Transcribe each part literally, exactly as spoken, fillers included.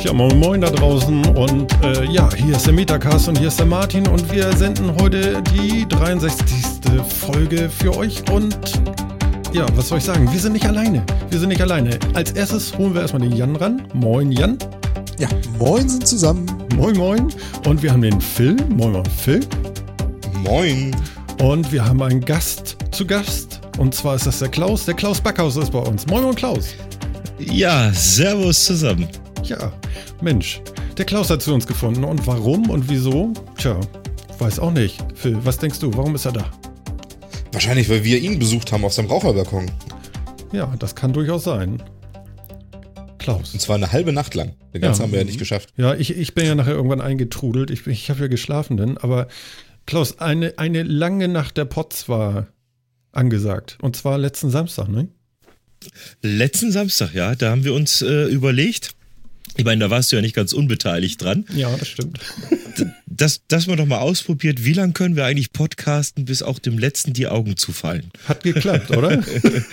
Ja, moin moin da draußen und äh, ja, hier ist der Metacast und hier ist der Martin und wir senden heute die dreiundsechzigste Folge für euch und ja, was soll ich sagen, wir sind nicht alleine, wir sind nicht alleine. Als erstes holen wir erstmal den Jan ran. Moin Jan. Ja, moin sind zusammen. Moin moin. Und wir haben den Phil. Moin moin Phil. Moin. Und wir haben einen Gast zu Gast und zwar ist das der Klaus. Der Klaus Backhaus ist bei uns. Moin moin Klaus. Ja, servus zusammen. Ja, Mensch, der Klaus hat zu uns gefunden. Und warum und wieso? Tja, weiß auch nicht. Phil, was denkst du, warum ist er da? Wahrscheinlich, weil wir ihn besucht haben auf seinem Raucherbalkon. Ja, das kann durchaus sein. Klaus. Und zwar eine halbe Nacht lang. Den ganzen Ja. haben wir ja nicht geschafft. Ja, ich, ich bin ja nachher irgendwann eingetrudelt. Ich, ich habe ja geschlafen denn. Aber Klaus, eine, eine lange Nacht der Pots war angesagt. Und zwar letzten Samstag, ne? Letzten Samstag, ja, da haben wir uns äh, überlegt, ich meine, da warst du ja nicht ganz unbeteiligt dran, Ja, das stimmt. dass, dass man doch mal ausprobiert, wie lange können wir eigentlich podcasten, bis auch dem Letzten die Augen zufallen. Hat geklappt, oder?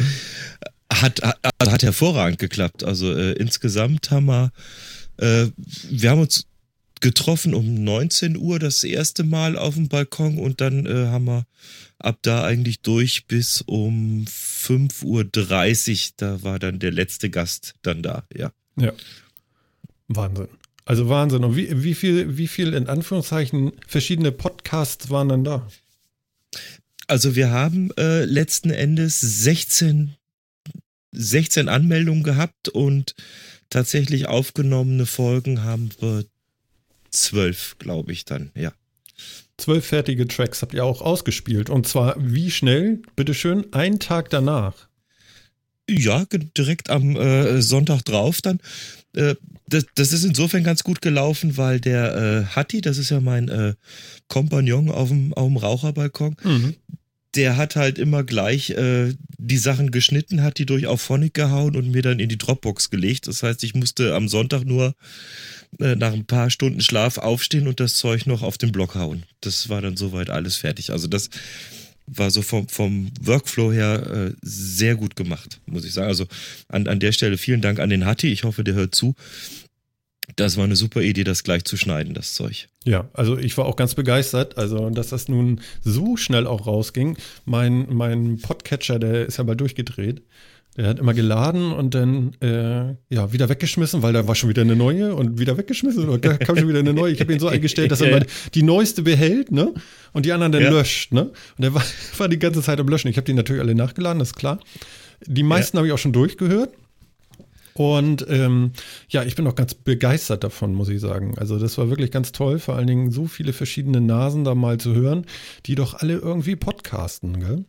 Hat, hat, hat hervorragend geklappt. Also äh, insgesamt haben wir, äh, wir haben uns getroffen um neunzehn Uhr das erste Mal auf dem Balkon und dann äh, haben wir ab da eigentlich durch bis um fünf Uhr dreißig, da war dann der letzte Gast dann da, ja. Ja. Wahnsinn. Also Wahnsinn. Und wie, wie viel, wie viel in Anführungszeichen verschiedene Podcasts waren dann da? Also wir haben äh, letzten Endes sechzehn, sechzehn Anmeldungen gehabt und tatsächlich aufgenommene Folgen haben wir zwölf, glaube ich dann, ja. Zwölf fertige Tracks habt ihr auch ausgespielt. Und zwar wie schnell? Bitteschön, einen Tag danach. Ja, ge- direkt am äh, Sonntag drauf dann. Äh, das, das ist insofern ganz gut gelaufen, weil der äh, Hatti, das ist ja mein äh, Kompagnon auf dem, auf dem Raucherbalkon, Mhm. der hat halt immer gleich äh, die Sachen geschnitten, hat die durch Auphonic gehauen und mir dann in die Dropbox gelegt. Das heißt, ich musste am Sonntag nur äh, nach ein paar Stunden Schlaf aufstehen und das Zeug noch auf den Block hauen. Das war dann soweit alles fertig. Also das war so vom, vom Workflow her äh, sehr gut gemacht, muss ich sagen. Also an, an der Stelle vielen Dank an den Hatti. Ich hoffe, der hört zu. Das war eine super Idee, das gleich zu schneiden, das Zeug. Ja, also ich war auch ganz begeistert, also dass das nun so schnell auch rausging. Mein, mein Podcatcher, der ist ja mal durchgedreht. Der hat immer geladen und dann äh, ja wieder weggeschmissen, weil da war schon wieder eine neue und wieder weggeschmissen und da kam schon wieder eine neue. Ich habe ihn so eingestellt, dass er mal die neueste behält, ne? Und die anderen dann Ja. löscht, ne? Und der war, war die ganze Zeit am Löschen. Ich habe die natürlich alle nachgeladen, das ist klar. Die meisten habe ich auch schon durchgehört. Und ähm, ja, ich bin auch ganz begeistert davon, muss ich sagen. Also das war wirklich ganz toll, vor allen Dingen so viele verschiedene Nasen da mal zu hören, die doch alle irgendwie podcasten, gell?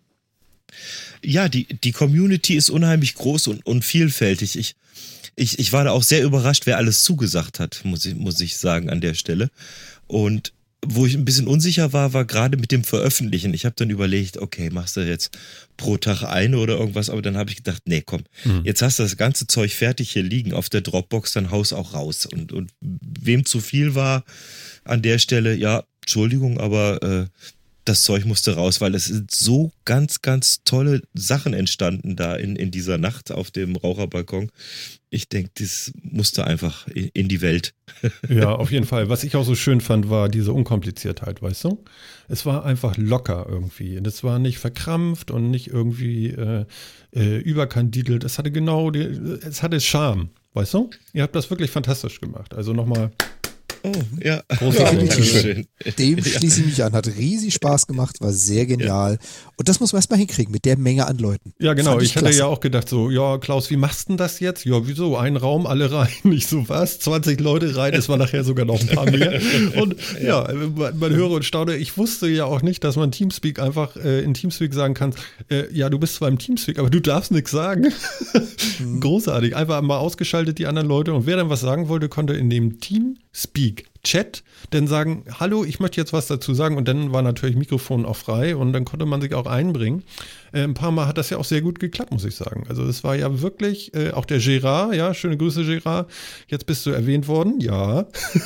Ja, die, die Community ist unheimlich groß und, und vielfältig. Ich, ich, ich war da auch sehr überrascht, wer alles zugesagt hat, muss ich, muss ich sagen, an der Stelle. Und wo ich ein bisschen unsicher war, war gerade mit dem Veröffentlichen. Ich habe dann überlegt, okay, machst du jetzt pro Tag eine oder irgendwas, aber dann habe ich gedacht, nee, komm, Mhm. jetzt hast du das ganze Zeug fertig hier liegen auf der Dropbox, dann haus auch raus. Und, und wem zu viel war an der Stelle, ja, Entschuldigung, aber äh, das Zeug musste raus, weil es sind so ganz, ganz tolle Sachen entstanden da in, in dieser Nacht auf dem Raucherbalkon. Ich denke, das musste einfach in, in die Welt. Ja, auf jeden Fall. Was ich auch so schön fand, war diese Unkompliziertheit, weißt du? Es war einfach locker irgendwie. Und es war nicht verkrampft und nicht irgendwie äh, äh, überkandidelt. Es hatte genau, die, es hatte Charme, weißt du? Ihr habt das wirklich fantastisch gemacht. Also nochmal Oh, ja. Großartig. Dankeschön. Dem schließe ich mich an. Hat riesig Spaß gemacht, war sehr genial. Und das muss man erstmal hinkriegen mit der Menge an Leuten. Ja, genau. Fand Ich, hatte klasse. ja auch gedacht so, ja, Klaus, wie machst du denn das jetzt? Ja, wieso? Ein Raum, alle rein. Ich so, was? zwanzig Leute rein. Es war nachher sogar noch ein paar mehr. Und ja, man, man höre und staune. Ich wusste ja auch nicht, dass man Teamspeak einfach äh, in Teamspeak sagen kann, äh, ja, du bist zwar im Teamspeak, aber du darfst nichts sagen. Großartig. Einfach mal ausgeschaltet die anderen Leute. Und wer dann was sagen wollte, konnte in dem Teamspeak-Chat dann sagen, hallo, ich möchte jetzt was dazu sagen. Und dann war natürlich Mikrofon auch frei und dann konnte man sich auch einbringen. Äh, ein paar Mal hat das ja auch sehr gut geklappt, muss ich sagen. Also es war ja wirklich, äh, auch der Gerard, ja, schöne Grüße Gerard, jetzt bist du erwähnt worden, ja.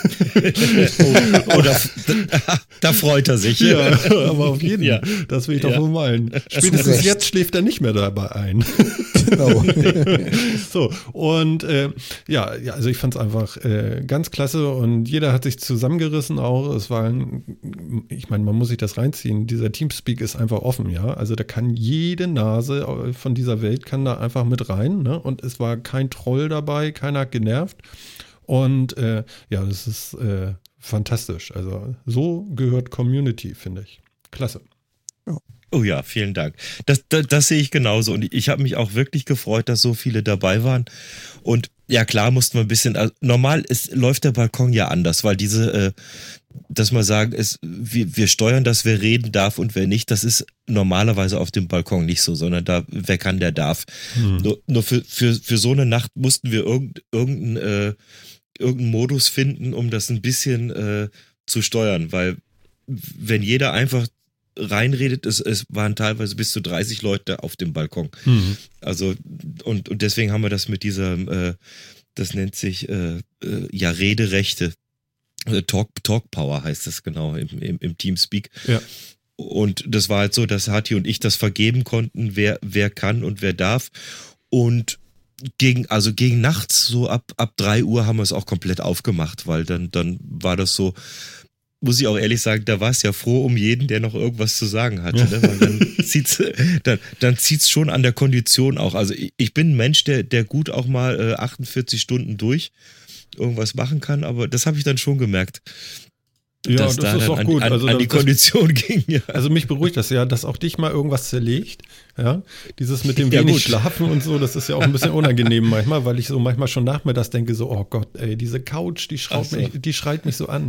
Oh, da, da, da freut er sich. Ja, aber auf jeden Fall, Ja. das will ich doch Ja. wohl meinen. Spätestens Recht. jetzt schläft er nicht mehr dabei ein. Genau. So, und äh, ja, ja, also ich fand es einfach äh, ganz klasse und jeder hat sich zusammengerissen auch. Es war, ein, ich meine, man muss sich das reinziehen. Dieser Teamspeak ist einfach offen, ja. Also da kann jede Nase von dieser Welt kann da einfach mit rein, ne? Und es war kein Troll dabei, keiner hat genervt. Und äh, ja, das ist äh, fantastisch. Also so gehört Community, finde ich. Klasse. Ja. Oh ja, vielen Dank. Das, das, das sehe ich genauso. Und ich habe mich auch wirklich gefreut, dass so viele dabei waren. Und ja, klar mussten wir ein bisschen, also normal ist, läuft der Balkon ja anders, weil diese, äh, dass man sagen, es, wir, wir steuern das, wer reden darf und wer nicht, das ist normalerweise auf dem Balkon nicht so, sondern da, wer kann, der darf. Hm. Nur, nur für, für, für so eine Nacht mussten wir irgend, irgendeinen, äh, irgendeinen Modus finden, um das ein bisschen äh, zu steuern, weil wenn jeder einfach reinredet, es, es waren teilweise bis zu dreißig Leute auf dem Balkon. Mhm. Also, und, und deswegen haben wir das mit dieser, äh, das nennt sich, äh, äh, ja, Rederechte, äh, Talk, Talk Power heißt das genau im, im, im Teamspeak. Ja. Und das war halt so, dass Hatti und ich das vergeben konnten, wer, wer kann und wer darf. Und gegen, also gegen nachts, so ab, ab drei Uhr haben wir es auch komplett aufgemacht, weil dann, dann war das so, muss ich auch ehrlich sagen, da war es ja froh um jeden, der noch irgendwas zu sagen hatte. Ne? Weil dann zieht's, dann, dann zieht's schon an der Kondition auch. Also ich, ich bin ein Mensch, der, der gut auch mal äh, achtundvierzig Stunden durch irgendwas machen kann, aber das habe ich dann schon gemerkt. Ja, dass das da ist dann auch an, gut. an, Also an die das, Kondition ging. Ja. Also mich beruhigt das ja, dass auch dich mal irgendwas zerlegt. Ja, dieses mit dem Ja, wenig gut. Schlafen und so, das ist ja auch ein bisschen unangenehm manchmal, weil ich so manchmal schon nachmittags denke so, oh Gott, ey, diese Couch, die schreit, so. mich, die schreit mich so an.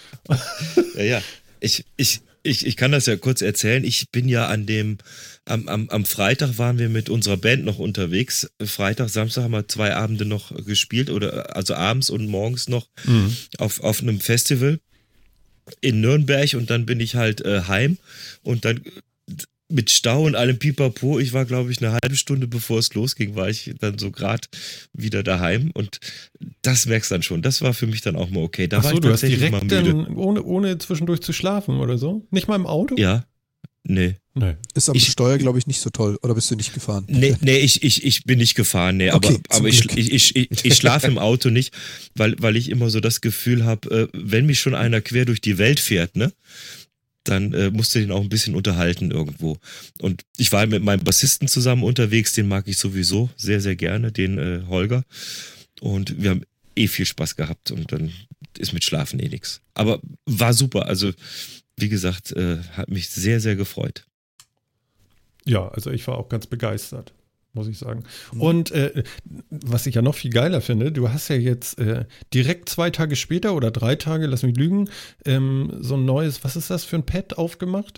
Ja, ja. Ich, ich, ich, ich kann das ja kurz erzählen. Ich bin ja an dem, am, am, am Freitag waren wir mit unserer Band noch unterwegs. Freitag, Samstag haben wir zwei Abende noch gespielt, oder also abends und morgens noch Mhm. auf, auf einem Festival in Nürnberg, und dann bin ich halt äh, heim und dann mit Stau und allem Pipapo, ich war glaube ich eine halbe Stunde bevor es losging, war ich dann so gerade wieder daheim, und das merkst dann schon, das war für mich dann auch mal okay. Da Ach war so, ich du hast tatsächlich mal direkt müde. dann, ohne, ohne zwischendurch zu schlafen oder so? Nicht mal im Auto? Ja, nee. Nee. Ist am Ich- Steuer, glaube ich, nicht so toll. Oder bist du nicht gefahren? Nee, nee, ich, ich, ich bin nicht gefahren, nee, Okay, aber, zum aber ich, Glück. ich, ich, ich, ich schlafe im Auto nicht, weil, weil ich immer so das Gefühl habe, äh, wenn mich schon einer quer durch die Welt fährt, ne, dann äh, musst du den auch ein bisschen unterhalten irgendwo. Und ich war mit meinem Bassisten zusammen unterwegs, den mag ich sowieso sehr, sehr gerne, den äh, Holger. Und wir haben eh viel Spaß gehabt, und dann ist mit Schlafen eh nix. Aber war super, also wie gesagt, äh, hat mich sehr, sehr gefreut. Ja, also ich war auch ganz begeistert, muss ich sagen. Und äh, was ich ja noch viel geiler finde, du hast ja jetzt äh, direkt zwei Tage später oder drei Tage, lass mich lügen, ähm, so ein neues, was ist das für ein Pad aufgemacht?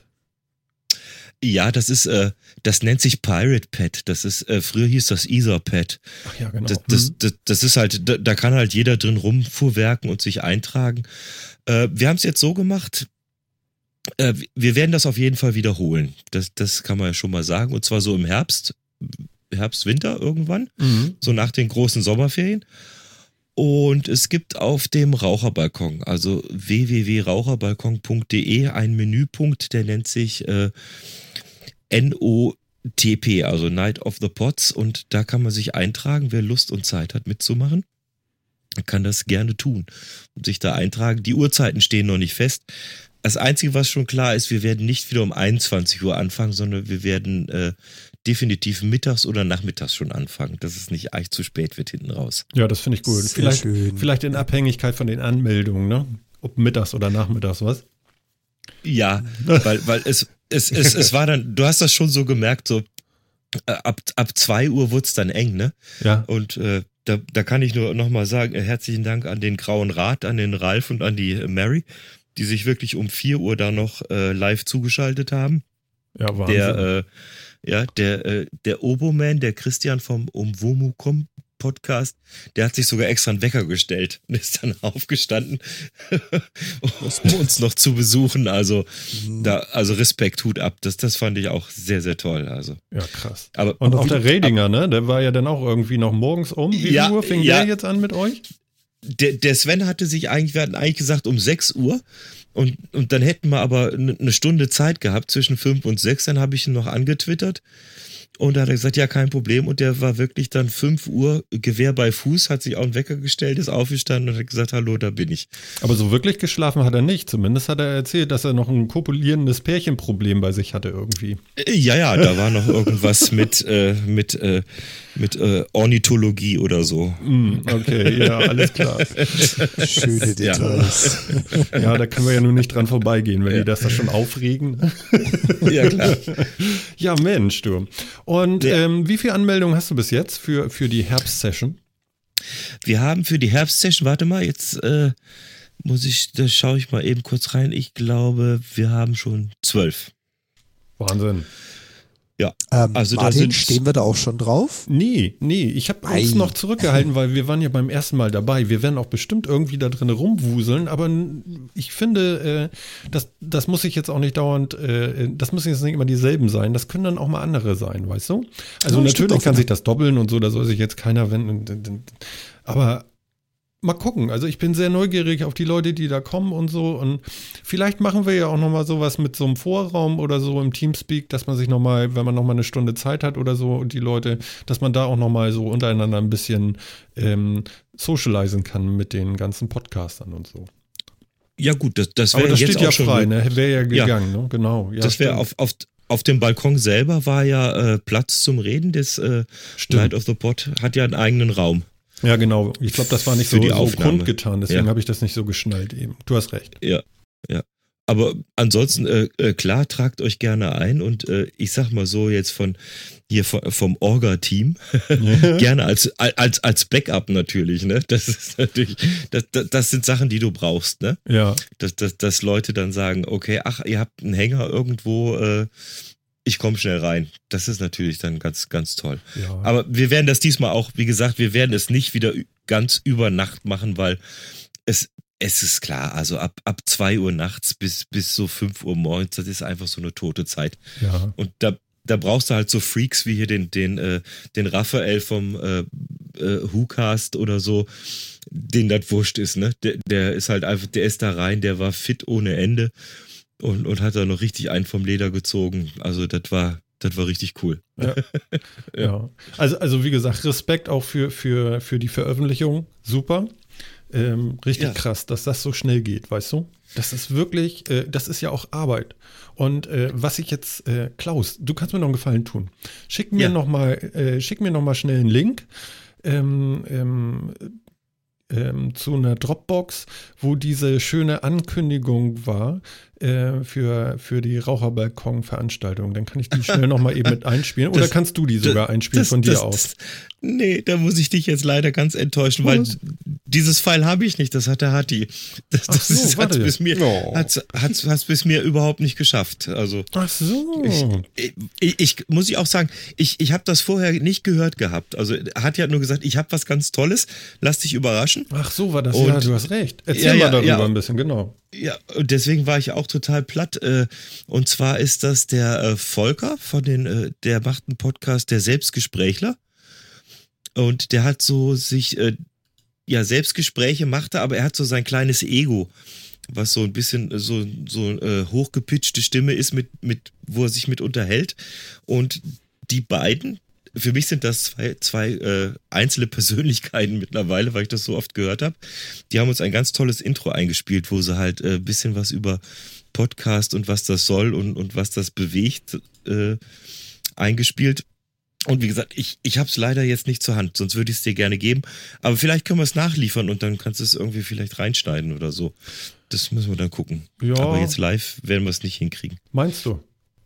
Ja, das ist, äh, das nennt sich Pirate Pad. Das ist, äh, früher hieß das Etherpad. Ach ja, genau. Das, das, Mhm. das, das ist halt, da, da kann halt jeder drin rumfuhrwerken und sich eintragen. Äh, wir haben es jetzt so gemacht, äh, wir werden das auf jeden Fall wiederholen. Das, das kann man ja schon mal sagen. Und zwar so im Herbst, Herbst, Winter irgendwann, Mhm. so nach den großen Sommerferien. Und es gibt auf dem Raucherbalkon, also w w w punkt raucherbalkon punkt d e, einen Menüpunkt, der nennt sich äh, N O T P, also Night of the Pots, und da kann man sich eintragen, wer Lust und Zeit hat mitzumachen, kann das gerne tun und sich da eintragen. Die Uhrzeiten stehen noch nicht fest. Das Einzige, was schon klar ist, wir werden nicht wieder um einundzwanzig Uhr anfangen, sondern wir werden äh, definitiv mittags oder nachmittags schon anfangen, dass es nicht eigentlich zu spät wird hinten raus. Ja, das finde ich gut. Sehr Vielleicht, schön. vielleicht in Abhängigkeit von den Anmeldungen, ne? Ob mittags oder nachmittags, was? Ja, weil, weil es, es, es, es war dann, du hast das schon so gemerkt, so äh, ab, ab zwei Uhr wurde es dann eng, ne? Ja. Und äh, da, da kann ich nur nochmal sagen, äh, herzlichen Dank an den Grauen Rat, an den Ralf und an die äh, Mary, die sich wirklich um vier Uhr da noch äh, live zugeschaltet haben. Ja, Wahnsinn. Der, äh, ja, der, äh, der Oboman, der Christian vom Umwomukom Podcast, der hat sich sogar extra einen Wecker gestellt und ist dann aufgestanden, um uns noch zu besuchen. Also, da, also Respekt, Hut ab. Das, das fand ich auch sehr, sehr toll. Also, ja, krass. aber, Und aber auch wie- der Redinger, ne? Der war ja dann auch irgendwie noch morgens um. Wie Ja, viel Uhr fing ja. der jetzt an mit euch? Der, der Sven hatte sich eigentlich, wir hatten eigentlich gesagt um sechs Uhr, und, und dann hätten wir aber eine Stunde Zeit gehabt zwischen fünf und sechs, dann habe ich ihn noch angetwittert Und da hat er gesagt, ja, kein Problem. Und der war wirklich dann fünf Uhr, Gewehr bei Fuß, hat sich auch einen Wecker gestellt, ist aufgestanden und hat gesagt, hallo, da bin ich. Aber so wirklich geschlafen hat er nicht. Zumindest hat er erzählt, dass er noch ein kopulierendes Pärchenproblem bei sich hatte irgendwie. Ja, ja, da war noch irgendwas mit, äh, mit, äh, mit äh, Ornithologie oder so. Mm, okay, ja, alles klar. Schöne Details. Ja. ja, da können wir ja nun nicht dran vorbeigehen, wenn ja. die das da schon aufregen. Ja, klar. Ja, Mensch, du. Und ja. ähm, wie viele Anmeldungen hast du bis jetzt für, für die Herbstsession? Wir haben für die Herbstsession, warte mal, jetzt äh, muss ich, da schaue ich mal eben kurz rein. Ich glaube, wir haben schon zwölf. Wahnsinn. Ja, ähm, also Martin, da sind, stehen wir da auch schon drauf? Nee, nee, ich habe uns noch zurückgehalten, weil wir waren ja beim ersten Mal dabei. Wir werden auch bestimmt irgendwie da drin rumwuseln, aber ich finde, äh, das, das muss ich jetzt auch nicht dauernd, äh, das müssen jetzt nicht immer dieselben sein, das können dann auch mal andere sein, weißt du? Also ja, natürlich kann sich das doppeln und so, da soll sich jetzt keiner wenden, aber mal gucken, also ich bin sehr neugierig auf die Leute, die da kommen und so, und vielleicht machen wir ja auch nochmal sowas mit so einem Vorraum oder so im Teamspeak, dass man sich nochmal, wenn man nochmal eine Stunde Zeit hat oder so und die Leute, dass man da auch nochmal so untereinander ein bisschen ähm, socialisen kann mit den ganzen Podcastern und so. Ja gut, das, das wäre Aber das jetzt steht auch ja schon frei, ne? Wäre ja gegangen, ja. ne? Genau. Ja, das wäre auf, auf, auf dem Balkon selber war ja äh, Platz zum Reden, das äh, Night of the Pod hat ja einen eigenen Raum. Ja, genau. Ich glaube, das war nicht Für so, die so Aufnahme. kundgetan, deswegen Ja. habe ich das nicht so geschnallt eben. Du hast recht. Ja, ja. Aber ansonsten, äh, äh, klar, tragt euch gerne ein und äh, ich sag mal so jetzt von hier von, vom Orga-Team, Ja. gerne als, als, als Backup natürlich, ne? Das ist natürlich, das, das, das sind Sachen, die du brauchst, ne? Ja. Dass, dass, dass Leute dann sagen, okay, ach, ihr habt einen Hänger irgendwo, äh, ich komme schnell rein. Das ist natürlich dann ganz, ganz toll. Ja. Aber wir werden das diesmal auch, wie gesagt, wir werden es nicht wieder ganz über Nacht machen, weil es, es ist klar, also ab, ab zwei Uhr nachts bis, bis so fünf Uhr morgens, das ist einfach so eine tote Zeit. Ja. Und da, da brauchst du halt so Freaks wie hier den, den, äh, den Raphael vom äh, äh, WhoCast oder so, denen das wurscht ist, ne? Der, der ist halt einfach, der ist da rein, der war fit ohne Ende. Und, und hat da noch richtig einen vom Leder gezogen. Also das war, das war richtig cool. Ja. Ja. Also, also wie gesagt, Respekt auch für, für, für die Veröffentlichung. Super. Ähm, richtig Ja. krass, dass das so schnell geht, weißt du? Das ist wirklich, äh, das ist ja auch Arbeit. Und äh, was ich jetzt, äh, Klaus, du kannst mir noch einen Gefallen tun. Schick mir Ja. noch mal, äh, schick mir noch mal schnell einen Link. Ähm, ähm, Ähm, zu einer Dropbox, wo diese schöne Ankündigung war äh, für, für die Raucherbalkon-Veranstaltung. Dann kann ich die schnell nochmal eben mit einspielen. Oder Das- kannst du die sogar einspielen Das- von dir das, aus? Das, nee, da muss ich dich jetzt leider ganz enttäuschen, weil Was? dieses File habe ich nicht, das hat der Hatti. Das, Ach das so, ist, hat's warte. bis mir, Oh. hat's, hat's, hat's bis mir überhaupt nicht geschafft. Also Ach so. ich, ich, ich muss ich auch sagen, ich, ich habe das vorher nicht gehört gehabt. Also er hat ja nur gesagt, ich habe was ganz Tolles, lass dich überraschen. Ach so war das. Und- ja, du hast recht. Erzähl Ja, mal ja, darüber ja. ein bisschen, genau. Ja, und deswegen war ich auch total platt. äh, Und zwar ist das der äh, Volker von den, äh, der macht einen Podcast, der Selbstgesprächler. Und der hat so sich, äh, ja, Selbstgespräche machte, aber er hat so sein kleines Ego, was so ein bisschen äh, so, so äh, hochgepitchte Stimme ist, mit, mit, wo er sich mit unterhält. Und die beiden, für mich sind das zwei, zwei äh, einzelne Persönlichkeiten mittlerweile, weil ich das so oft gehört habe. Die haben uns ein ganz tolles Intro eingespielt, wo sie halt ein äh, bisschen was über Podcast und was das soll und, und was das bewegt äh, eingespielt. Und wie gesagt, ich, ich habe es leider jetzt nicht zur Hand, sonst würde ich es dir gerne geben. Aber vielleicht können wir es nachliefern und dann kannst du es irgendwie vielleicht reinschneiden oder so. Das müssen wir dann gucken. Ja. Aber jetzt live werden wir es nicht hinkriegen. Meinst du?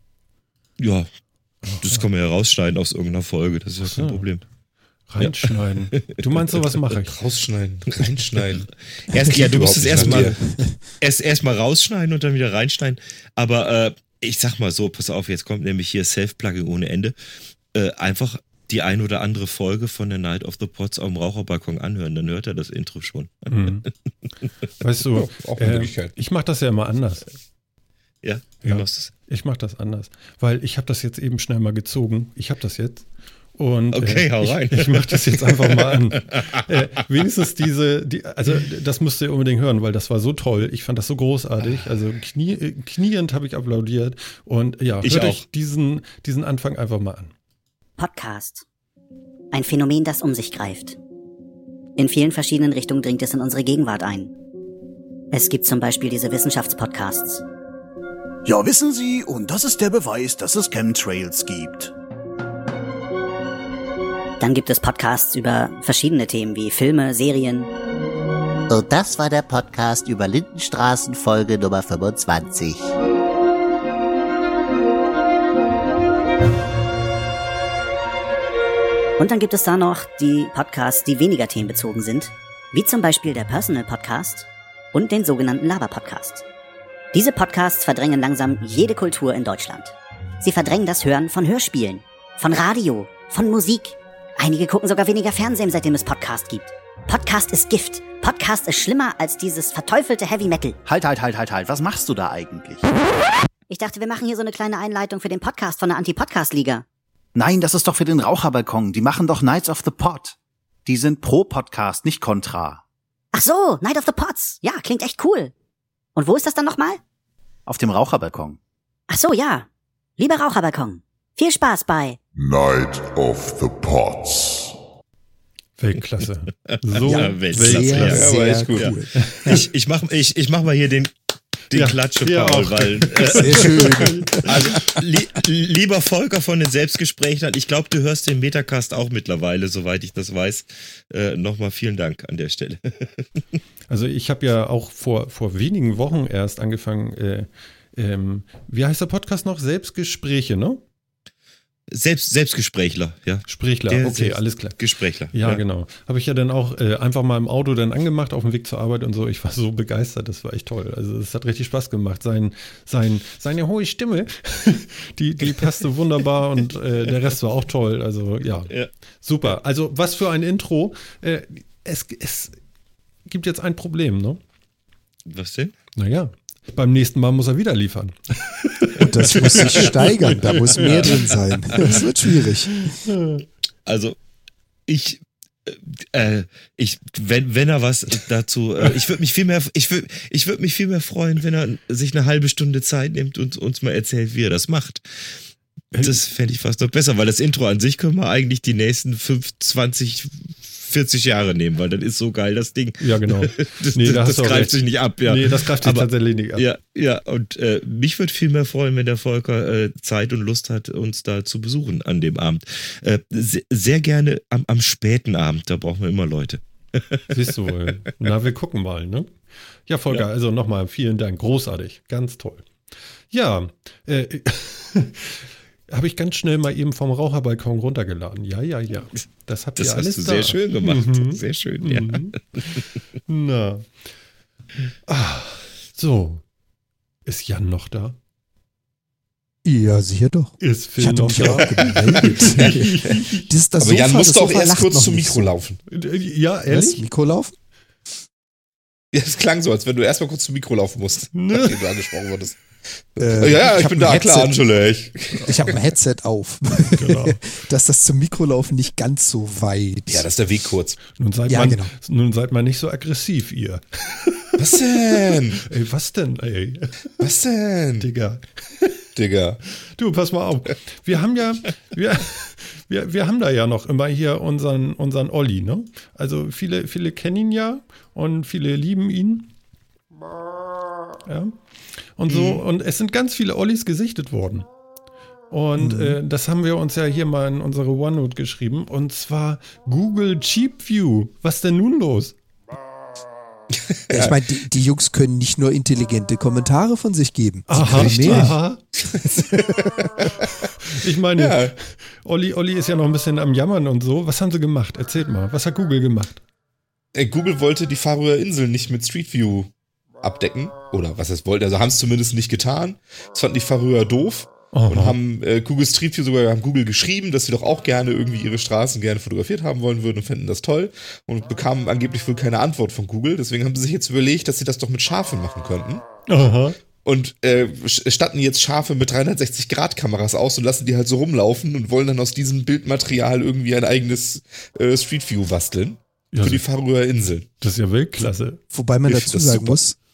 Ja, das kann man ja rausschneiden aus irgendeiner Folge, das ist ja kein so. Problem. Reinschneiden. Du meinst, sowas mache ich. Rausschneiden, reinschneiden. Erst, ja, du musst es Überhaupt nicht erstmal erst, erst mal rausschneiden und dann wieder reinschneiden. Aber äh, ich sag mal so, pass auf, jetzt kommt nämlich hier Self-Plugging ohne Ende. Äh, einfach die ein oder andere Folge von der Night of the Pods auf dem Raucherbalkon anhören, dann hört er das Intro schon. Mhm. Weißt du, Ja, auch eine äh, Möglichkeit. ich mache das ja immer anders. Ja, wie Ja. machst du es? Ich mache das anders, weil ich habe das jetzt eben schnell mal gezogen. Ich habe das jetzt. Und Okay, äh, hau ich, rein. ich mache das jetzt einfach mal an. äh, wenigstens diese, die, also das müsst ihr unbedingt hören, weil das war so toll. Ich fand das so großartig. Also knie, äh, kniend habe ich applaudiert. Und ja, Ich hört auch. euch diesen, diesen Anfang einfach mal an. Podcast. Ein Phänomen, das um sich greift. In vielen verschiedenen Richtungen dringt es in unsere Gegenwart ein. Es gibt zum Beispiel diese Wissenschaftspodcasts. Ja, wissen Sie, und das ist der Beweis, dass es Chemtrails gibt. Dann gibt es Podcasts über verschiedene Themen wie Filme, Serien. Und das war der Podcast über Lindenstraßen, Folge Nummer fünfundzwanzig. Und dann gibt es da noch die Podcasts, die weniger themenbezogen sind, wie zum Beispiel der Personal Podcast und den sogenannten Laber-Podcast. Diese Podcasts verdrängen langsam jede Kultur in Deutschland. Sie verdrängen das Hören von Hörspielen, von Radio, von Musik. Einige gucken sogar weniger Fernsehen, seitdem es Podcast gibt. Podcast ist Gift. Podcast ist schlimmer als dieses verteufelte Heavy Metal. Halt, halt, halt, halt, halt. Was machst du da eigentlich? Ich dachte, wir machen hier so eine kleine Einleitung für den Podcast von der Anti-Podcast-Liga. Nein, das ist doch für den Raucherbalkon. Die machen doch Knights of the Pod. Die sind pro Podcast, nicht kontra. Ach so, Night of the Pods. Ja, klingt echt cool. Und wo ist das dann nochmal? Auf dem Raucherbalkon. Ach so, ja. Lieber Raucherbalkon, viel Spaß bei Night of the Pods. Weltklasse. So Ja, Sehr, Ja, sehr aber echt gut. cool. Ich, ich, mach, ich, ich mach mal hier den, den Ja, Klatsche, ja, Paul, auch. weil äh, Sehr schön. also, li, lieber Volker von den Selbstgesprächen, ich glaube, du hörst den Metacast auch mittlerweile, soweit ich das weiß. Äh, Nochmal vielen Dank an der Stelle. Also ich habe ja auch vor, vor wenigen Wochen erst angefangen, äh, ähm, wie heißt der Podcast noch? Selbstgespräche, ne? Selbst, Selbstgesprächler, ja. Sprechler, Der okay, Selbst- alles klar. Gesprächler. Ja, genau. Habe ich ja dann auch äh, einfach mal im Auto dann angemacht, auf dem Weg zur Arbeit und so. Ich war so begeistert, das war echt toll. Also es hat richtig Spaß gemacht. Sein, sein, seine hohe Stimme, die, die passte wunderbar und äh, der Rest war auch toll. Also ja, Ja. super. Also was für ein Intro. Äh, es, es gibt jetzt ein Problem, ne? Was denn? Naja, beim nächsten Mal muss er wieder liefern. Und das muss sich steigern. Da muss mehr drin sein. Das wird schwierig. Also, ich, äh, ich, wenn, wenn er was dazu, äh, ich würde mich viel mehr, ich würde, ich würde mich viel mehr freuen, wenn er sich eine halbe Stunde Zeit nimmt und uns mal erzählt, wie er das macht. Das fände ich fast noch besser, weil das Intro an sich können wir eigentlich die nächsten fünf, zwanzig, vierzig Jahre nehmen, weil das ist so geil, das Ding. Ja, genau. Das, Nee, da das, hast du das auch greift recht. sich nicht ab, ja. Nee, das greift sich Aber- tatsächlich nicht ab. Ja, ja, und äh, mich würde viel mehr freuen, wenn der Volker äh, Zeit und Lust hat, uns da zu besuchen an dem Abend. Äh, se- sehr gerne am, am späten Abend, da brauchen wir immer Leute. Siehst du wohl. Na, wir gucken mal, ne? Ja, Volker, Ja. also nochmal vielen Dank. Großartig. Ganz toll. Ja, äh, habe ich ganz schnell mal eben vom Raucherbalkon runtergeladen. Ja, ja, ja. Das habt ihr Das alles hast du da. sehr schön gemacht. Mhm. Sehr schön, ja. Mhm. Na. Ah, so. Ist Jan noch da? Ja, sicher doch. Ist Ich Phil hatte noch mich da? auch gemeldet. Das ist das Aber Jan Sofa, musste das auch Sofa erst lacht kurz noch zum nicht Mikro so. laufen. Ja, Was? ehrlich? Mikro laufen? Ja, es klang so, als wenn du erstmal kurz zum Mikro laufen musst, Ne. nachdem du angesprochen wurdest. Äh, ja, ja, ich, hab bin ein da, klar, Headset- Angela. Ich. Ich habe ein Headset auf. Genau. Dass das zum Mikrolaufen nicht ganz so weit. Ja, das ist der Weg kurz. Nun seid, Ja, man, genau. nun seid mal nicht so aggressiv, ihr. Was denn? Ey, was denn, ey? Was denn? Digga. Digga. Du, pass mal auf. Wir haben ja, wir, wir, wir haben da ja noch immer hier unseren, unseren Olli, ne? Also viele, viele kennen ihn ja und viele lieben ihn. Ja. Und so, Mhm. und es sind ganz viele Ollis gesichtet worden. Und äh, das haben wir uns ja hier mal in unsere OneNote geschrieben. Und zwar Google Cheap View. Was denn nun los? Ich meine, die, die Jungs können nicht nur intelligente Kommentare von sich geben. Sie Aha, können mehr. aha. Ich meine, Ja. Olli, Olli ist ja noch ein bisschen am Jammern und so. Was haben sie gemacht? Erzählt mal. Was hat Google gemacht? Ey, Google wollte die Färöer Inseln nicht mit Street View abdecken. Oder was es wollte. Also haben es zumindest nicht getan. Das fanden die Färöer doof. Aha. Und haben äh, Google Street View sogar haben Google geschrieben, dass sie doch auch gerne irgendwie ihre Straßen gerne fotografiert haben wollen würden und fänden das toll. Und bekamen angeblich wohl keine Antwort von Google. Deswegen haben sie sich jetzt überlegt, dass sie das doch mit Schafen machen könnten. Aha. Und äh, statten jetzt Schafe mit dreihundertsechzig Grad Kameras aus und lassen die halt so rumlaufen und wollen dann aus diesem Bildmaterial irgendwie ein eigenes äh, Street View basteln. Ja, für die so- Färöer Inseln. Das ist ja Weltklasse. Wobei man Ich dazu find das sagen super. muss,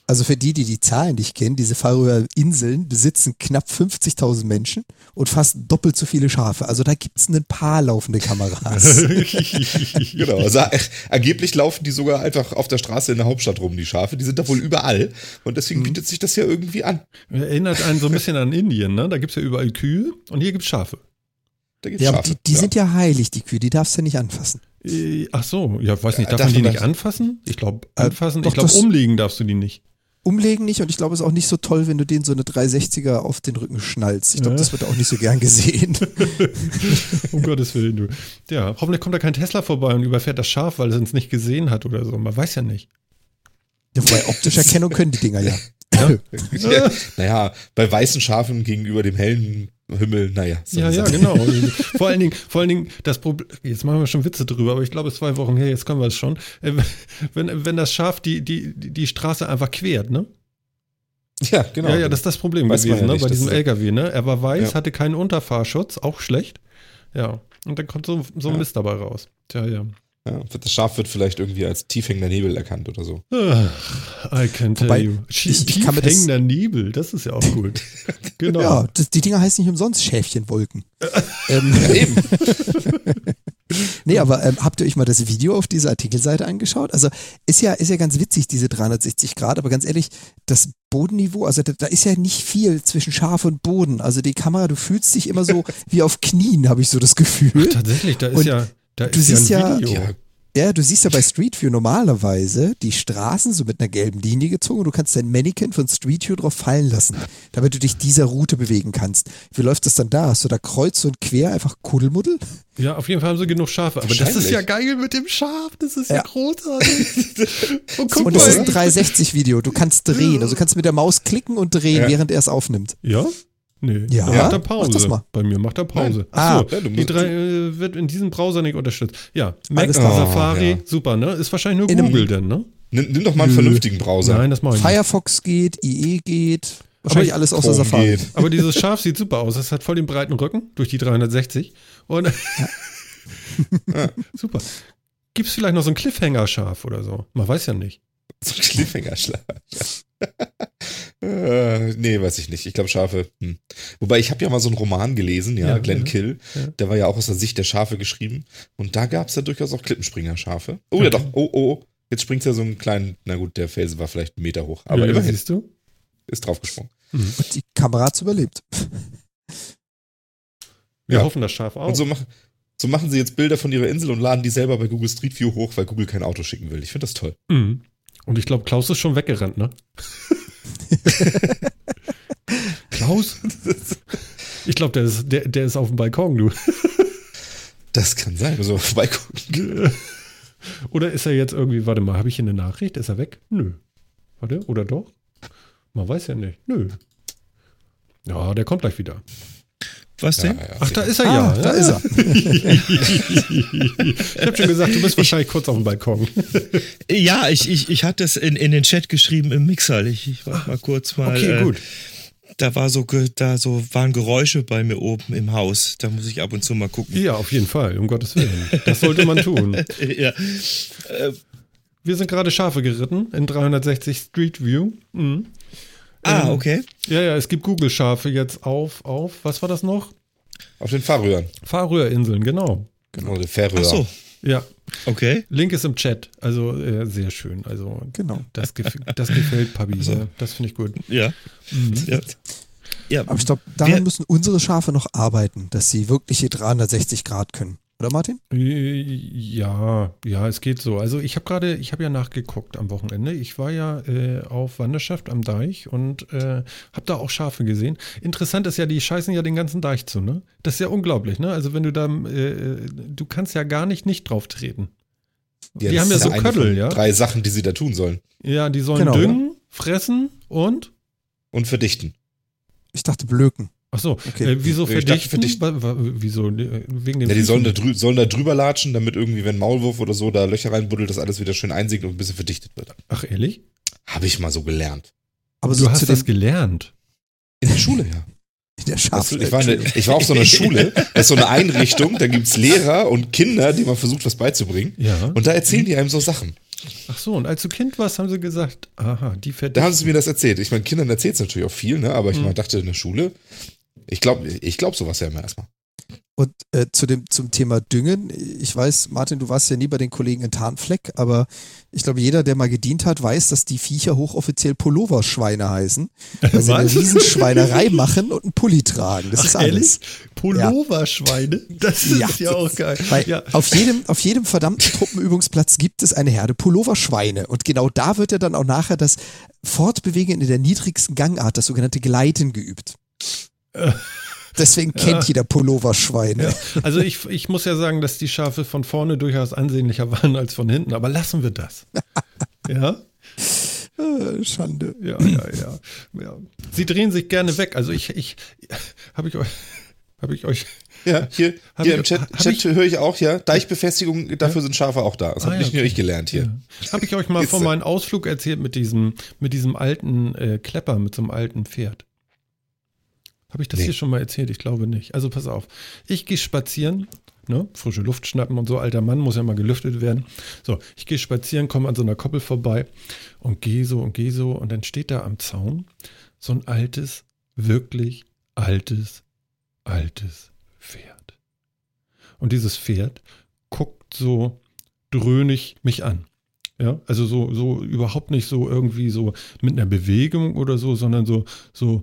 Also für die, die die Zahlen nicht kennen, diese Färöer-Inseln besitzen knapp fünfzigtausend Menschen und fast doppelt so viele Schafe. Also da gibt es ein paar laufende Kameras. Genau, also äh, angeblich laufen die sogar einfach auf der Straße in der Hauptstadt rum, die Schafe. Die sind da wohl überall und deswegen bietet sich das ja irgendwie an. Erinnert einen so ein bisschen an Indien, ne? Da gibt es ja überall Kühe und hier gibt es Schafe. Da gibt's Ja, aber Schafe. die, die sind ja heilig, die Kühe, die darfst du nicht anfassen. Äh, Ach so, ja, weiß nicht, Ja, darf man die darf man nicht das- anfassen? Ich glaube, Äh, anfassen, doch, ich glaube, das- umlegen darfst du die nicht. Umlegen nicht und ich glaube, es ist auch nicht so toll, wenn du denen so eine dreihundertsechziger auf den Rücken schnallst. Ich glaube, Ja. das wird auch nicht so gern gesehen. Um Gottes Willen, du. Ja, hoffentlich kommt da kein Tesla vorbei und überfährt das Schaf, weil es uns nicht gesehen hat oder so. Man weiß ja nicht. Ja, wobei optische Erkennung können die Dinger ja. Ja, naja, bei weißen Schafen gegenüber dem hellen Himmel, naja. so Ja, eine ja, Sache. genau. Vor allen Dingen, vor allen Dingen, das Problem, jetzt machen wir schon Witze drüber, aber ich glaube, es ist zwei Wochen her, jetzt können wir es schon. Äh, Wenn, wenn das Schaf die, die, die Straße einfach quert, ne? Ja, genau. Ja, ja, das ist das Problem Weiß man gewesen, ja ne? nicht, Bei das diesem ist- L K W, ne? Er war weiß, Ja. hatte keinen Unterfahrschutz, auch schlecht. Ja. Und dann kommt so, so ein Ja. Mist dabei raus. Tja, ja. Ja, das Schaf wird vielleicht irgendwie als tiefhängender Nebel erkannt oder so. Ah, I can tell Wobei, you. ich- ich kann mir das- Tiefhängender Nebel, das ist ja auch gut. Genau. Ja, das, die Dinger heißen nicht umsonst Schäfchenwolken. ähm, Eben. nee, aber ähm, habt ihr euch mal das Video auf dieser Artikelseite angeschaut? Also ist ja, ist ja ganz witzig, diese dreihundertsechzig Grad, aber ganz ehrlich, das Bodenniveau, also da, da ist ja nicht viel zwischen Schaf und Boden. Also die Kamera, du fühlst dich immer so wie auf Knien, habe ich so das Gefühl. Tatsächlich, da ist Und ja, da du ist ja siehst ein ja- Video. Ja, Ja, du siehst ja bei Street View normalerweise die Straßen so mit einer gelben Linie gezogen und du kannst dein Mannequin von Street View drauf fallen lassen, damit du dich dieser Route bewegen kannst. Wie läuft das dann da? Hast du da kreuz und quer einfach Kuddelmuddel? Ja, auf jeden Fall haben sie genug Schafe. Aber das ist Wahrscheinlich. ja geil mit dem Schaf. Das ist ja, Ja. großartig. Und guck Und das ist mal. ein dreihundertsechzig Video. Du kannst drehen. Also du kannst mit der Maus klicken und drehen, Ja. während er es aufnimmt. Ja? Nee, Ja? dann macht er Mach Pause. das mal. Bei mir macht er Pause. Nein. Achso, Ah, ja, du die musst- drei äh, wird in diesem Browser nicht unterstützt. Ja, Mac, Alles klar. Safari, Oh, ja. super, ne? Ist wahrscheinlich nur In einem- Google denn, ne? Nimm, nimm doch mal einen Nö. vernünftigen Browser. Nein, das mache ich nicht. Firefox geht, I E geht, wahrscheinlich ich- alles außer Chrome Safari. geht. Aber dieses Schaf sieht super aus. Es hat voll den breiten Rücken durch die dreihundertsechzig. Und super. Gibt es vielleicht noch so ein Cliffhanger-Schaf oder so? Man weiß ja nicht. So ein Cliffhanger-Schlag. äh, nee, weiß ich nicht. Ich glaube Schafe. Hm. Wobei, ich habe ja mal so einen Roman gelesen, ja, Ja, Glenn ja, Kill. ja. Der war ja auch aus der Sicht der Schafe geschrieben. Und da gab es ja durchaus auch Klippenspringer-Schafe. Oh ja, doch. Oh, oh, oh. Jetzt springt ja so einen kleinen, na gut, der Felsen war vielleicht einen Meter hoch. Aber ja, immerhin siehst du? ist draufgesprungen. Und die Kamera hat's überlebt. Wir Ja. hoffen das Schaf auch. Und so, mach, so machen sie jetzt Bilder von ihrer Insel und laden die selber bei Google Street View hoch, weil Google kein Auto schicken will. Ich finde das toll. Mhm. Und ich glaube, Klaus ist schon weggerannt, ne? Klaus? Ich glaube, der ist, der, der ist auf dem Balkon, du. Das kann sein. Also vorbeigucken. Oder ist er jetzt irgendwie, warte mal, habe ich hier eine Nachricht? Ist er weg? Nö. Warte, oder doch? Man weiß ja nicht. Nö. Ja, der kommt gleich wieder. Was denn? Ja, ja, Ach, da ist er Ah, ja. da ist er. Ich habe schon gesagt, du bist wahrscheinlich kurz auf dem Balkon. Ja, ich, ich, ich hatte es in, in den Chat geschrieben im Mixer. Ich, ich war mal kurz mal. Okay, äh, gut. Da war so, ge- da so waren Geräusche bei mir oben im Haus. Da muss ich ab und zu mal gucken. Ja, auf jeden Fall, um Gottes Willen. Das sollte man tun. Ja. Wir sind gerade Schafe geritten in dreihundertsechzig Street View. Mhm. Ah, okay. Ja, ja, es gibt Google-Schafe jetzt auf, auf, was war das noch? Auf den Fahrröhren. Färöerinseln, genau. Oder Färöer. Ach so, Ja, okay. Link ist im Chat, also äh, sehr schön. Also Genau. das, gef das gefällt Pabi, ja, das finde ich gut. Ja. Ja. Ja. Aber ich glaube, daran Wer- müssen unsere Schafe noch arbeiten, dass sie wirkliche dreihundertsechzig Grad können. Oder Martin? Ja, ja, es geht so. Also ich habe gerade, ich habe ja nachgeguckt am Wochenende. Ich war ja äh, auf Wanderschaft am Deich und äh, habe da auch Schafe gesehen. Interessant ist ja, die scheißen ja den ganzen Deich zu, ne? Das ist ja unglaublich, ne? Also wenn du da, äh, du kannst ja gar nicht nicht drauf treten. Ja, die das haben ja ist so eine Köttel, von ja? Drei Sachen, die sie da tun sollen. Ja, die sollen Genau, düngen, fressen und, Und verdichten. Ich dachte Blöken. ach so, Okay. äh, wieso Ich dachte, verdichten? verdichten. Wa- wa- Wieso? Äh, Wegen dem Ja, die sollen da, drü sollen da drüber latschen, damit irgendwie, wenn ein Maulwurf oder so da Löcher reinbuddelt, das alles wieder schön einsinkt und ein bisschen verdichtet wird. Ach, ehrlich? Habe ich mal so gelernt. Aber Du so hast zu das dem, gelernt. In der Schule, ja. in der Das, Schaf. ich, war in der, ich war auf so einer Schule, das ist so eine Einrichtung, da gibt's Lehrer und Kinder, denen man versucht, was beizubringen. Ja. Und da erzählen die einem so Sachen. Ach so, und als du Kind warst, haben sie gesagt, aha, die verdichten. Da haben sie mir das erzählt. Ich meine, Kindern erzählt es natürlich auch viel, ne? Aber ich Mhm. mal dachte in der Schule, ich glaube ich glaub sowas ja immer erstmal. Und äh, zu dem, zum Thema Düngen, ich weiß, Martin, du warst ja nie bei den Kollegen in Tarnfleck, aber ich glaube, jeder, der mal gedient hat, weiß, dass die Viecher hochoffiziell Pulloverschweine heißen, weil sie eine Was? Riesenschweinerei machen und einen Pulli tragen. Das Ach, ist alles. ehrlich? Pulloverschweine? Das ist ja, Ja. auch geil. Weil Ja. auf jedem, auf jedem verdammten Truppenübungsplatz gibt es eine Herde Pulloverschweine. Und genau da wird ja dann auch nachher das Fortbewegen in der niedrigsten Gangart, das sogenannte Gleiten, geübt. Deswegen kennt jeder Pulloverschweine. Ja. Also ich, ich muss ja sagen, dass die Schafe von vorne durchaus ansehnlicher waren als von hinten, aber lassen wir das. Ja? Äh, Schande. Ja, ja, ja, ja. Sie drehen sich gerne weg. Also ich, ich, habe ich euch, habe ich euch. Ja, hier, Hab hier ich- im Chat, hab Chat ich- höre ich auch, ja. Deichbefestigung, dafür sind Schafe auch da. Das Ah, habe ja, nicht nur okay. ich gelernt hier. Ja. Habe ich euch mal Jetzt, von äh, meinem Ausflug erzählt mit diesem, mit diesem alten äh, Klepper, mit so einem alten Pferd? Habe ich das Nee. hier schon mal erzählt? Ich glaube nicht. Also pass auf. Ich gehe spazieren, ne? Frische Luft schnappen und so. Alter Mann muss ja mal gelüftet werden. So, ich gehe spazieren, komme an so einer Koppel vorbei und gehe so und gehe so. Und dann steht da am Zaun so ein altes, wirklich altes, altes Pferd. Und dieses Pferd guckt so dröhnig mich an. Ja, also so, so überhaupt nicht so irgendwie so mit einer Bewegung oder so, sondern so, so,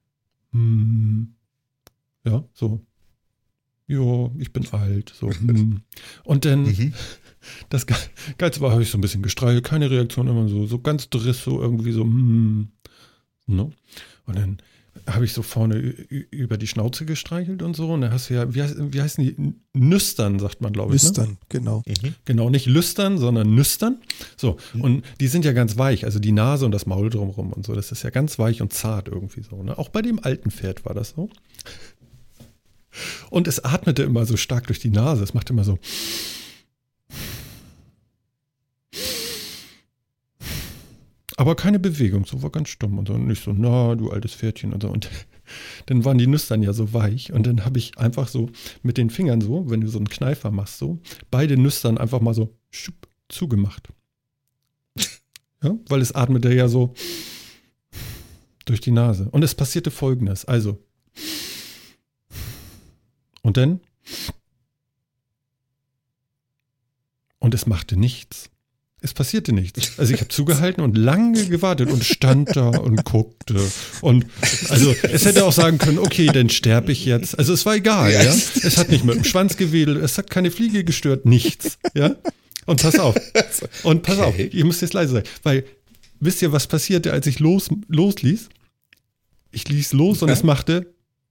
hm, ja, so, jo, ich bin alt, so, hm. Und dann, Mhm. das Ge- Geilste war, habe ich so ein bisschen gestreichelt, keine Reaktion, immer so, so ganz driss, so irgendwie so, hm, ne? Und dann habe ich so vorne ü- über die Schnauze gestreichelt und so, und dann hast du ja, wie, heißt, wie heißen die? Nüstern, sagt man, glaube ich. Ne? Nüstern, genau. Genau, nicht lüstern, sondern nüstern. So, und die sind ja ganz weich, also die Nase und das Maul drumherum und so, das ist ja ganz weich und zart irgendwie so. Ne? Auch bei dem alten Pferd war das so. Und es atmete immer so stark durch die Nase, es machte immer so. Aber keine Bewegung, so war ganz stumm und so. Und nicht so, na, du altes Pferdchen und so. Und dann waren die Nüstern ja so weich. Und dann habe ich einfach so mit den Fingern so, wenn du so einen Kneifer machst, so, beide Nüstern einfach mal so schupp, zugemacht. Ja, weil es atmete ja so durch die Nase. Und es passierte Folgendes. Also. Und dann. Und es machte nichts. Es passierte nichts. Also ich habe zugehalten und lange gewartet und stand da und guckte. Und also es hätte auch sagen können, okay, dann sterbe ich jetzt. Also es war egal, ja. Es hat nicht mit dem Schwanz gewedelt, es hat keine Fliege gestört, nichts. Ja. Und pass auf. Und pass auf, Okay. ihr müsst jetzt leise sein. Weil, wisst ihr, was passierte, als ich los, losließ? Ich ließ los und Ja. es machte.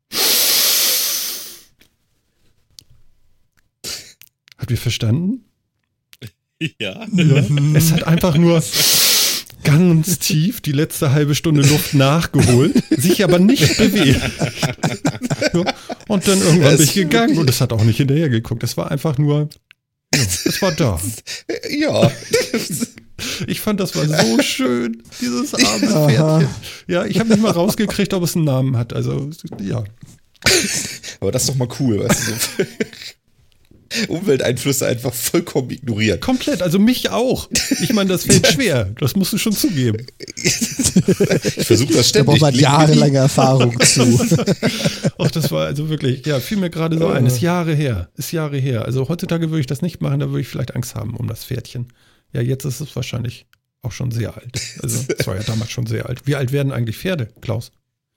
Habt ihr verstanden? Ja. Ja. Es hat einfach nur ganz tief die letzte halbe Stunde Luft nachgeholt, sich aber nicht bewegt. Ja. Und dann irgendwann bin ich gegangen und es hat auch nicht hinterher geguckt. Es war einfach nur, ja, es war da. Ja. Ich fand, das war so schön, dieses arme Aha. Pferdchen. Ja, ich habe nicht mal rausgekriegt, ob es einen Namen hat. Also, ja. Aber das ist doch mal cool, weißt du. So. Umwelteinflüsse einfach vollkommen ignoriert. Komplett, also mich auch. Ich meine, das fällt schwer. Das musst du schon zugeben. Ich versuche das Da ständig. braucht man Gelingt mir nie. jahrelange Erfahrung zu. Ach, das war also wirklich, ja, fiel mir gerade so ein. Ist Jahre her. Ist Jahre her. Also heutzutage würde ich das nicht machen, da würde ich vielleicht Angst haben um das Pferdchen. Ja, jetzt ist es wahrscheinlich auch schon sehr alt. Also, es war ja damals schon sehr alt. Wie alt werden eigentlich Pferde, Klaus?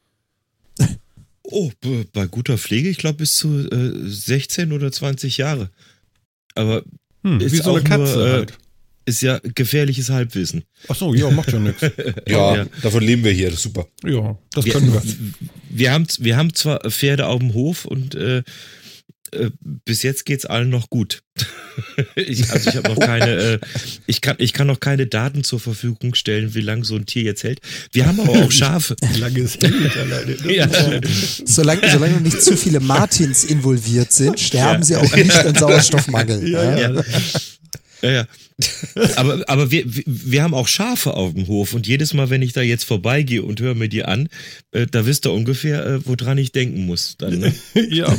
Oh, b- bei guter Pflege, ich glaube bis zu äh, sechzehn oder zwanzig Jahre. Aber Hm, Ist wie so eine auch Katze nur, äh, halt. ist ja gefährliches Halbwissen. Ach so, ja, macht ja nichts. Ja, Ja. davon leben wir hier, das ist super. Ja, das Wir, können wir. wir, haben, wir haben zwar Pferde auf dem Hof und äh, äh, bis jetzt geht's allen noch gut. ich, also ich habe noch keine, äh, ich kann, ich kann noch keine Daten zur Verfügung stellen, wie lange so ein Tier jetzt hält. Wir haben aber auch Schafe. Wie lange es hält alleine. ne? Ja. Solange, solange nicht zu viele Martins involviert sind, sterben sie auch nicht an Sauerstoffmangel. Ja, ja. Ja. Ja, ja. Aber, aber wir, wir haben auch Schafe auf dem Hof und jedes Mal, wenn ich da jetzt vorbeigehe und höre mir die an, äh, da wisst ihr ungefähr, äh, woran ich denken muss. Dann, ne? Ja,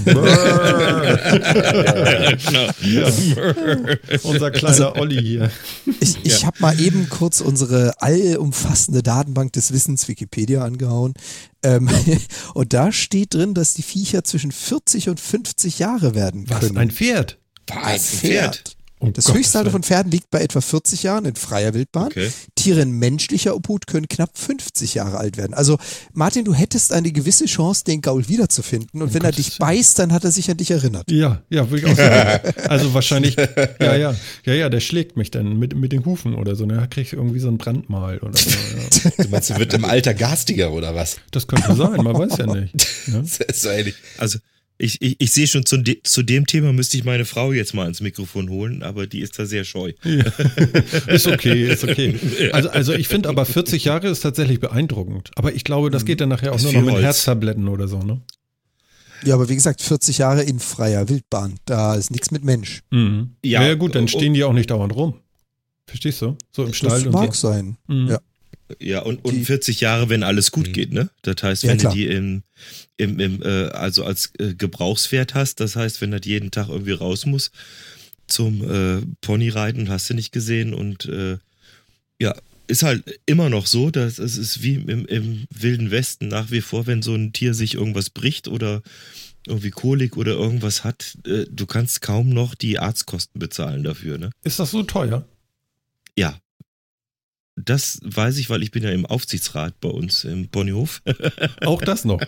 ja, genau. Ja. Unser kleiner also, Olli hier. Ich, ich ja. habe mal eben kurz unsere allumfassende Datenbank des Wissens Wikipedia angehauen. Ähm, und da steht drin, dass die Viecher zwischen vierzig und fünfzig Jahre werden können. Was, ein Pferd? Ein Pferd. Oh das Gott, höchste Alter von Pferden liegt bei etwa vierzig Jahren in freier Wildbahn. Okay. Tiere in menschlicher Obhut können knapp fünfzig Jahre alt werden. Also Martin, du hättest eine gewisse Chance, den Gaul wiederzufinden. Und oh wenn Gott, er dich beißt, dann hat er sich an dich erinnert. Ja, ja, würde ich auch sagen. Also wahrscheinlich, ja, ja, ja, ja, der schlägt mich dann mit, mit den Hufen oder so. Da kriege ich irgendwie so ein Brandmal oder so. Ja. Du meinst, du wird im Alter garstiger oder was? Das könnte sein, man weiß ja nicht. Ja? Das ist so ähnlich. Also Ich, ich, ich sehe schon, zu, de, zu dem Thema müsste ich meine Frau jetzt mal ans Mikrofon holen, aber die ist da sehr scheu. Ja. Ist okay, ist okay. Also, also ich finde aber vierzig Jahre ist tatsächlich beeindruckend. Aber ich glaube, das geht dann nachher auch nur noch mit Holz. Herztabletten oder so, ne? Ja, aber wie gesagt, vierzig Jahre in freier Wildbahn, da ist nichts mit Mensch. Mhm. Ja, ja gut, dann stehen die auch nicht dauernd rum. Verstehst du? So im Stall das und mag so. sein, mhm. ja. Ja, und, und vierzig Jahre, wenn alles gut geht, ne? Das heißt, wenn ja, du die im, im, im äh, also als äh, Gebrauchspferd hast, das heißt, wenn das jeden Tag irgendwie raus muss zum äh, Ponyreiten, hast du nicht gesehen und äh, ja, ist halt immer noch so, dass es ist wie im, im Wilden Westen nach wie vor, wenn so ein Tier sich irgendwas bricht oder irgendwie Kolik oder irgendwas hat, äh, du kannst kaum noch die Arztkosten bezahlen dafür, ne? Ist das so teuer? Ja. Das weiß ich, weil ich bin ja im Aufsichtsrat bei uns im Ponyhof. Auch das noch.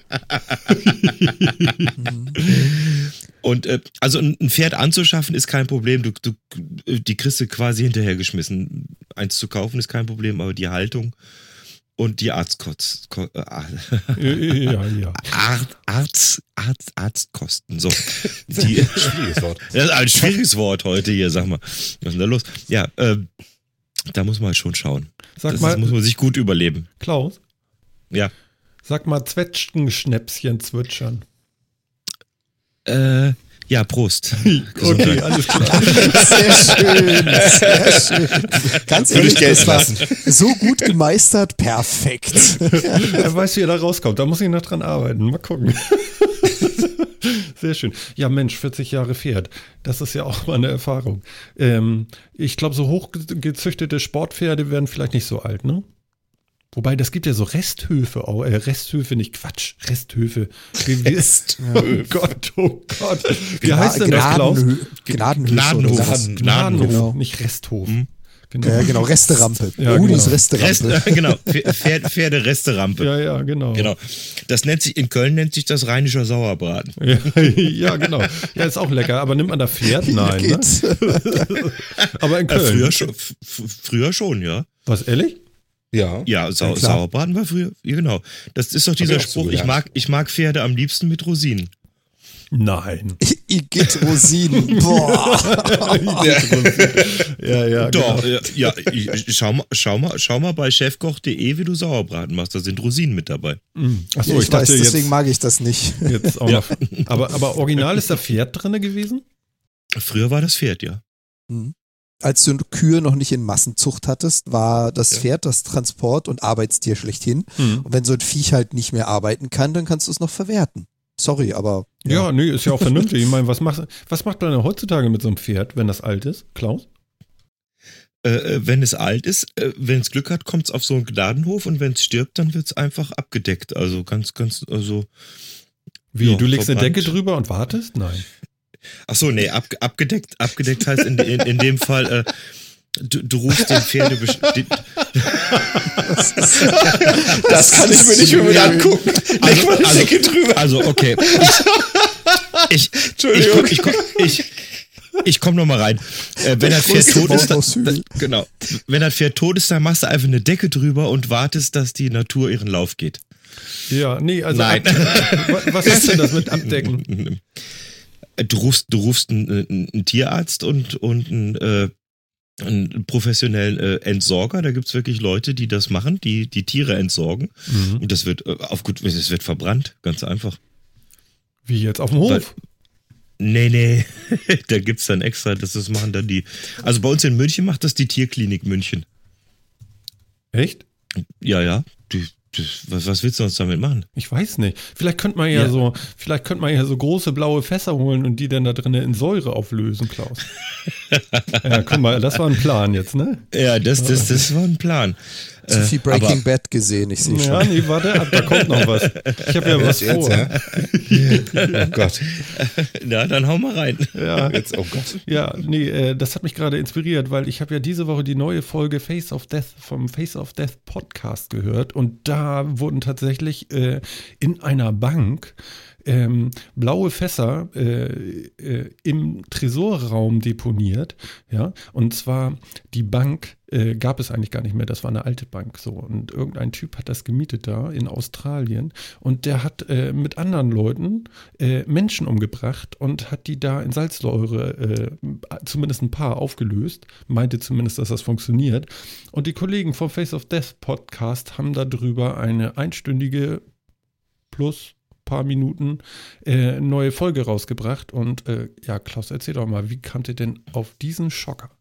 Und äh, also ein Pferd anzuschaffen ist kein Problem. Du, du, die kriegst du quasi hinterhergeschmissen. Eins zu kaufen ist kein Problem, aber die Haltung und die Arztkotz, äh, ja, ja. Arzt, Arzt, Arzt, Arztkosten. So. Die, schwieriges Wort. Das ist ein schwieriges Wort heute hier, sag mal. Was ist denn da los? Ja, äh, da muss man halt schon schauen. Sag das mal, muss man sich gut überleben. Klaus? Ja. Sag mal Zwetschgenschnäpschen zwitschern. Äh, ja, Prost. Okay, alles klar. Sehr schön, sehr schön. Ganz ehrlich, das war so gut gemeistert, perfekt. Er weiß, wie er da rauskommt. Da muss ich noch dran arbeiten. Mal gucken. Sehr schön. Ja, Mensch, vierzig Jahre Pferd. Das ist ja auch mal eine Erfahrung. Ähm, ich glaube, so hochgezüchtete Sportpferde werden vielleicht nicht so alt, ne? Wobei, das gibt ja so Resthöfe auch. Äh, Resthöfe, nicht Quatsch. Resthöfe. Resthöfe. Oh Gott, oh Gott. Wie Gna- heißt denn das, Klaus? Gnadenhof. Gnadenhof. Gnadenhof, Gnadenhof genau. Nicht Resthof. Mhm. Genau. Ja, genau, Resterampe. Ja, Unis genau. Resterampe. Rest, genau, Pferde, Pferde Resterampe. Ja, ja, genau. Genau. Das nennt sich, in Köln nennt sich das rheinischer Sauerbraten. Ja, ja, genau. Ja, ist auch lecker, aber nimmt man da Pferd? Nein, ne? Aber in Köln. Ja, früher, schon, f- früher schon, ja. Was, ehrlich? Ja. Ja, Sau- ja, klar. Sauerbraten war früher, ja, genau. Das ist doch dieser ich Spruch, so ich mag, ich mag Pferde am liebsten mit Rosinen. Nein. Igitt Rosinen. Boah. Ja, ja, Doch, genau. ja, ja ich, schau, mal, schau, mal, schau mal bei chefkoch punkt de, wie du Sauerbraten machst. Da sind Rosinen mit dabei. Achso, Ja, ich, ich dachte weiß, jetzt, deswegen mag ich das nicht. jetzt auch Ja. noch. Aber, aber original ist da Pferd drin gewesen? Früher war das Pferd, ja. Mhm. Als du Kühe noch nicht in Massenzucht hattest, war das Ja. Pferd das Transport- und Arbeitstier schlechthin. Mhm. Und wenn so ein Viech halt nicht mehr arbeiten kann, dann kannst du es noch verwerten. Sorry, aber. Ja, nee, ist ja auch vernünftig. Ich meine, was macht, was macht man denn heutzutage mit so einem Pferd, wenn das alt ist? Klaus? Äh, wenn es alt ist, äh, wenn es Glück hat, kommt es auf so einen Gnadenhof und wenn es stirbt, dann wird es einfach abgedeckt. Also ganz, ganz, also. Wie, Ja, du legst eine verbrannt. Decke drüber und wartest? Nein. Ach so, nee, ab, abgedeckt, abgedeckt heißt in, in, in dem Fall, äh, du, du rufst den Pferde. Die, Das kann ich mir nicht mehr mit angucken. Leg mal die Decke drüber. Also, okay. Ich, ich, Entschuldigung. ich, ich, ich, ich komm noch mal rein. Äh, wenn das Pferd tot ist, dann, dann, genau. Wenn das Pferd tot ist, dann machst du einfach eine Decke drüber und wartest, dass die Natur ihren Lauf geht. Ja, nee, also. Nein. Ab, was heißt denn das mit abdecken? Du rufst, du rufst einen, einen Tierarzt und, und einen, äh, einen professionellen äh, Entsorger. Da gibt's wirklich Leute, die das machen, die die Tiere entsorgen. Mhm. Und das wird äh, auf gut, es wird verbrannt, ganz einfach. Wie jetzt auf dem Hof? Nee, nee, da gibt's dann extra, das, das machen dann die, also bei uns in München macht das die Tierklinik München. Echt? Ja, ja, die, das, was, was willst du uns damit machen? Ich weiß nicht. Vielleicht könnte man ja, Ja. so, vielleicht könnte man ja so große blaue Fässer holen und die dann da drinnen in Säure auflösen, Klaus. Ja, guck mal, das war ein Plan jetzt, ne? Ja, das, das, das war ein Plan. Zu viel Äh, Breaking aber- Bad gesehen, ich sehe schon. Ja, nee, warte, da kommt noch was. Ich habe ja was Jetzt, vor. ja? Oh Gott. Ja, dann hau mal rein. Ja, Jetzt, oh Gott. ja, nee, äh, das hat mich gerade inspiriert, weil ich habe ja diese Woche die neue Folge Face of Death vom Face of Death Podcast gehört und da wurden tatsächlich äh, in einer Bank ähm, blaue Fässer äh, äh, im Tresorraum deponiert, ja, und zwar die Bank äh, gab es eigentlich gar nicht mehr, das war eine alte Bank so und irgendein Typ hat das gemietet da in Australien und der hat äh, mit anderen Leuten äh, Menschen umgebracht und hat die da in Salzsäure äh, zumindest ein paar aufgelöst, meinte zumindest, dass das funktioniert und die Kollegen vom Face of Death Podcast haben darüber eine einstündige plus paar Minuten äh, neue Folge rausgebracht und äh, ja, Klaus, erzähl doch mal, wie kamt ihr denn auf diesen Schocker?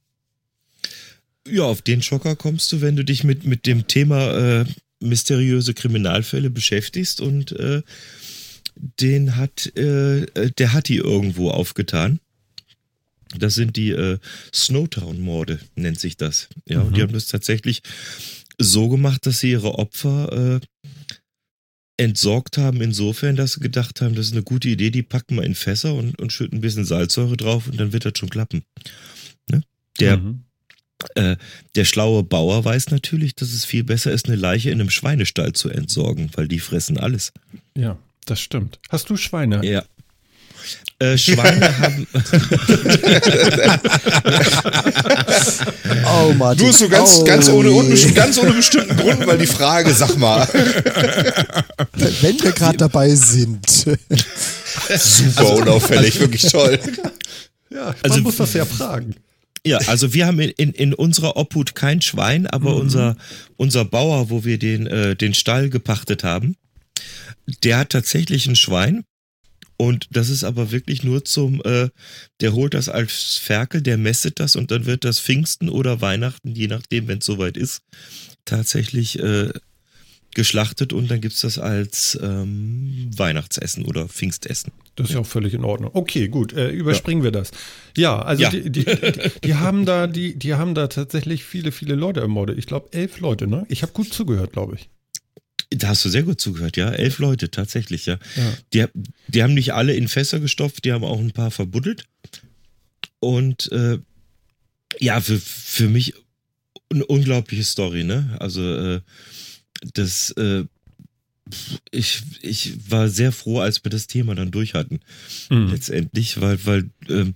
Ja, auf den Schocker kommst du, wenn du dich mit, mit dem Thema äh, mysteriöse Kriminalfälle beschäftigst und äh, den hat, äh, der hat die irgendwo aufgetan. Das sind die äh, Snowtown-Morde, nennt sich das. Ja, und die haben das tatsächlich so gemacht, dass sie ihre Opfer äh, entsorgt haben, insofern, dass sie gedacht haben, das ist eine gute Idee, die packen wir in Fässer und, und schütten ein bisschen Salzsäure drauf und dann wird das schon klappen. Ne? Der, Mhm. äh, der schlaue Bauer weiß natürlich, dass es viel besser ist, eine Leiche in einem Schweinestall zu entsorgen, weil die fressen alles. Ja, das stimmt. Hast du Schweine? Ja. Äh, Schweine haben. Oh, Martin. Du hast so ganz, oh, ganz, ohne, je. unbestimm- ganz ohne bestimmten Grund, weil die Frage, sag mal. Wenn wir gerade dabei sind. Super unauffällig, wirklich toll. Ja, man Also- muss das ja fragen. Ja, also wir haben in, in, in unserer Obhut kein Schwein, aber Mhm. unser, unser Bauer, wo wir den, äh, den Stall gepachtet haben, der hat tatsächlich ein Schwein. Und das ist aber wirklich nur zum, äh, der holt das als Ferkel, der mästet das und dann wird das Pfingsten oder Weihnachten, je nachdem, wenn es soweit ist, tatsächlich äh, geschlachtet und dann gibt's das als ähm, Weihnachtsessen oder Pfingstessen. Das ist ja auch völlig in Ordnung. Okay, gut, äh, überspringen wir das. Ja, also Ja. Die, die, die, die haben da, die, die haben da tatsächlich viele, viele Leute ermordet. Ich glaube elf Leute, ne? Ich habe gut zugehört, glaube ich. Da hast du sehr gut zugehört, ja. Elf Leute, tatsächlich, ja. Ja. Die, die haben nicht alle in Fässer gestopft, die haben auch ein paar verbuddelt. Und äh, ja, für, für mich eine unglaubliche Story, ne? Also äh, das, äh, ich, ich war sehr froh, als wir das Thema dann durch hatten. Mhm. Letztendlich, weil, weil ähm,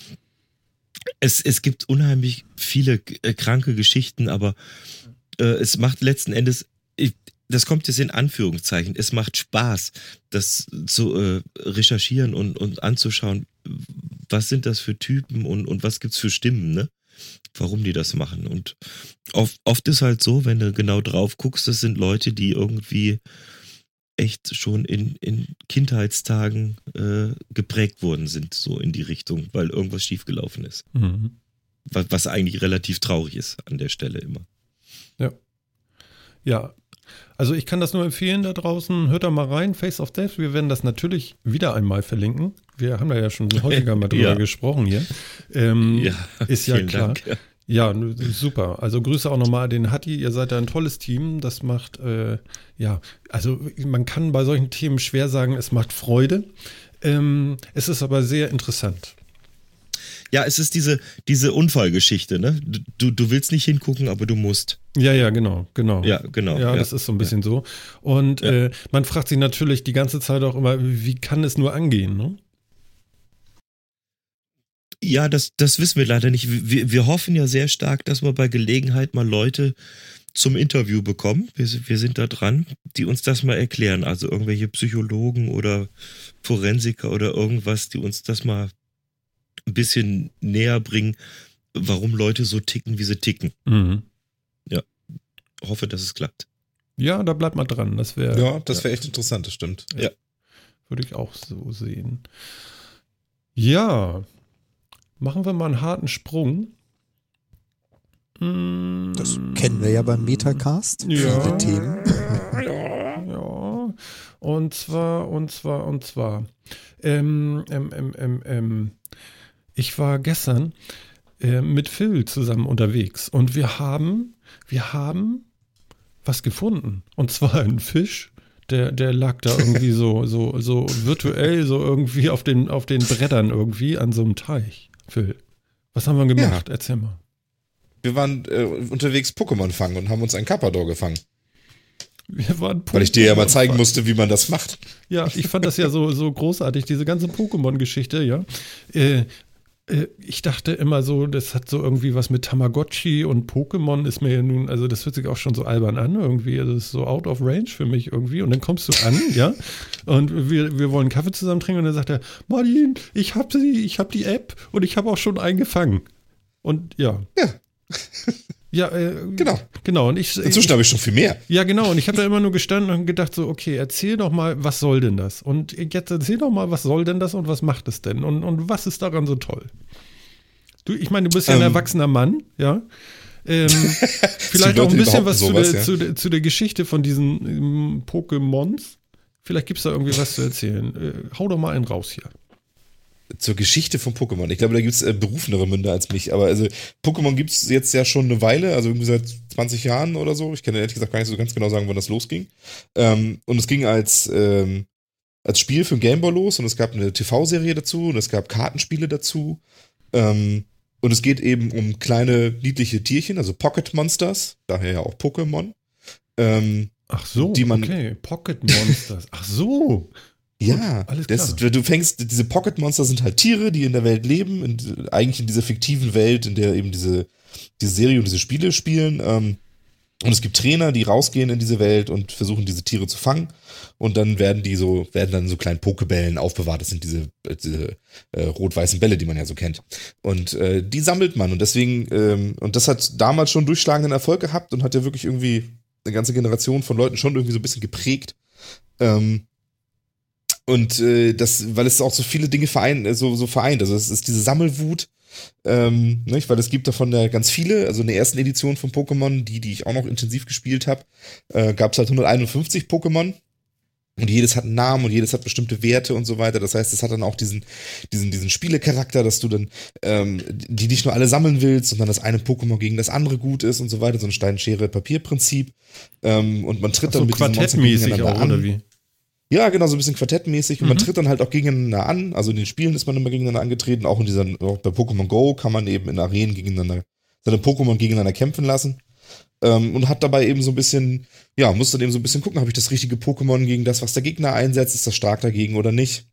es, es gibt unheimlich viele äh, kranke Geschichten, aber äh, es macht letzten Endes, ich, das kommt jetzt in Anführungszeichen, es macht Spaß, das zu äh, recherchieren und, und anzuschauen, was sind das für Typen und, und was gibt's für Stimmen, ne? Warum die das machen. Und oft, oft ist halt so, wenn du genau drauf guckst, das sind Leute, die irgendwie echt schon in, in Kindheitstagen äh, geprägt worden sind, so in die Richtung, weil irgendwas schiefgelaufen ist. Mhm. Was, was eigentlich relativ traurig ist an der Stelle immer. Ja. Ja. Also ich kann das nur empfehlen da draußen. Hört da mal rein, Face of Death. Wir werden das natürlich wieder einmal verlinken. Wir haben da ja schon häufiger mal drüber Ja. gesprochen hier. Ähm, Ja, ist ja vielen klar. Dank, ja. Ja, super. Also Grüße auch nochmal an den Hatti. Ihr seid da ein tolles Team. Das macht, äh, ja, also man kann bei solchen Themen schwer sagen, es macht Freude. Ähm, es ist aber sehr interessant. Ja, es ist diese, diese Unfallgeschichte, ne? Du, du willst nicht hingucken, aber du musst. Ja, ja, genau, genau. Ja, genau. Ja, ja. das ist so ein bisschen so. Und Ja. äh, man fragt sich natürlich die ganze Zeit auch immer, wie kann es nur angehen, ne? Ja, das, das wissen wir leider nicht. Wir, wir hoffen ja sehr stark, dass wir bei Gelegenheit mal Leute zum Interview bekommen. Wir, sind- wir sind da dran, die uns das mal erklären. Also irgendwelche Psychologen oder Forensiker oder irgendwas, die uns das mal ein bisschen näher bringen, warum Leute so ticken, wie sie ticken. Mhm. Hoffe, dass es klappt. Ja, da bleibt mal dran. Das wäre, Ja, das wäre echt interessant, das stimmt. würde ich auch so sehen. Ja, machen wir mal einen harten Sprung. Das kennen wir ja beim Metacast. Ja. Viele Themen. Ja, und zwar, und zwar, und zwar. Ähm, ähm, ähm, ähm, ähm, ich war gestern äh, mit Phil zusammen unterwegs und wir haben, wir haben was gefunden. Und zwar einen Fisch. Der, der lag da irgendwie so, so, so virtuell, so irgendwie auf den, auf den Brettern irgendwie an so einem Teich. Phil, was haben wir gemacht? Ja. Erzähl mal. Wir waren äh, unterwegs Pokémon fangen und haben uns einen Carpador gefangen. Wir waren Weil ich dir ja mal zeigen musste, wie man das macht. Ja, ich fand das ja so, so großartig, diese ganze Pokémon-Geschichte, ja. Äh, Ich dachte immer so, das hat so irgendwie was mit Tamagotchi und Pokémon ist mir ja nun, also das hört sich auch schon so albern an irgendwie, also das ist so out of range für mich irgendwie und dann kommst du an, ja, und wir, wir wollen Kaffee zusammen trinken und dann sagt er, Martin, ich hab sie, ich hab die App und ich habe auch schon einen gefangen. Und ja. Ja. Ja, äh, genau. Genau. Und ich, Inzwischen habe ich schon viel mehr. Ja, genau. Und ich habe da immer nur gestanden und gedacht so, okay, erzähl doch mal, was soll denn das? Und jetzt erzähl doch mal, was soll denn das und was macht es denn? Und, und was ist daran so toll? Du, ich meine, du bist ja ein ähm, erwachsener Mann, ja. Ähm, vielleicht auch ein bisschen was sowas, zu, der, ja. zu, der, zu der Geschichte von diesen ähm, Pokémons. Vielleicht gibt es da irgendwie was zu erzählen. Äh, hau doch mal einen raus hier. Zur Geschichte von Pokémon. Ich glaube, da gibt es äh, berufenere Münder als mich. Aber also Pokémon gibt es jetzt ja schon eine Weile, also irgendwie seit zwanzig Jahren oder so. Ich kann ehrlich gesagt gar nicht so ganz genau sagen, wann das losging. Ähm, und es ging als, ähm, als Spiel für den Gameboy los und es gab eine T V-Serie dazu und es gab Kartenspiele dazu. Ähm, und es geht eben um kleine, niedliche Tierchen, also Pocket Monsters, daher ja auch Pokémon. Ähm, Ach so, die man, okay, Pocket Monsters. Ach so. Ja, Gut, das, du fängst, diese Pocket Monster sind halt Tiere, die in der Welt leben, in, eigentlich in dieser fiktiven Welt, in der eben diese, diese Serie und diese Spiele spielen. Ähm, und es gibt Trainer, die rausgehen in diese Welt und versuchen, diese Tiere zu fangen. Und dann werden die so, werden dann so kleinen Pokebällen aufbewahrt. Das sind diese, diese äh, rot-weißen Bälle, die man ja so kennt. Und äh, die sammelt man. Und deswegen, ähm, und das hat damals schon durchschlagenden Erfolg gehabt und hat ja wirklich irgendwie eine ganze Generation von Leuten schon irgendwie so ein bisschen geprägt. Ähm, Und äh, das, weil es auch so viele Dinge vereint, so, so vereint. Also es ist diese Sammelwut, ähm, nicht? Weil es gibt davon ja ganz viele. Also in der ersten Edition von Pokémon, die, die ich auch noch intensiv gespielt habe, äh, gab es halt hunderteinundfünfzig Pokémon. Und jedes hat einen Namen und jedes hat bestimmte Werte und so weiter. Das heißt, es hat dann auch diesen, diesen, diesen Spielecharakter, dass du dann ähm, die nicht nur alle sammeln willst, sondern das eine Pokémon gegen das andere gut ist und so weiter. So ein Stein-Schere-Papier-Prinzip. Ähm, und man tritt Ach so, dann mit diesen Monstern gegeneinander auch, an. Oder wie? Ja, genau, so ein bisschen quartettmäßig. Und Mhm. man tritt dann halt auch gegeneinander an. Also in den Spielen ist man immer gegeneinander angetreten. Auch in dieser, auch bei Pokémon Go kann man eben in Arenen gegeneinander, seine Pokémon gegeneinander kämpfen lassen. Ähm, und hat dabei eben so ein bisschen, ja, muss dann eben so ein bisschen gucken, habe ich das richtige Pokémon gegen das, was der Gegner einsetzt? Ist das stark dagegen oder nicht?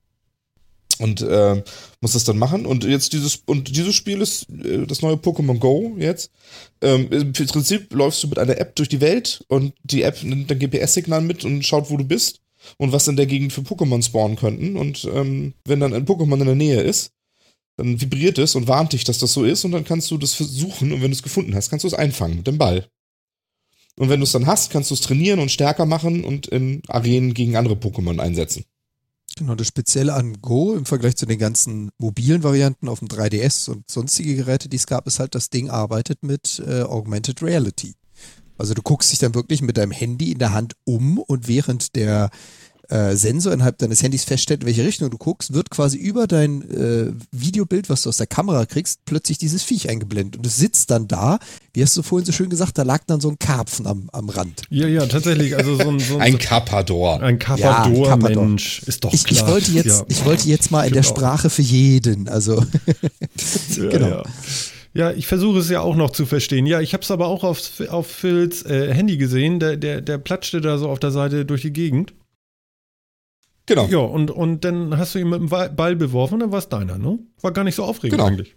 Und ähm, muss das dann machen. Und jetzt dieses, und dieses Spiel ist äh, das neue Pokémon Go jetzt. Ähm, Im Prinzip läufst du mit einer App durch die Welt und die App nimmt dein G P S-Signal mit und schaut, wo du bist. Und was in der Gegend für Pokémon spawnen könnten. Und ähm, wenn dann ein Pokémon in der Nähe ist, dann vibriert es und warnt dich, dass das so ist. Und dann kannst du das versuchen. Und wenn du es gefunden hast, kannst du es einfangen mit dem Ball. Und wenn du es dann hast, kannst du es trainieren und stärker machen und in Arenen gegen andere Pokémon einsetzen. Genau, das Spezielle an Go im Vergleich zu den ganzen mobilen Varianten auf dem drei D S und sonstige Geräte, die es gab, ist halt, das Ding arbeitet mit äh, Augmented Reality. Also du guckst dich dann wirklich mit deinem Handy in der Hand um und während der äh, Sensor innerhalb deines Handys feststellt, in welche Richtung du guckst, wird quasi über dein äh, Videobild, was du aus der Kamera kriegst, plötzlich dieses Viech eingeblendet. Und es sitzt dann da, wie hast du vorhin so schön gesagt, da lag dann so ein Karpfen am, am Rand. Ja, ja, tatsächlich. Also so ein, so ein Carpador. Ein Carpador, ja, Mensch, ist doch ich, klar. Ich wollte jetzt, ja. ich wollte jetzt mal in der Sprache für jeden, also ja, genau. Ja. Ja, ich versuche es ja auch noch zu verstehen. Ja, ich habe es aber auch auf, auf Phils äh, Handy gesehen. Der, der, der platschte da so auf der Seite durch die Gegend. Genau. Ja, und, und dann hast du ihn mit dem Ball beworfen und dann war es deiner, ne? War gar nicht so aufregend genau. eigentlich.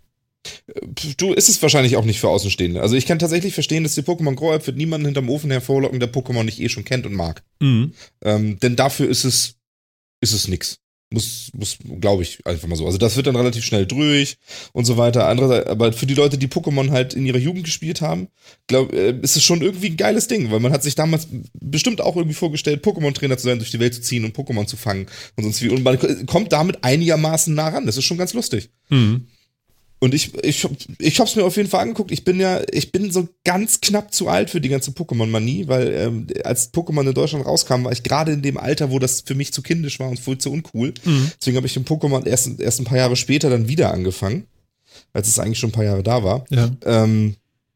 Du, ist es wahrscheinlich auch nicht für Außenstehende. Also ich kann tatsächlich verstehen, dass die Pokémon Go App wird niemanden hinterm Ofen hervorlocken, der Pokémon nicht eh schon kennt und mag. Mhm. Ähm, denn dafür ist es, ist es nix. Muss, muss, glaube ich, einfach mal so. Also das wird dann relativ schnell durch und so weiter. Andererseits, aber für die Leute, die Pokémon halt in ihrer Jugend gespielt haben, glaube äh, ist es schon irgendwie ein geiles Ding, weil man hat sich damals bestimmt auch irgendwie vorgestellt, Pokémon-Trainer zu sein, durch die Welt zu ziehen und Pokémon zu fangen und sonst wie. Und man kommt damit einigermaßen nah ran. Das ist schon ganz lustig. Mhm. Und ich, ich, ich hab's mir auf jeden Fall angeguckt. Ich bin ja, ich bin so ganz knapp zu alt für die ganze Pokémon-Manie, weil ähm, als Pokémon in Deutschland rauskam, war ich gerade in dem Alter, wo das für mich zu kindisch war und voll zu uncool. Mhm. Deswegen habe ich den Pokémon erst, erst ein paar Jahre später dann wieder angefangen, als es eigentlich schon ein paar Jahre da war. Ja. Ähm,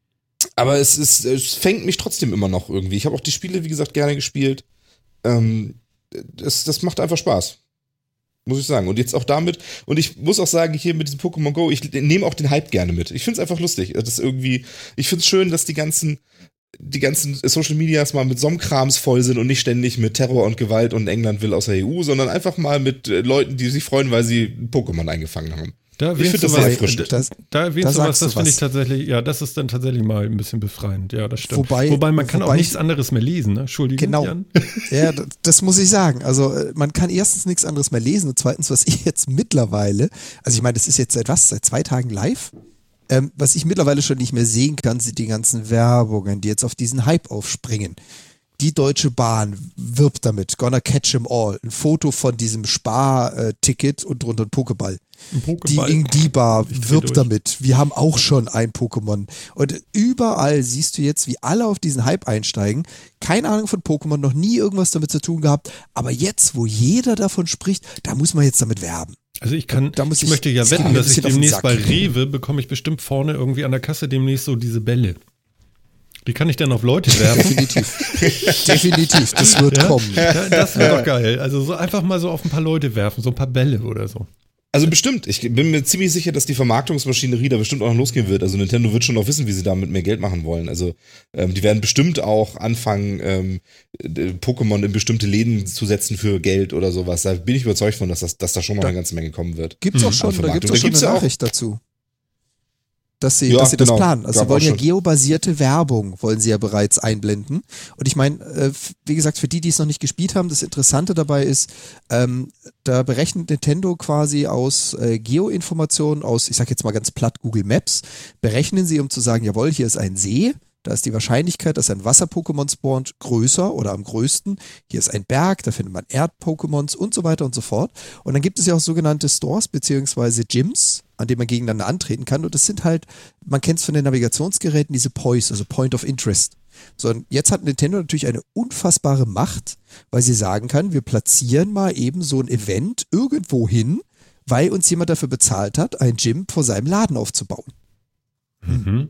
aber es ist, es fängt mich trotzdem immer noch irgendwie. Ich habe auch die Spiele, wie gesagt, gerne gespielt. Ähm, das, das macht einfach Spaß. Muss ich sagen. Und jetzt auch damit, und ich muss auch sagen, hier mit diesem Pokémon Go, ich nehme auch den Hype gerne mit. Ich finde es einfach lustig. Das ist irgendwie, ich finde es schön, dass die ganzen, die ganzen Social Medias mal mit so einem Krams voll sind und nicht ständig mit Terror und Gewalt und England will aus der E U, sondern einfach mal mit Leuten, die sich freuen, weil sie Pokémon eingefangen haben. Da ich finde das sehr erfrischend. Da, da erwähnst da du was, das finde ich tatsächlich, ja, das ist dann tatsächlich mal ein bisschen befreiend. Ja, das stimmt. Wobei, Wobei man kann wobei auch nichts anderes mehr lesen, ne? Entschuldigung. Genau. Jan. Ja, das, das muss ich sagen. Also man kann erstens nichts anderes mehr lesen und zweitens, was ich jetzt mittlerweile, also ich meine, das ist jetzt seit was, seit zwei Tagen live? Ähm, was ich mittlerweile schon nicht mehr sehen kann, sind die ganzen Werbungen, die jetzt auf diesen Hype aufspringen. Die Deutsche Bahn wirbt damit, gonna catch 'em all. Ein Foto von diesem Spar-Ticket und drunter ein Pokéball. Ein Pokéball. Die Ingdiba wirbt damit. Wir haben auch schon ein Pokémon. Und überall siehst du jetzt, wie alle auf diesen Hype einsteigen. Keine Ahnung von Pokémon, noch nie irgendwas damit zu tun gehabt. Aber jetzt, wo jeder davon spricht, da muss man jetzt damit werben. Also ich kann, da muss ich, ich möchte ja wetten, dass ich demnächst bei Rewe bekomme ich bestimmt vorne irgendwie an der Kasse demnächst so diese Bälle. Die kann ich dann auf Leute werfen. Definitiv. Definitiv, das wird ja? kommen. Ja, das wird doch geil. Also so einfach mal so auf ein paar Leute werfen, so ein paar Bälle oder so. Also bestimmt. Ich bin mir ziemlich sicher, dass die Vermarktungsmaschinerie da bestimmt auch noch losgehen wird. Also Nintendo wird schon auch wissen, wie sie damit mehr Geld machen wollen. Also ähm, die werden bestimmt auch anfangen, ähm, Pokémon in bestimmte Läden zu setzen für Geld oder sowas. Da bin ich überzeugt von, dass, das, dass da schon noch da eine ganze Menge kommen wird. Gibt's auch schon, da gibt's auch schon eine Nachricht dazu. Dass sie, ja, dass sie genau. das planen. Also sie wollen ja geobasierte Werbung, wollen sie ja bereits einblenden. Und ich meine, äh, wie gesagt, für die, die es noch nicht gespielt haben, das Interessante dabei ist, ähm, da berechnet Nintendo quasi aus äh, Geoinformationen, aus, ich sag jetzt mal ganz platt, Google Maps, berechnen sie, um zu sagen, jawohl, hier ist ein See, da ist die Wahrscheinlichkeit, dass ein Wasser-Pokémon spawnt, größer oder am größten. Hier ist ein Berg, da findet man Erd-Pokémons und so weiter und so fort. Und dann gibt es ja auch sogenannte Stores beziehungsweise Gyms, an denen man gegeneinander antreten kann. Und das sind halt, man kennt es von den Navigationsgeräten, diese P O Is, also Point of Interest. So, und jetzt hat Nintendo natürlich eine unfassbare Macht, weil sie sagen kann, wir platzieren mal eben so ein Event irgendwo hin, weil uns jemand dafür bezahlt hat, ein Gym vor seinem Laden aufzubauen. Mhm.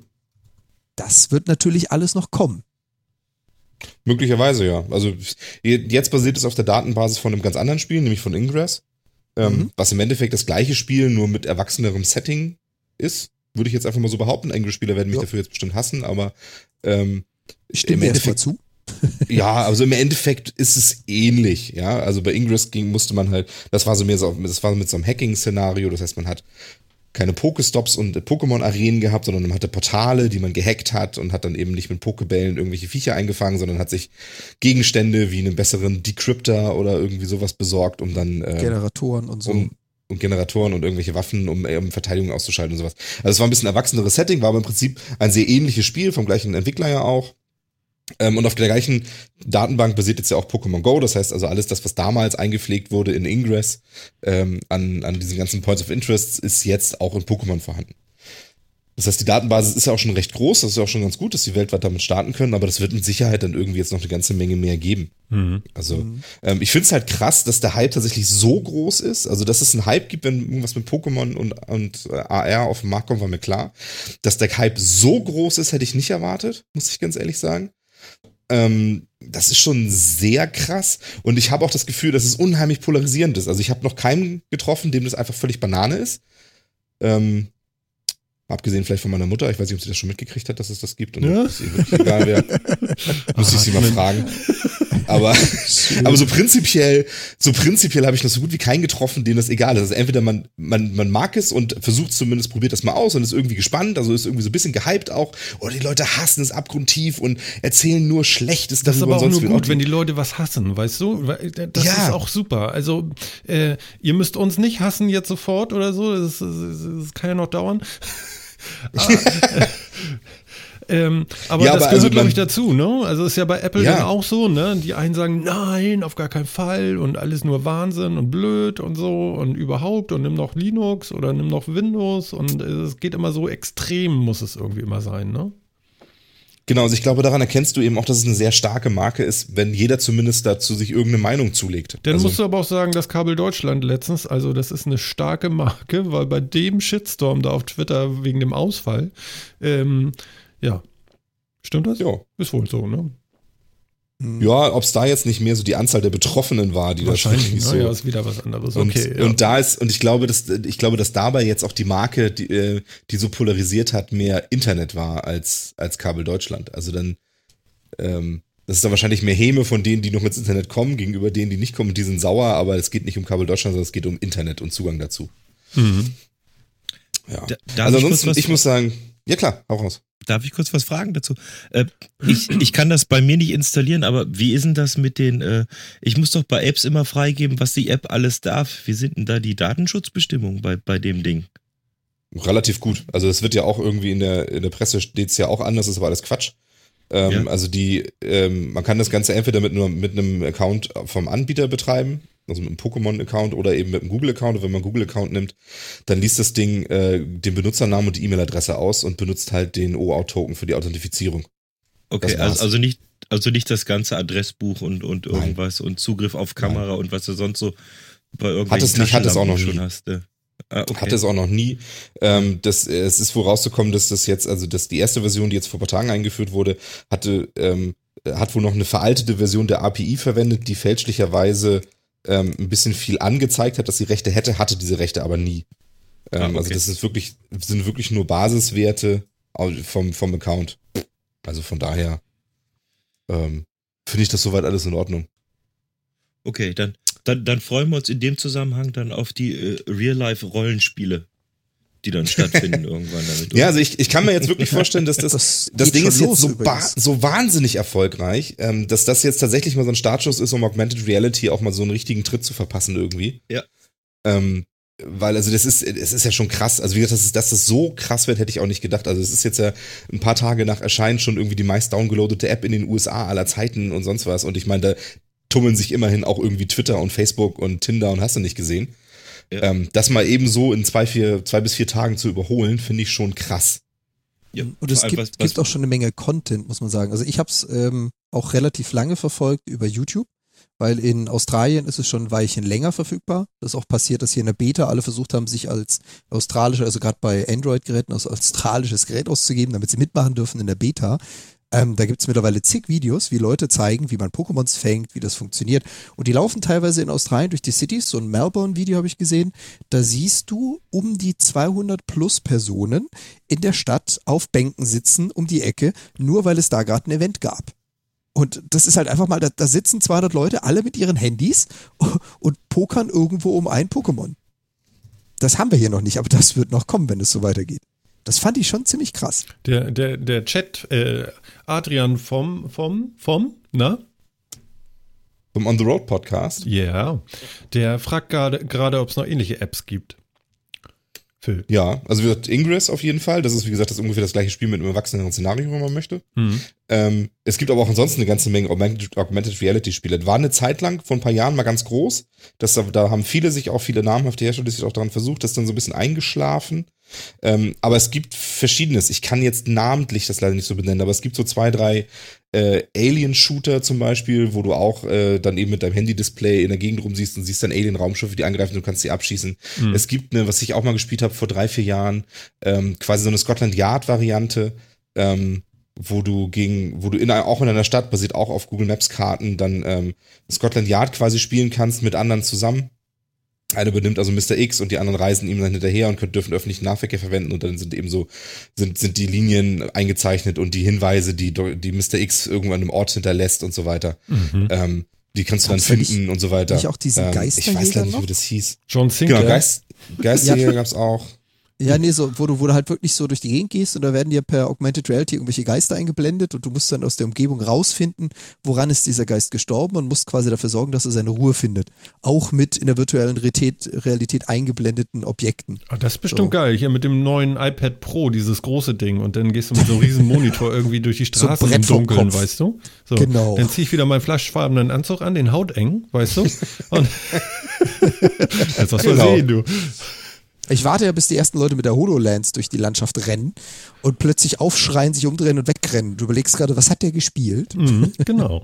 Das wird natürlich alles noch kommen. Möglicherweise, ja. Also jetzt basiert es auf der Datenbasis von einem ganz anderen Spiel, nämlich von Ingress, ähm, mhm. was im Endeffekt das gleiche Spiel, nur mit erwachsenerem Setting ist. Würde ich jetzt einfach mal so behaupten. Ingress-Spieler werden mich ja. dafür jetzt bestimmt hassen, aber ähm, ich stimme dir erstmal zu. Ja, also im Endeffekt ist es ähnlich, ja. Also bei Ingress ging, musste man halt, das war so mehr so, das war mit so einem Hacking-Szenario, das heißt, man hat keine Pokestops und Pokémon-Arenen gehabt, sondern man hatte Portale, die man gehackt hat und hat dann eben nicht mit Pokebällen irgendwelche Viecher eingefangen, sondern hat sich Gegenstände wie einen besseren Decryptor oder irgendwie sowas besorgt, um dann äh, Generatoren und so. Um, und Generatoren und irgendwelche Waffen, um, um Verteidigung auszuschalten und sowas. Also es war ein bisschen erwachseneres Setting, war aber im Prinzip ein sehr ähnliches Spiel, vom gleichen Entwickler ja auch. Ähm, und auf der gleichen Datenbank basiert jetzt ja auch Pokémon Go, das heißt also alles das, was damals eingepflegt wurde in Ingress ähm, an, an diesen ganzen Points of Interest, ist jetzt auch in Pokémon vorhanden. Das heißt, die Datenbasis ist ja auch schon recht groß, das ist ja auch schon ganz gut, dass die weltweit damit starten können, aber das wird mit Sicherheit dann irgendwie jetzt noch eine ganze Menge mehr geben. Mhm. Also mhm. ähm, ich finde es halt krass, dass der Hype tatsächlich so groß ist, also dass es einen Hype gibt, wenn irgendwas mit Pokémon und, und äh, A R auf den Markt kommt, war mir klar. Dass der Hype so groß ist, hätte ich nicht erwartet, muss ich ganz ehrlich sagen. Ähm, das ist schon sehr krass und ich habe auch das Gefühl, dass es unheimlich polarisierend ist. Also ich habe noch keinen getroffen, dem das einfach völlig Banane ist. Ähm, abgesehen vielleicht von meiner Mutter, ich weiß nicht, ob sie das schon mitgekriegt hat, dass es das gibt und ja. ist ihr wirklich egal wäre. Muss ich sie mal fragen. Aber, aber so prinzipiell, so prinzipiell habe ich noch so gut wie keinen getroffen, denen das egal ist. Also entweder man, man, man mag es und versucht zumindest, probiert das mal aus und ist irgendwie gespannt, also ist irgendwie so ein bisschen gehypt auch. Oder die Leute hassen es abgrundtief und erzählen nur Schlechtes darüber. Das ist aber auch nur gut, auch wenn die Leute was hassen, weißt du? Das ja. ist auch super. Also, äh, ihr müsst uns nicht hassen jetzt sofort oder so, das, das, das kann ja noch dauern. ah, äh, Ähm, aber ja, das aber gehört, also glaube ich, dazu, ne? Also ist ja bei Apple ja. dann auch so, ne? Die einen sagen, nein, auf gar keinen Fall und alles nur Wahnsinn und blöd und so und überhaupt und nimm noch Linux oder nimm noch Windows und es geht immer so extrem, muss es irgendwie immer sein, ne? Genau, also ich glaube, daran erkennst du eben auch, dass es eine sehr starke Marke ist, wenn jeder zumindest dazu sich irgendeine Meinung zulegt. Dann also, musst du aber auch sagen, dass Kabel Deutschland letztens, also das ist eine starke Marke, weil bei dem Shitstorm da auf Twitter wegen dem Ausfall, ähm, ja, stimmt das? Ja. Ist wohl so, ne? Ja, ob es da jetzt nicht mehr so die Anzahl der Betroffenen war, die wahrscheinlich, das so. so. Ja, ist wieder was anderes. Und, okay. Und ja. da ist, und ich glaube, dass, ich glaube, dass dabei jetzt auch die Marke, die, die so polarisiert hat, mehr Internet war als, als Kabel Deutschland. Also dann, ähm, das ist dann wahrscheinlich mehr Häme von denen, die noch ins Internet kommen, gegenüber denen, die nicht kommen. Die sind sauer, aber es geht nicht um Kabel Deutschland, sondern es geht um Internet und Zugang dazu. Mhm. Ja. Da, also ansonsten, ich, ich muss sagen, ja klar, hau raus. Darf ich kurz was fragen dazu? Äh, ich, ich kann das bei mir nicht installieren, aber wie ist denn das mit den, äh, ich muss doch bei Apps immer freigeben, was die App alles darf. Wie sind denn da die Datenschutzbestimmungen bei, bei dem Ding? Relativ gut. Also es wird ja auch irgendwie in der, in der Presse steht es ja auch an, das ist aber alles Quatsch. Ähm, ja. Also die, ähm, man kann das Ganze entweder mit nur mit einem Account vom Anbieter betreiben, also mit einem Pokémon-Account oder eben mit einem Google-Account. Und wenn man einen Google-Account nimmt, dann liest das Ding äh, den Benutzernamen und die E-Mail-Adresse aus und benutzt halt den O auth Token für die Authentifizierung. Okay, also, also nicht also nicht das ganze Adressbuch und, und irgendwas Nein. und Zugriff auf Kamera Nein. und was du sonst so bei irgendwelchen hat es nicht, hat es auch noch schon nie. hast. Äh. Ah, okay. Hatte es auch noch nie. Ähm, das, es ist wohl rausgekommen, dass das jetzt, also dass die erste Version, die jetzt vor ein paar Tagen eingeführt wurde, hatte, ähm, hat wohl noch eine veraltete Version der A P I verwendet, die fälschlicherweise ähm, ein bisschen viel angezeigt hat, dass sie Rechte hätte, hatte diese Rechte aber nie. Ähm, ah, okay. Also das ist wirklich, sind wirklich nur Basiswerte vom, vom Account. Also von daher ähm, finde ich das soweit alles in Ordnung. Okay, dann Dann, dann freuen wir uns in dem Zusammenhang dann auf die äh, Real-Life-Rollenspiele, die dann stattfinden irgendwann damit. Oder? Ja, also ich, ich kann mir jetzt wirklich vorstellen, dass das, das, das Ding ist jetzt so, ba- so wahnsinnig erfolgreich, ähm, dass das jetzt tatsächlich mal so ein Startschuss ist, um Augmented Reality auch mal so einen richtigen Tritt zu verpassen irgendwie. Ja. Ähm, weil, also das ist, es ist ja schon krass. Also wie gesagt, dass, dass das so krass wird, hätte ich auch nicht gedacht. Also es ist jetzt ja ein paar Tage nach Erscheinen schon irgendwie die meist downgeloadete App in den U S A aller Zeiten und sonst was. Und ich meine, da tummeln sich immerhin auch irgendwie Twitter und Facebook und Tinder und hast du nicht gesehen. Ja. Ähm, das mal eben so in zwei, vier, zwei bis vier Tagen zu überholen, finde ich schon krass. Ja, und es gibt, was, was gibt auch schon eine Menge Content, muss man sagen. Also ich habe es ähm, auch relativ lange verfolgt über YouTube, weil in Australien ist es schon ein Weilchen länger verfügbar. Das ist auch passiert, dass hier in der Beta alle versucht haben, sich als australische, also gerade bei Android-Geräten, als australisches Gerät auszugeben, damit sie mitmachen dürfen in der Beta. Ähm, da gibt es mittlerweile zig Videos, wie Leute zeigen, wie man Pokémons fängt, wie das funktioniert. Und die laufen teilweise in Australien durch die Cities. So ein Melbourne-Video habe ich gesehen. Da siehst du um die zweihundert plus Personen in der Stadt auf Bänken sitzen um die Ecke, nur weil es da gerade ein Event gab. Und das ist halt einfach mal, da, da sitzen zweihundert Leute, alle mit ihren Handys und pokern irgendwo um ein Pokémon. Das haben wir hier noch nicht, aber das wird noch kommen, wenn es so weitergeht. Das fand ich schon ziemlich krass. Der, der, der Chat, äh, Adrian vom, vom, vom, na? Vom On the Road Podcast? Ja, yeah. Der fragt gerade, ob es noch ähnliche Apps gibt. Phil. Ja, also wird Ingress auf jeden Fall. Das ist, wie gesagt, das ist ungefähr das gleiche Spiel mit einem erwachsenen Szenario, wenn man möchte. Mhm. Ähm, es gibt aber auch ansonsten eine ganze Menge Augmented, Augmented Reality Spiele. War eine Zeit lang, vor ein paar Jahren mal ganz groß. Das, da haben viele sich auch, viele namhafte Hersteller, die sich auch daran versucht, das ist dann so ein bisschen eingeschlafen. Ähm, aber es gibt Verschiedenes. Ich kann jetzt namentlich das leider nicht so benennen, aber es gibt so zwei, drei äh, Alien-Shooter zum Beispiel, wo du auch äh, dann eben mit deinem Handy-Display in der Gegend rumsiehst und siehst dann Alien-Raumschiffe, die angreifen und du kannst sie abschießen. Mhm. Es gibt eine, was ich auch mal gespielt habe vor drei, vier Jahren, ähm, quasi so eine Scotland Yard-Variante, ähm, wo du gegen, wo du in, auch in einer Stadt, basiert auch auf Google Maps Karten, dann ähm, Scotland Yard quasi spielen kannst mit anderen zusammen. einer übernimmt also Mister X und die anderen reisen ihm dann hinterher und können, dürfen öffentlichen Nahverkehr verwenden und dann sind eben so, sind, sind die Linien eingezeichnet und die Hinweise, die, die Mister X irgendwann im Ort hinterlässt und so weiter. Mhm. Ähm, die kannst du dann finden nicht, und so weiter. Nicht auch diesen ähm, Geisterjäger Ich weiß leider nicht, noch? wie das hieß. John Sinclair. Genau, Geist, Geisterjäger gab's auch. Ja, nee, so, wo du, wo du halt wirklich so durch die Gegend gehst und da werden dir per Augmented Reality irgendwelche Geister eingeblendet und du musst dann aus der Umgebung rausfinden, woran ist dieser Geist gestorben und musst quasi dafür sorgen, dass er seine Ruhe findet. Auch mit in der virtuellen Realität, Realität eingeblendeten Objekten. Ah, das ist bestimmt so. geil. Hier mit dem neuen iPad Pro, dieses große Ding und dann gehst du mit so einem riesen Monitor irgendwie durch die Straße so im Dunkeln, weißt du? So, genau. Dann zieh ich wieder meinen flaschfarbenen Anzug an, den hauteng, weißt du? Und jetzt was Genau. versehen, du. Ich warte ja, bis die ersten Leute mit der HoloLens durch die Landschaft rennen und plötzlich aufschreien, sich umdrehen und wegrennen. Du überlegst gerade, was hat der gespielt? Mhm, genau.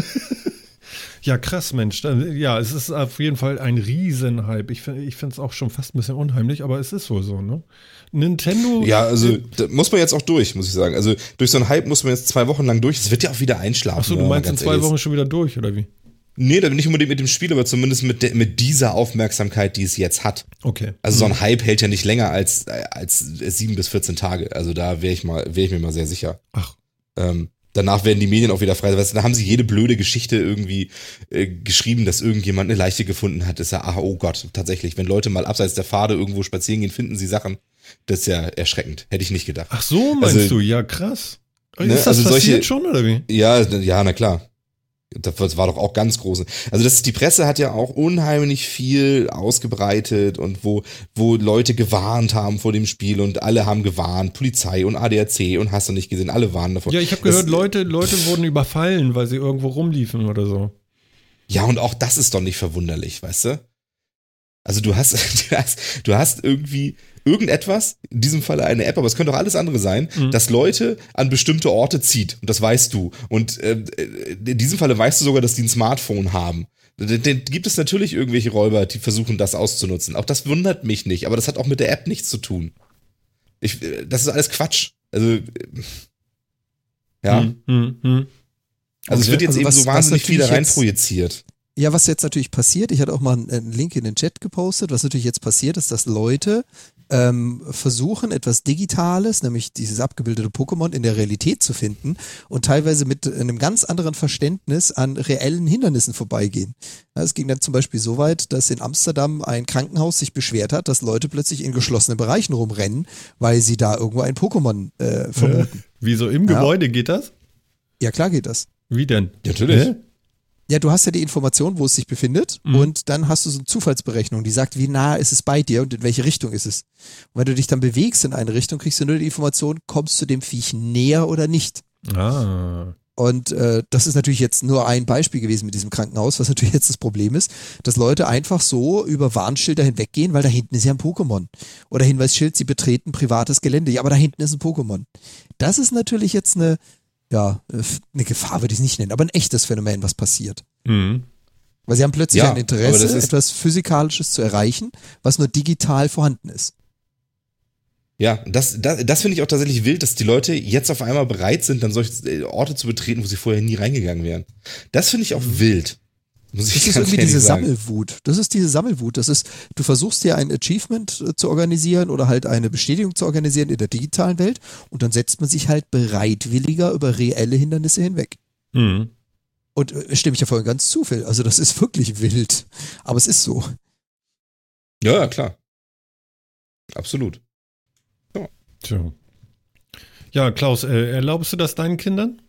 Ja, krass, Mensch. Ja, es ist auf jeden Fall ein Riesenhype. Ich finde ich finde es auch schon fast ein bisschen unheimlich, aber es ist wohl so, ne? Nintendo. Ja, also da muss man jetzt auch durch, muss ich sagen. Also durch so einen Hype muss man jetzt zwei Wochen lang durch. Es wird ja auch wieder einschlafen. Achso, du ne, meinst in ganz zwei ehrlich. Wochen schon wieder durch, oder wie? Nee, da bin ich unbedingt mit dem Spiel, aber zumindest mit, de, mit dieser Aufmerksamkeit, die es jetzt hat. Okay. Also so ein Hype hält ja nicht länger als, als sieben bis vierzehn Tage. Also da wäre ich mal, wäre ich mir mal sehr sicher. Ach. Ähm, danach werden die Medien auch wieder frei. Weißt du, da haben sie jede blöde Geschichte irgendwie äh, geschrieben, dass irgendjemand eine Leiche gefunden hat. Ist ja, ach, oh Gott, tatsächlich. Wenn Leute mal abseits der Pfade irgendwo spazieren gehen, finden sie Sachen. Das ist ja erschreckend. Hätte ich nicht gedacht. Ach so, meinst Also, du? Ja, krass. Ist ne, das also passiert solche- schon, oder wie? Ja, ja, na klar. Das war doch auch ganz groß. Also das ist, die Presse hat ja auch unheimlich viel ausgebreitet und wo, wo Leute gewarnt haben vor dem Spiel und alle haben gewarnt, Polizei und A D A C und hast du nicht gesehen, alle warnen davor. Ja, ich habe Das- gehört, Leute, Leute wurden überfallen, weil sie irgendwo rumliefen oder so. Ja, und auch das ist doch nicht verwunderlich, weißt du? Also du hast, du hast, du hast irgendwie irgendetwas, in diesem Falle eine App, aber es könnte auch alles andere sein, Mhm. das Leute an bestimmte Orte zieht. Und das weißt du. Und äh, in diesem Falle weißt du sogar, dass die ein Smartphone haben. Da da gibt es natürlich irgendwelche Räuber, die versuchen, das auszunutzen. Auch das wundert mich nicht, aber das hat auch mit der App nichts zu tun. Ich, äh, das ist alles Quatsch. Also, äh, ja. Hm, hm, hm. Also es Okay. wird jetzt Also eben was- so was wahnsinnig viel da natürlich rein jetzt- projiziert. Ja, was jetzt natürlich passiert, ich hatte auch mal einen, einen Link in den Chat gepostet, was natürlich jetzt passiert ist, dass Leute ähm, versuchen, etwas Digitales, nämlich dieses abgebildete Pokémon in der Realität zu finden und teilweise mit einem ganz anderen Verständnis an reellen Hindernissen vorbeigehen. Ja, es ging dann zum Beispiel so weit, dass in Amsterdam ein Krankenhaus sich beschwert hat, dass Leute plötzlich in geschlossenen Bereichen rumrennen, weil sie da irgendwo ein Pokémon äh, vermuten. Wieso im Ja. Gebäude geht das? Ja, klar geht das. Wie denn? Natürlich. Hä? Ja, du hast ja die Information, wo es sich befindet Mhm. und dann hast du so eine Zufallsberechnung, die sagt, wie nah ist es bei dir und in welche Richtung ist es. Und wenn du dich dann bewegst in eine Richtung, kriegst du nur die Information, kommst du dem Viech näher oder nicht. Ah. Und äh, das ist natürlich jetzt nur ein Beispiel gewesen mit diesem Krankenhaus, was natürlich jetzt das Problem ist, dass Leute einfach so über Warnschilder hinweggehen, weil da hinten ist ja ein Pokémon. Oder Hinweisschild, sie betreten privates Gelände. Ja, aber da hinten ist ein Pokémon. Das ist natürlich jetzt eine, ja, eine Gefahr würde ich es nicht nennen, aber ein echtes Phänomen, was passiert. Mhm. Weil sie haben plötzlich Ja, ein aber Interesse, das ist- etwas Physikalisches zu erreichen, was nur digital vorhanden ist. Ja, das, das, das finde ich auch tatsächlich wild, dass die Leute jetzt auf einmal bereit sind, dann solche Orte zu betreten, wo sie vorher nie reingegangen wären. Das finde ich auch wild. Muss ich Das ist ganz irgendwie ehrlich diese sagen. Sammelwut. Das ist diese Sammelwut. Das ist, du versuchst dir ein Achievement äh, zu organisieren oder halt eine Bestätigung zu organisieren in der digitalen Welt und dann setzt man sich halt bereitwilliger über reelle Hindernisse hinweg. Mhm. Und äh, stimme ich ja vorhin ganz zu, Phil. Also das ist wirklich wild. Aber es ist so. Ja, ja, klar. Absolut. Tja. Ja, Klaus, äh, erlaubst du das deinen Kindern?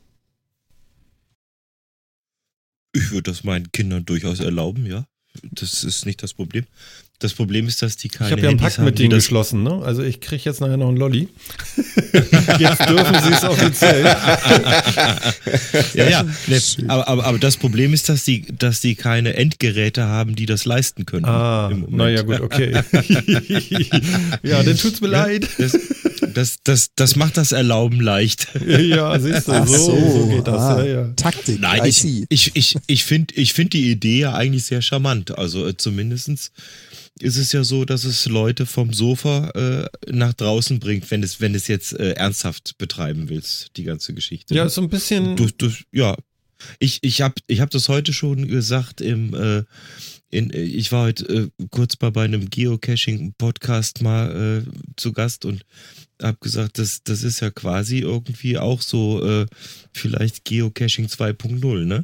Ich würde das meinen Kindern durchaus erlauben, ja. Das ist nicht das Problem. Das Problem ist, dass die keine Ich habe ja einen Handys Pakt mit haben, die denen das- geschlossen, ne? Also ich kriege jetzt nachher noch einen Lolli. Jetzt dürfen sie es offiziell. Ja, ja. Ne, aber, aber, aber das Problem ist, dass die, dass die keine Endgeräte haben, die das leisten können. Ah, im Moment. naja, gut, okay. Ja, dann tut's mir leid. Das, das, das, das macht das Erlauben leicht. Ja, siehst du, Ach so, so geht das. ah, Ja, ja. Taktik, Nein, I ich, see. ich, ich, ich finde ich find die Idee ja eigentlich sehr charmant. Also äh, zumindestens ist es ja so, dass es Leute vom Sofa äh, nach draußen bringt, wenn es, wenn es jetzt äh, ernsthaft betreiben willst, die ganze Geschichte. Ja, ist so ein bisschen. Durch, durch, ja, Ich, ich habe ich hab das heute schon gesagt im, äh, in, ich war heute äh, kurz mal bei einem Geocaching-Podcast mal äh, zu Gast und habe gesagt, das, das ist ja quasi irgendwie auch so äh, vielleicht Geocaching zwei Punkt null, ne?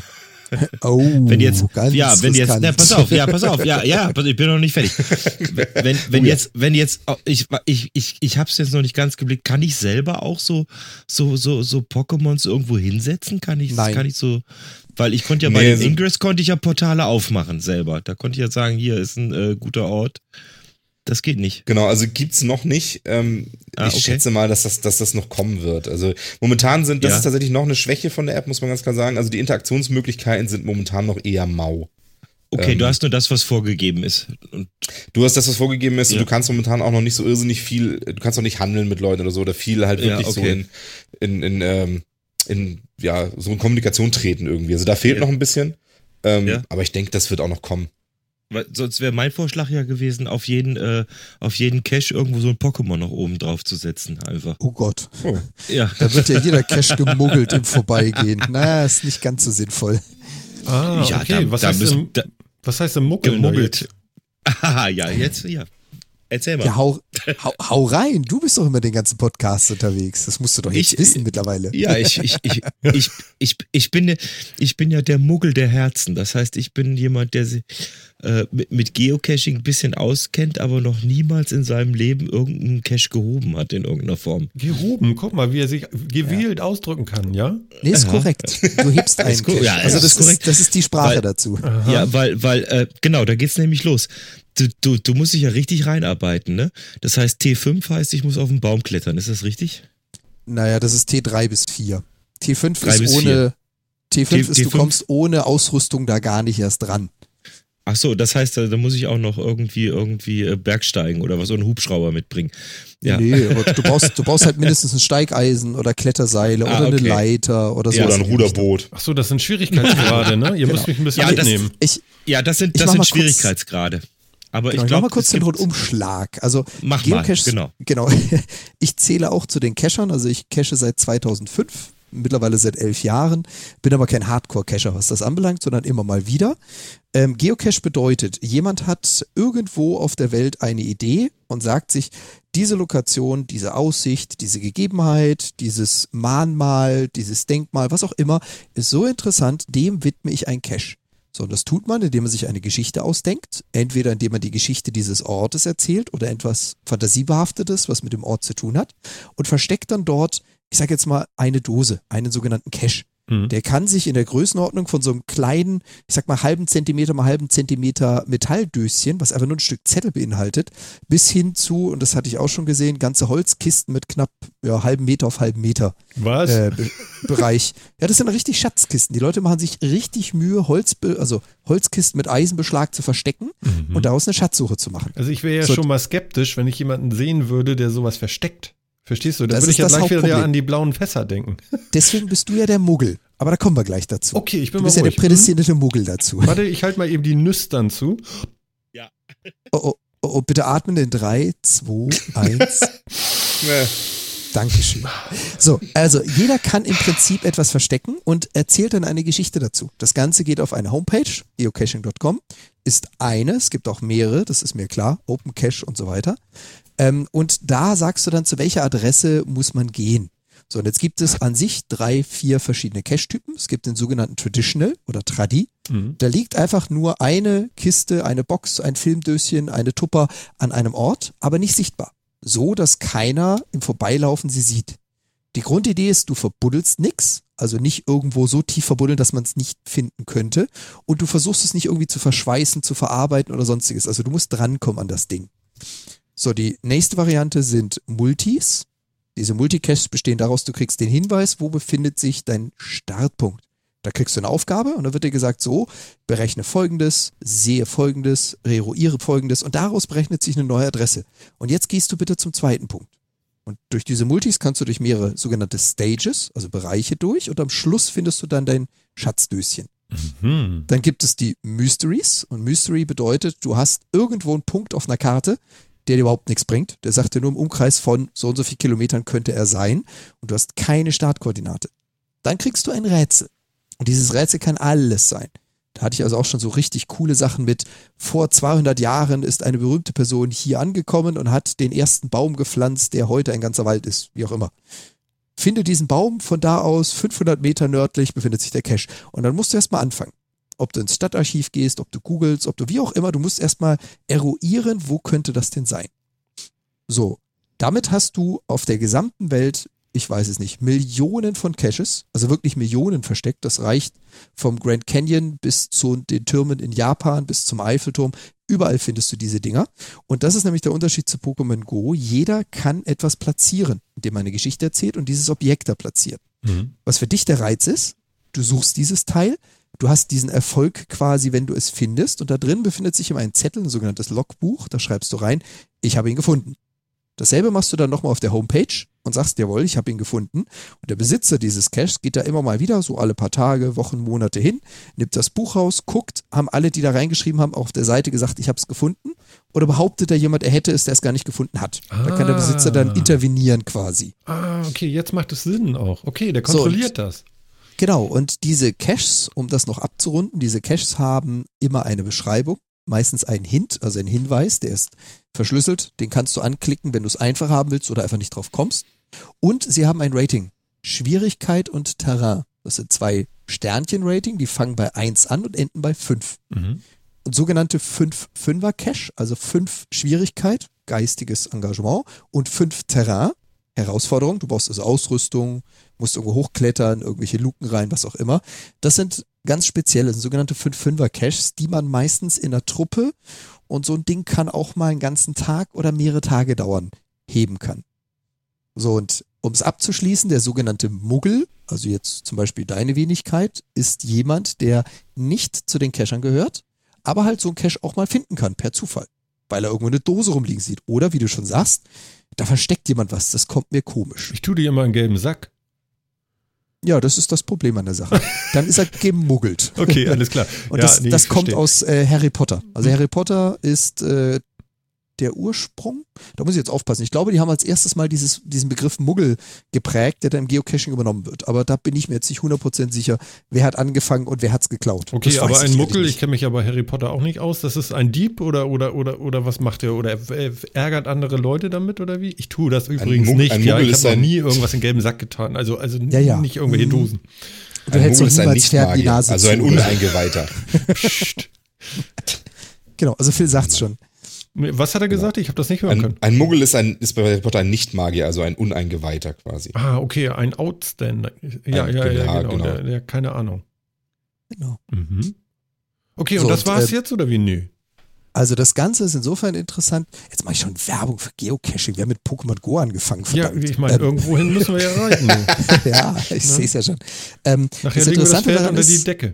Oh, wenn jetzt, ganz ja, wenn jetzt, na, pass auf, ja, pass auf, ja, ja, ich bin noch nicht fertig. Wenn, wenn Oh ja. jetzt, wenn jetzt, ich, ich, ich, ich hab's jetzt noch nicht ganz geblickt, kann ich selber auch so, so, so, so Pokémons irgendwo hinsetzen? Kann ich, Nein. kann ich so, weil ich konnte ja bei Nee, dem so- Ingress konnte ich ja Portale aufmachen selber. Da konnte ich ja sagen, hier ist ein äh, guter Ort. Das geht nicht. Genau, also gibt's noch nicht. Ähm, Ah, ich okay. schätze mal, dass das, dass das noch kommen wird. Also momentan sind, das Ja. ist tatsächlich noch eine Schwäche von der App, muss man ganz klar sagen. Also die Interaktionsmöglichkeiten sind momentan noch eher mau. Okay, Ähm, du hast nur das, was vorgegeben ist. Und, Du hast das, was vorgegeben ist, Ja. und du kannst momentan auch noch nicht so irrsinnig viel, du kannst auch nicht handeln mit Leuten oder so, oder viel halt Ja, wirklich so okay. in, in, in, ähm, in, ja, so in Kommunikation treten irgendwie. Also da fehlt Ja. noch ein bisschen. Ähm, Ja. Aber ich denke, das wird auch noch kommen. weil sonst wäre mein Vorschlag ja gewesen, auf jeden, äh, auf jeden Cache irgendwo so ein Pokémon noch oben drauf zu setzen, einfach. Oh Gott. Ja. Da wird ja jeder Cache gemuggelt im Vorbeigehen. Na, ist nicht ganz so sinnvoll. Ah, Ja, okay. da- was, da heißt müssen- denn, da- was heißt denn Muckeln? da Gemuggelt. jetzt? Aha, ja, jetzt, ja. Erzähl mal. Ja, hau, hau, hau rein. Du bist doch immer den ganzen Podcast unterwegs. Das musst du doch jetzt Ich- wissen mittlerweile. Ja, ich, ich, ich, ich, ich, ich, bin, der- ich bin ja der Muggel der Herzen. Das heißt, ich bin jemand, der sich äh, mit, mit Geocaching ein bisschen auskennt, aber noch niemals in seinem Leben irgendeinen Cache gehoben hat in irgendeiner Form. Gehoben, guck mal, wie er sich gewählt ausdrücken kann, ja? Nee, ist Aha. korrekt. Du hebst einen Ist ko- Cache. ja, also ist das korrekt. ist, das ist die Sprache Weil- dazu. Ja, weil, weil, äh, genau, da geht's nämlich los. Du, du, du musst dich ja richtig reinarbeiten, ne? Das heißt, T fünf heißt, ich muss auf den Baum klettern. Ist das richtig? Naja, das ist T drei bis vier. T fünf drei ist bis ohne, vier. T fünf T- ist, du T5? kommst ohne Ausrüstung da gar nicht erst dran. Ach so, das heißt, da, da muss ich auch noch irgendwie, irgendwie äh, Bergsteigen oder was, oder einen Hubschrauber mitbringen. Ja. Nee, aber du brauchst, du brauchst halt mindestens ein Steigeisen oder Kletterseile Ah, oder eine okay. Leiter oder so. Oder ein Ruderboot. Ach so, das sind Schwierigkeitsgrade, ne? Ihr müsst mich ein bisschen Ja, das- mitnehmen. Ich, Ja, das sind, Ich das mach sind mal kurz- Schwierigkeitsgrade. Aber genau, ich ich mach glaube, mal kurz den Rundumschlag. Also Mach mal, Geocaches, genau. genau. Ich zähle auch zu den Cachern, also ich cache seit zweitausendfünf, mittlerweile seit elf Jahren, bin aber kein Hardcore-Cacher, was das anbelangt, sondern immer mal wieder. Ähm, Geocache bedeutet, jemand hat irgendwo auf der Welt eine Idee und sagt sich, diese Lokation, diese Aussicht, diese Gegebenheit, dieses Mahnmal, dieses Denkmal, was auch immer, ist so interessant, dem widme ich ein Cache. So, und das tut man, indem man sich eine Geschichte ausdenkt, entweder indem man die Geschichte dieses Ortes erzählt oder etwas Fantasiebehaftetes, was mit dem Ort zu tun hat, und versteckt dann dort, ich sage jetzt mal, eine Dose, einen sogenannten Cache. Mhm. Der kann sich in der Größenordnung von so einem kleinen, ich sag mal halben Zentimeter mal halben Zentimeter Metalldöschen, was einfach nur ein Stück Zettel beinhaltet, bis hin zu, und das hatte ich auch schon gesehen, ganze Holzkisten mit knapp ja, halben Meter auf halben Meter Was? äh, Be Bereich. Ja, das sind richtig Schatzkisten. Die Leute machen sich richtig Mühe, Holz, also Holzkisten mit Eisenbeschlag zu verstecken und daraus eine Schatzsuche zu machen. Also ich wäre ja So- schon mal skeptisch, wenn ich jemanden sehen würde, der sowas versteckt. Verstehst du? Da Das würde ist ich ja das gleich wieder Hauptproblem. an die blauen Fässer denken. Deswegen bist du ja der Muggel. Aber da kommen wir gleich dazu. Okay, ich bin Du mal bist ja der ruhig. prädestinierte Muggel dazu. Hm? Warte, ich halte mal eben die Nüstern zu. Oh, oh, oh, oh, bitte atmen in drei, zwei, eins. Ja. Dankeschön. So, also jeder kann im Prinzip etwas verstecken und erzählt dann eine Geschichte dazu. Das Ganze geht auf eine Homepage, geocaching Punkt com, ist eine, es gibt auch mehrere, das ist mir klar, Open Cache und so weiter. Ähm, und da sagst du dann, zu welcher Adresse muss man gehen. So, und jetzt gibt es an sich drei, vier verschiedene Cache-Typen. Es gibt den sogenannten Traditional oder Tradi. Mhm. Da liegt einfach nur eine Kiste, eine Box, ein Filmdöschen, eine Tupper an einem Ort, aber nicht sichtbar. So, dass keiner im Vorbeilaufen sie sieht. Die Grundidee ist, du verbuddelst nix, also nicht irgendwo so tief verbuddeln, dass man es nicht finden könnte, und du versuchst es nicht irgendwie zu verschweißen, zu verarbeiten oder sonstiges. Also du musst drankommen an das Ding. So, die nächste Variante sind Multis. Diese Multicaches bestehen daraus, du kriegst den Hinweis, wo befindet sich dein Startpunkt. Da kriegst du eine Aufgabe und dann wird dir gesagt, so, berechne Folgendes, sehe Folgendes, reeruiere Folgendes, und daraus berechnet sich eine neue Adresse. Und jetzt gehst du bitte zum zweiten Punkt. Und durch diese Multis kannst du durch mehrere sogenannte Stages, also Bereiche durch, und am Schluss findest du dann dein Schatzdöschen. Hm. Dann gibt es die Mysteries, und Mystery bedeutet, du hast irgendwo einen Punkt auf einer Karte, der dir überhaupt nichts bringt. Der sagt dir nur, im Umkreis von so und so viel Kilometern könnte er sein, und du hast keine Startkoordinate. Dann kriegst du ein Rätsel. Und dieses Rätsel kann alles sein. Da hatte ich also auch schon so richtig coole Sachen mit. Vor zweihundert Jahren ist eine berühmte Person hier angekommen und hat den ersten Baum gepflanzt, der heute ein ganzer Wald ist, wie auch immer. Finde diesen Baum, von da aus fünfhundert Meter nördlich befindet sich der Cache. Und dann musst du erstmal anfangen. Ob du ins Stadtarchiv gehst, ob du googelst, ob du wie auch immer, du musst erstmal eruieren, wo könnte das denn sein. So, damit hast du auf der gesamten Welt, ich weiß es nicht, Millionen von Caches, also wirklich Millionen versteckt. Das reicht vom Grand Canyon bis zu den Türmen in Japan, bis zum Eiffelturm. Überall findest du diese Dinger. Und das ist nämlich der Unterschied zu Pokémon Go. Jeder kann etwas platzieren, indem man eine Geschichte erzählt und dieses Objekt da platziert. Mhm. Was für dich der Reiz ist, du suchst dieses Teil, du hast diesen Erfolg quasi, wenn du es findest, und da drin befindet sich immer ein Zettel, ein sogenanntes Logbuch, da schreibst du rein, ich habe ihn gefunden. Dasselbe machst du dann nochmal auf der Homepage und sagst, jawohl, ich habe ihn gefunden. Und der Besitzer dieses Caches geht da immer mal wieder, so alle paar Tage, Wochen, Monate hin, nimmt das Buch raus, guckt, haben alle, die da reingeschrieben haben, auf der Seite gesagt, ich habe es gefunden? Oder behauptet da jemand, er hätte es, der es gar nicht gefunden hat? Ah. Da kann der Besitzer dann intervenieren quasi. Ah, okay, jetzt macht es Sinn auch. Okay, der kontrolliert so, das. Genau, und diese Caches, um das noch abzurunden, diese Caches haben immer eine Beschreibung. Meistens einen Hint, also einen Hinweis, der ist verschlüsselt, den kannst du anklicken, wenn du es einfach haben willst oder einfach nicht drauf kommst. Und sie haben ein Rating, Schwierigkeit und Terrain. Das sind zwei Sternchen-Rating, die fangen bei eins an und enden bei fünf. Mhm. Und sogenannte fünf Fünfer-Cache, also fünf Schwierigkeit, geistiges Engagement und fünf Terrain, Herausforderung. Du brauchst also Ausrüstung, musst irgendwo hochklettern, irgendwelche Luken rein, was auch immer. Das sind ganz spezielle, sogenannte fünf Fünfer-Caches, die man meistens in der Truppe, und so ein Ding kann auch mal einen ganzen Tag oder mehrere Tage dauern, heben kann. So, und um es abzuschließen, der sogenannte Muggel, also jetzt zum Beispiel deine Wenigkeit, ist jemand, der nicht zu den Cachern gehört, aber halt so ein Cache auch mal finden kann, per Zufall, weil er irgendwo eine Dose rumliegen sieht. Oder, wie du schon sagst, da versteckt jemand was, das kommt mir komisch. Ich tue dir immer einen gelben Sack. Ja, das ist das Problem an der Sache. Dann ist er gemuggelt. Okay, alles klar. Und ja, das, nee, das kommt verstehe. aus äh, Harry Potter. Also Harry Potter ist äh, der Ursprung. Da muss ich jetzt aufpassen. Ich glaube, die haben als erstes mal dieses, diesen Begriff Muggel geprägt, der dann im Geocaching übernommen wird. Aber da bin ich mir jetzt nicht hundert Prozent sicher, wer hat angefangen und wer hat's geklaut. Okay, das aber ein ich Muggel, nicht. ich kenne mich aber Harry Potter auch nicht aus. Das ist ein Dieb oder, oder, oder, oder was macht er? Oder er ärgert andere Leute damit oder wie? Ich tue das übrigens Mug- nicht. ein Ja, Muggel ich ist habe noch ein- nie irgendwas in gelben Sack getan. Also, also Ja, ja. nicht irgendwelche Mhm. Dosen. Du Ein hältst Muggel doch ist ein niemals Pferden die Nichtmagier, Nase also zu, ein oder? Uneingeweihter. Psst. Genau, also Phil sagt's schon. Was hat er gesagt? Ich habe das nicht hören Ein, können. ein Muggel ist, ein, ist bei Harry Potter ein Nichtmagier, also ein Uneingeweihter quasi. Ah, okay, ein Outstander. Ja, Ein- ja, ja, ja, genau. genau. Der, der, keine Ahnung. Genau. Mhm. Okay, So, und das und, war's äh, jetzt oder wie? Nö. Also das Ganze ist insofern interessant. Jetzt mache ich schon Werbung für Geocaching. Wir haben mit Pokémon Go angefangen. Ja, Verdammt. ich meine, Ähm, irgendwohin müssen wir ja reiten. ja, ich sehe es ja schon. Ähm, Nachher das legen wir das Interessante Pferd daran unter die ist, Decke.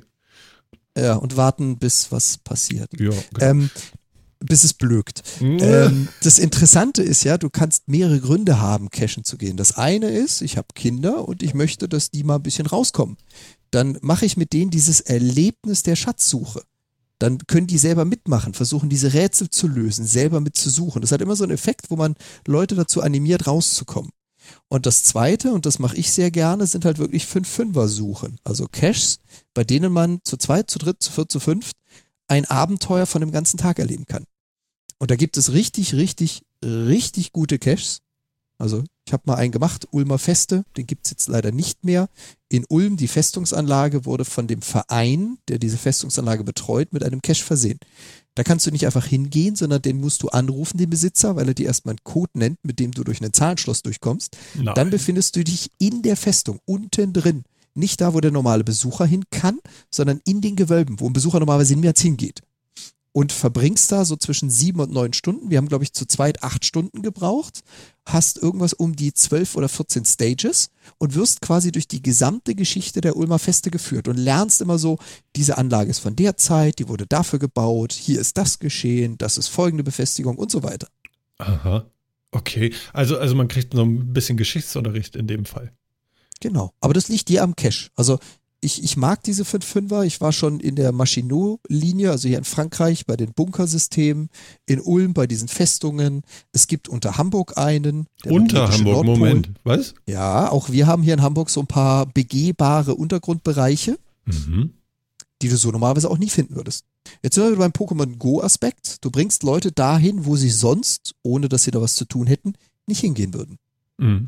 ja, und warten, bis was passiert. Ja, genau. Ähm, bis es blökt. Mhm. Ähm, das Interessante ist ja, du kannst mehrere Gründe haben, cashen zu gehen. Das eine ist, ich habe Kinder und ich möchte, dass die mal ein bisschen rauskommen. Dann mache ich mit denen dieses Erlebnis der Schatzsuche. Dann können die selber mitmachen, versuchen diese Rätsel zu lösen, selber mitzusuchen. Das hat immer so einen Effekt, wo man Leute dazu animiert, rauszukommen. Und das Zweite, und das mache ich sehr gerne, sind halt wirklich Fünf-Fünfer-Suchen. Also Caches, bei denen man zu zweit, zu dritt, zu viert, zu fünft ein Abenteuer von dem ganzen Tag erleben kann. Und da gibt es richtig, richtig, richtig gute Caches. Also ich habe mal einen gemacht, Ulmer Feste, den gibt's jetzt leider nicht mehr. In Ulm, die Festungsanlage wurde von dem Verein, der diese Festungsanlage betreut, mit einem Cache versehen. Da kannst du nicht einfach hingehen, sondern den musst du anrufen, den Besitzer, weil er dir erstmal einen Code nennt, mit dem du durch ein Zahlenschloss durchkommst. Nein. Dann befindest du dich in der Festung, unten drin. Nicht da, wo der normale Besucher hin kann, sondern in den Gewölben, wo ein Besucher normalerweise niemals hingeht. Und verbringst da so zwischen sieben und neun Stunden. Wir haben, glaube ich, zu zweit acht Stunden gebraucht. Hast irgendwas um die zwölf oder vierzehn Stages und wirst quasi durch die gesamte Geschichte der Ulmer Feste geführt und lernst immer so, diese Anlage ist von der Zeit, die wurde dafür gebaut, hier ist das geschehen, das ist folgende Befestigung und so weiter. Aha. Okay. Also, also man kriegt so ein bisschen Geschichtsunterricht in dem Fall. Genau. Aber das liegt dir am Cache. Also Ich, ich mag diese fünf Fünfer. Ich war schon in der Maginot-Linie, also hier in Frankreich bei den Bunkersystemen, in Ulm bei diesen Festungen. Es gibt unter Hamburg einen. der Unter magnetische Hamburg, Nordpol. Moment. Was? Ja, auch wir haben hier in Hamburg so ein paar begehbare Untergrundbereiche. Mhm. die du so normalerweise auch nie finden würdest. Jetzt sind wir beim Pokémon Go-Aspekt. Du bringst Leute dahin, wo sie sonst, ohne dass sie da was zu tun hätten, nicht hingehen würden. Mhm.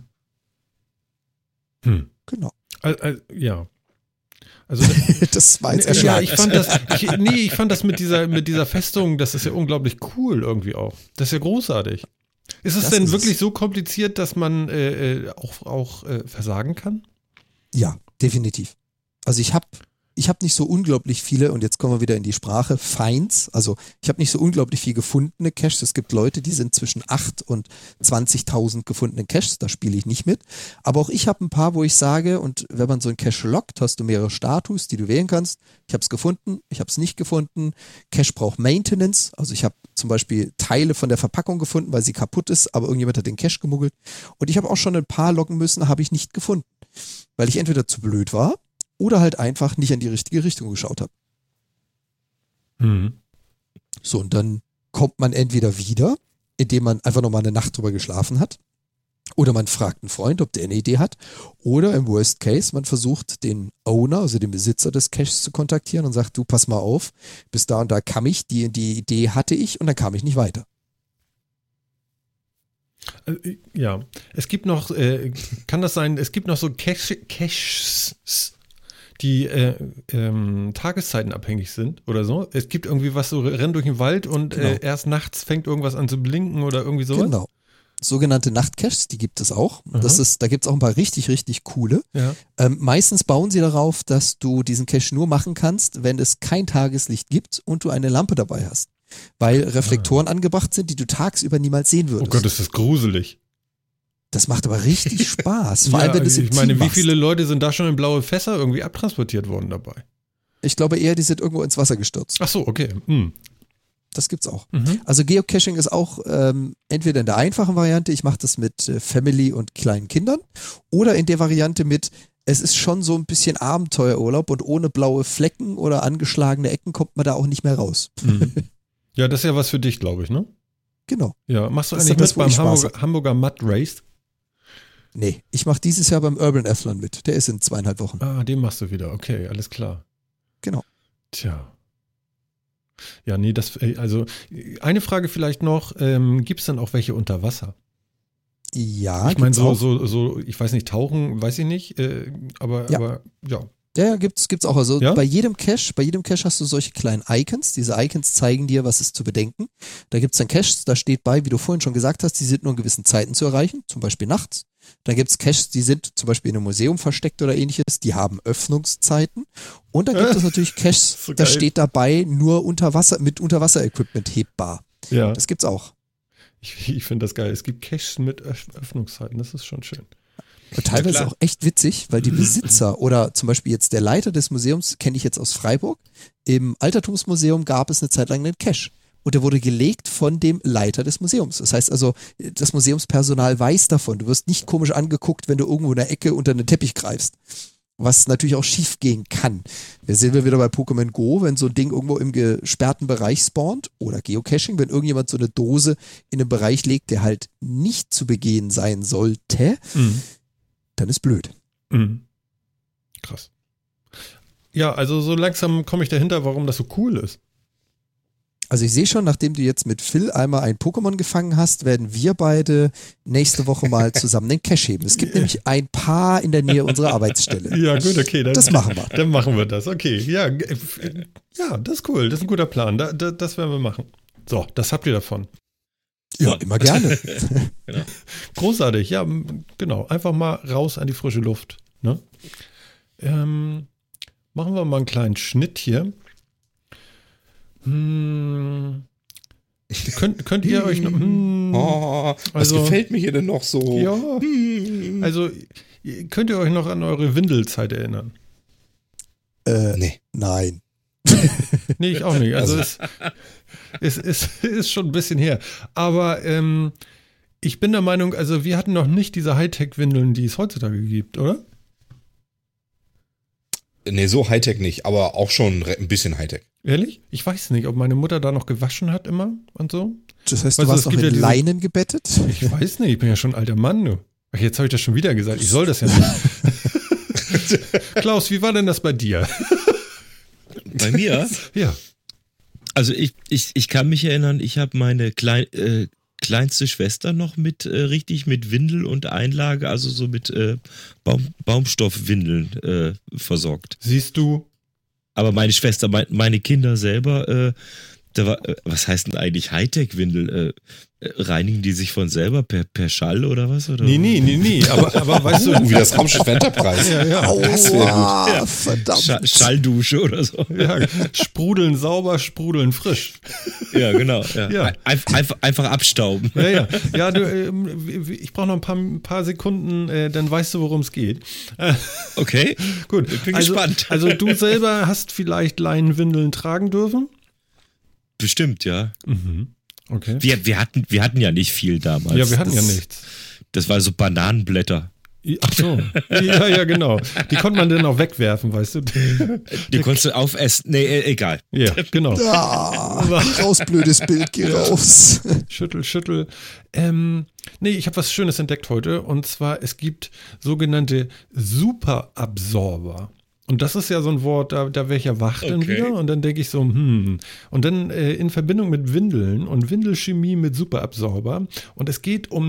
Hm. Genau. Also, also, ja. Also das war jetzt ja, erschlagen. ich fand das, ich, nee, ich fand das mit dieser, mit dieser Festung, das ist ja unglaublich cool irgendwie auch. Das ist ja großartig. Ist es Das denn ist wirklich es. so kompliziert, dass man äh, auch, auch äh, versagen kann? Ja, definitiv. Also ich habe ich hab nicht so unglaublich viele, und jetzt kommen wir wieder in die Sprache, Finds. Also ich habe nicht so unglaublich viel gefundene Caches. Es gibt Leute, die sind zwischen acht und zwanzigtausend gefundenen Caches. Da spiele ich nicht mit. Aber auch ich habe ein paar, wo ich sage, und wenn man so einen Cache lockt, hast du mehrere Status, die du wählen kannst. Ich habe es gefunden, ich habe es nicht gefunden. Cache braucht Maintenance. Also ich habe zum Beispiel Teile von der Verpackung gefunden, weil sie kaputt ist, aber irgendjemand hat den Cache gemuggelt. Und ich habe auch schon ein paar loggen müssen, habe ich nicht gefunden. Weil ich entweder zu blöd war oder halt einfach nicht in die richtige Richtung geschaut habe. Mhm. So, und dann kommt man entweder wieder, indem man einfach nochmal eine Nacht drüber geschlafen hat, oder man fragt einen Freund, ob der eine Idee hat, oder im Worst Case, man versucht den Owner, also den Besitzer des Caches zu kontaktieren und sagt, du, pass mal auf, bis da und da kam ich, die, die Idee hatte ich und dann kam ich nicht weiter. Äh, Ja, es gibt noch, äh, kann das sein, es gibt noch so Cache- Caches, die äh, ähm, Tageszeiten abhängig sind oder so. Es gibt irgendwie was, so rennt durch den Wald und Genau. äh, erst nachts fängt irgendwas an zu blinken oder irgendwie sowas. Genau. Sogenannte Nachtcaches, die gibt es auch. Das Aha. ist, da gibt es auch ein paar richtig, richtig coole. Ja. Ähm, meistens bauen sie darauf, dass du diesen Cache nur machen kannst, wenn es kein Tageslicht gibt und du eine Lampe dabei hast. Weil Reflektoren angebracht sind, die du tagsüber niemals sehen Oh würdest. Gott, ist das gruselig. Das macht aber richtig Spaß. Vor Ja, allem, wenn du es im ich meine, Team wie machst. viele Leute sind da schon in blaue Fässer irgendwie abtransportiert worden dabei? Ich glaube eher, die sind irgendwo ins Wasser gestürzt. Ach so, okay. Hm. Das gibt's auch. Mhm. Also Geocaching ist auch ähm, entweder in der einfachen Variante, ich mache das mit äh, Family und kleinen Kindern, oder in der Variante mit, es ist schon so ein bisschen Abenteuerurlaub und ohne blaue Flecken oder angeschlagene Ecken kommt man da auch nicht mehr raus. Mhm. Ja, das ist ja was für dich, glaube ich, ne? Genau. Ja, machst du Das ist eigentlich das, mit wo beim ich Spaß Hamburger, Hamburger Mud Race? Nee, ich mache dieses Jahr beim Urban Athlon mit. Der ist in zweieinhalb Wochen. Ah, den machst du wieder. Okay, alles klar. Genau. Tja. Ja, nee, das, also eine Frage vielleicht noch, ähm, gibt es dann auch welche unter Wasser? Ja, Ich meine, gibt's so, auch. so, so, ich weiß nicht, tauchen, weiß ich nicht, äh, aber, Ja. aber ja. Ja, ja, gibt's, gibt's auch. Also Ja? bei jedem Cache, bei jedem Cache hast du solche kleinen Icons. Diese Icons zeigen dir, was ist zu bedenken. Da gibt's dann Caches, da steht bei, wie du vorhin schon gesagt hast, die sind nur in gewissen Zeiten zu erreichen, zum Beispiel nachts. Dann gibt's Caches, die sind zum Beispiel in einem Museum versteckt oder ähnliches, die haben Öffnungszeiten. Und dann gibt es natürlich Caches, So da geil. steht dabei, nur unter Wasser, mit Unterwasser-Equipment hebbar. Ja, Das gibt's auch. ich, ich finde das geil. Es gibt Caches mit Öff- Öffnungszeiten, das ist schon schön. Und teilweise klar. auch echt witzig, weil die Besitzer oder zum Beispiel jetzt der Leiter des Museums, kenne ich jetzt aus Freiburg, im Altertumsmuseum gab es eine Zeit lang einen Cache. Und der wurde gelegt von dem Leiter des Museums. Das heißt also, das Museumspersonal weiß davon. Du wirst nicht komisch angeguckt, wenn du irgendwo in der Ecke unter einen Teppich greifst. Was natürlich auch schief gehen kann. Wir sehen wir wieder bei Pokémon Go, wenn so ein Ding irgendwo im gesperrten Bereich spawnt oder Geocaching, wenn irgendjemand so eine Dose in einen Bereich legt, der halt nicht zu begehen sein sollte, Mhm. dann ist blöd. Mhm. Krass. Ja, also so langsam komme ich dahinter, warum das so cool ist. Also ich sehe schon, nachdem du jetzt mit Phil einmal ein Pokémon gefangen hast, werden wir beide nächste Woche mal zusammen den Cache heben. Es gibt nämlich ein paar in der Nähe unserer Arbeitsstelle. Ja, gut, okay. Dann, Das machen wir. Dann machen wir das, okay. Ja, g- äh, ja, das ist cool. Das ist ein guter Plan. Da, da, das werden wir machen. So, das habt ihr davon. Ja, immer gerne. Großartig, ja, m- genau. Einfach mal raus an die frische Luft. Ne? Ähm, machen wir mal einen kleinen Schnitt hier. Hm, könnt, könnt ihr euch noch. Hm, Oh, was Also- gefällt mir hier denn noch so? ja, Hm. also könnt ihr euch noch an eure Windelzeit erinnern? äh, Nee. nein. Nee, ich auch nicht. Also, Also- es, es, es ist schon ein bisschen her. Aber ähm, ich bin der Meinung, also wir hatten noch nicht diese Hightech-Windeln, die es heutzutage gibt, oder? Nee, so Hightech nicht, aber auch schon re- ein bisschen Hightech. Ehrlich? Ich weiß nicht, ob meine Mutter da noch gewaschen hat immer und so. Das heißt, Weißt du, du warst es noch gibt in ja diese- Leinen gebettet? Ich weiß nicht, ich bin ja schon ein alter Mann, du. Ach, jetzt habe ich das schon wieder gesagt. Ich soll das ja nicht. Klaus, wie war denn das bei dir? Bei mir? Ja. Also ich, ich, ich kann mich erinnern, ich habe meine klein, äh, kleinste Schwester noch mit äh, richtig mit Windel und Einlage, also so mit äh, Baum, Baumstoffwindeln äh, versorgt. Siehst du? Aber meine Schwester, mein, meine Kinder selber, äh, da war, äh, was heißt denn eigentlich Hightech-Windel? Äh, reinigen die sich von selber per, per Schall oder was? Oder? Nee, nee, nee, nee. Aber, aber weißt du, Wie das Raumschiff Enterprise. Ja, ja. Aua, Das wäre gut. ja, verdammt. Schall, Schalldusche oder so. Ja, sprudeln sauber, sprudeln frisch. Ja, genau. Ja. Ja. Einf, einfach, einfach abstauben. Ja, ja. Ja, du, ähm, ich brauche noch ein paar, ein paar Sekunden, äh, dann weißt du, worum es geht. Äh, Okay, gut. ich bin also, gespannt. Also du selber hast vielleicht Leinenwindeln tragen dürfen? Bestimmt, ja. Mhm. Okay. Wir, wir, hatten, wir hatten ja nicht viel damals. Ja, wir hatten das, ja nichts. Das war so Bananenblätter. Ach so. Ja, ja, genau. Die konnte man dann auch wegwerfen, weißt du? Die konntest du aufessen. Nee, äh, egal. Ja, genau. Ah, geh raus, blödes Bild, geh raus. Schüttel, schüttel. Ähm, nee, ich habe was Schönes entdeckt heute. Und zwar, es gibt sogenannte Superabsorber. Und das ist ja so ein Wort, da, da wäre ich ja wach dann Okay. wieder. Und dann denke ich so, hm. Und dann äh, in Verbindung mit Windeln und Windelchemie mit Superabsorber. Und es geht um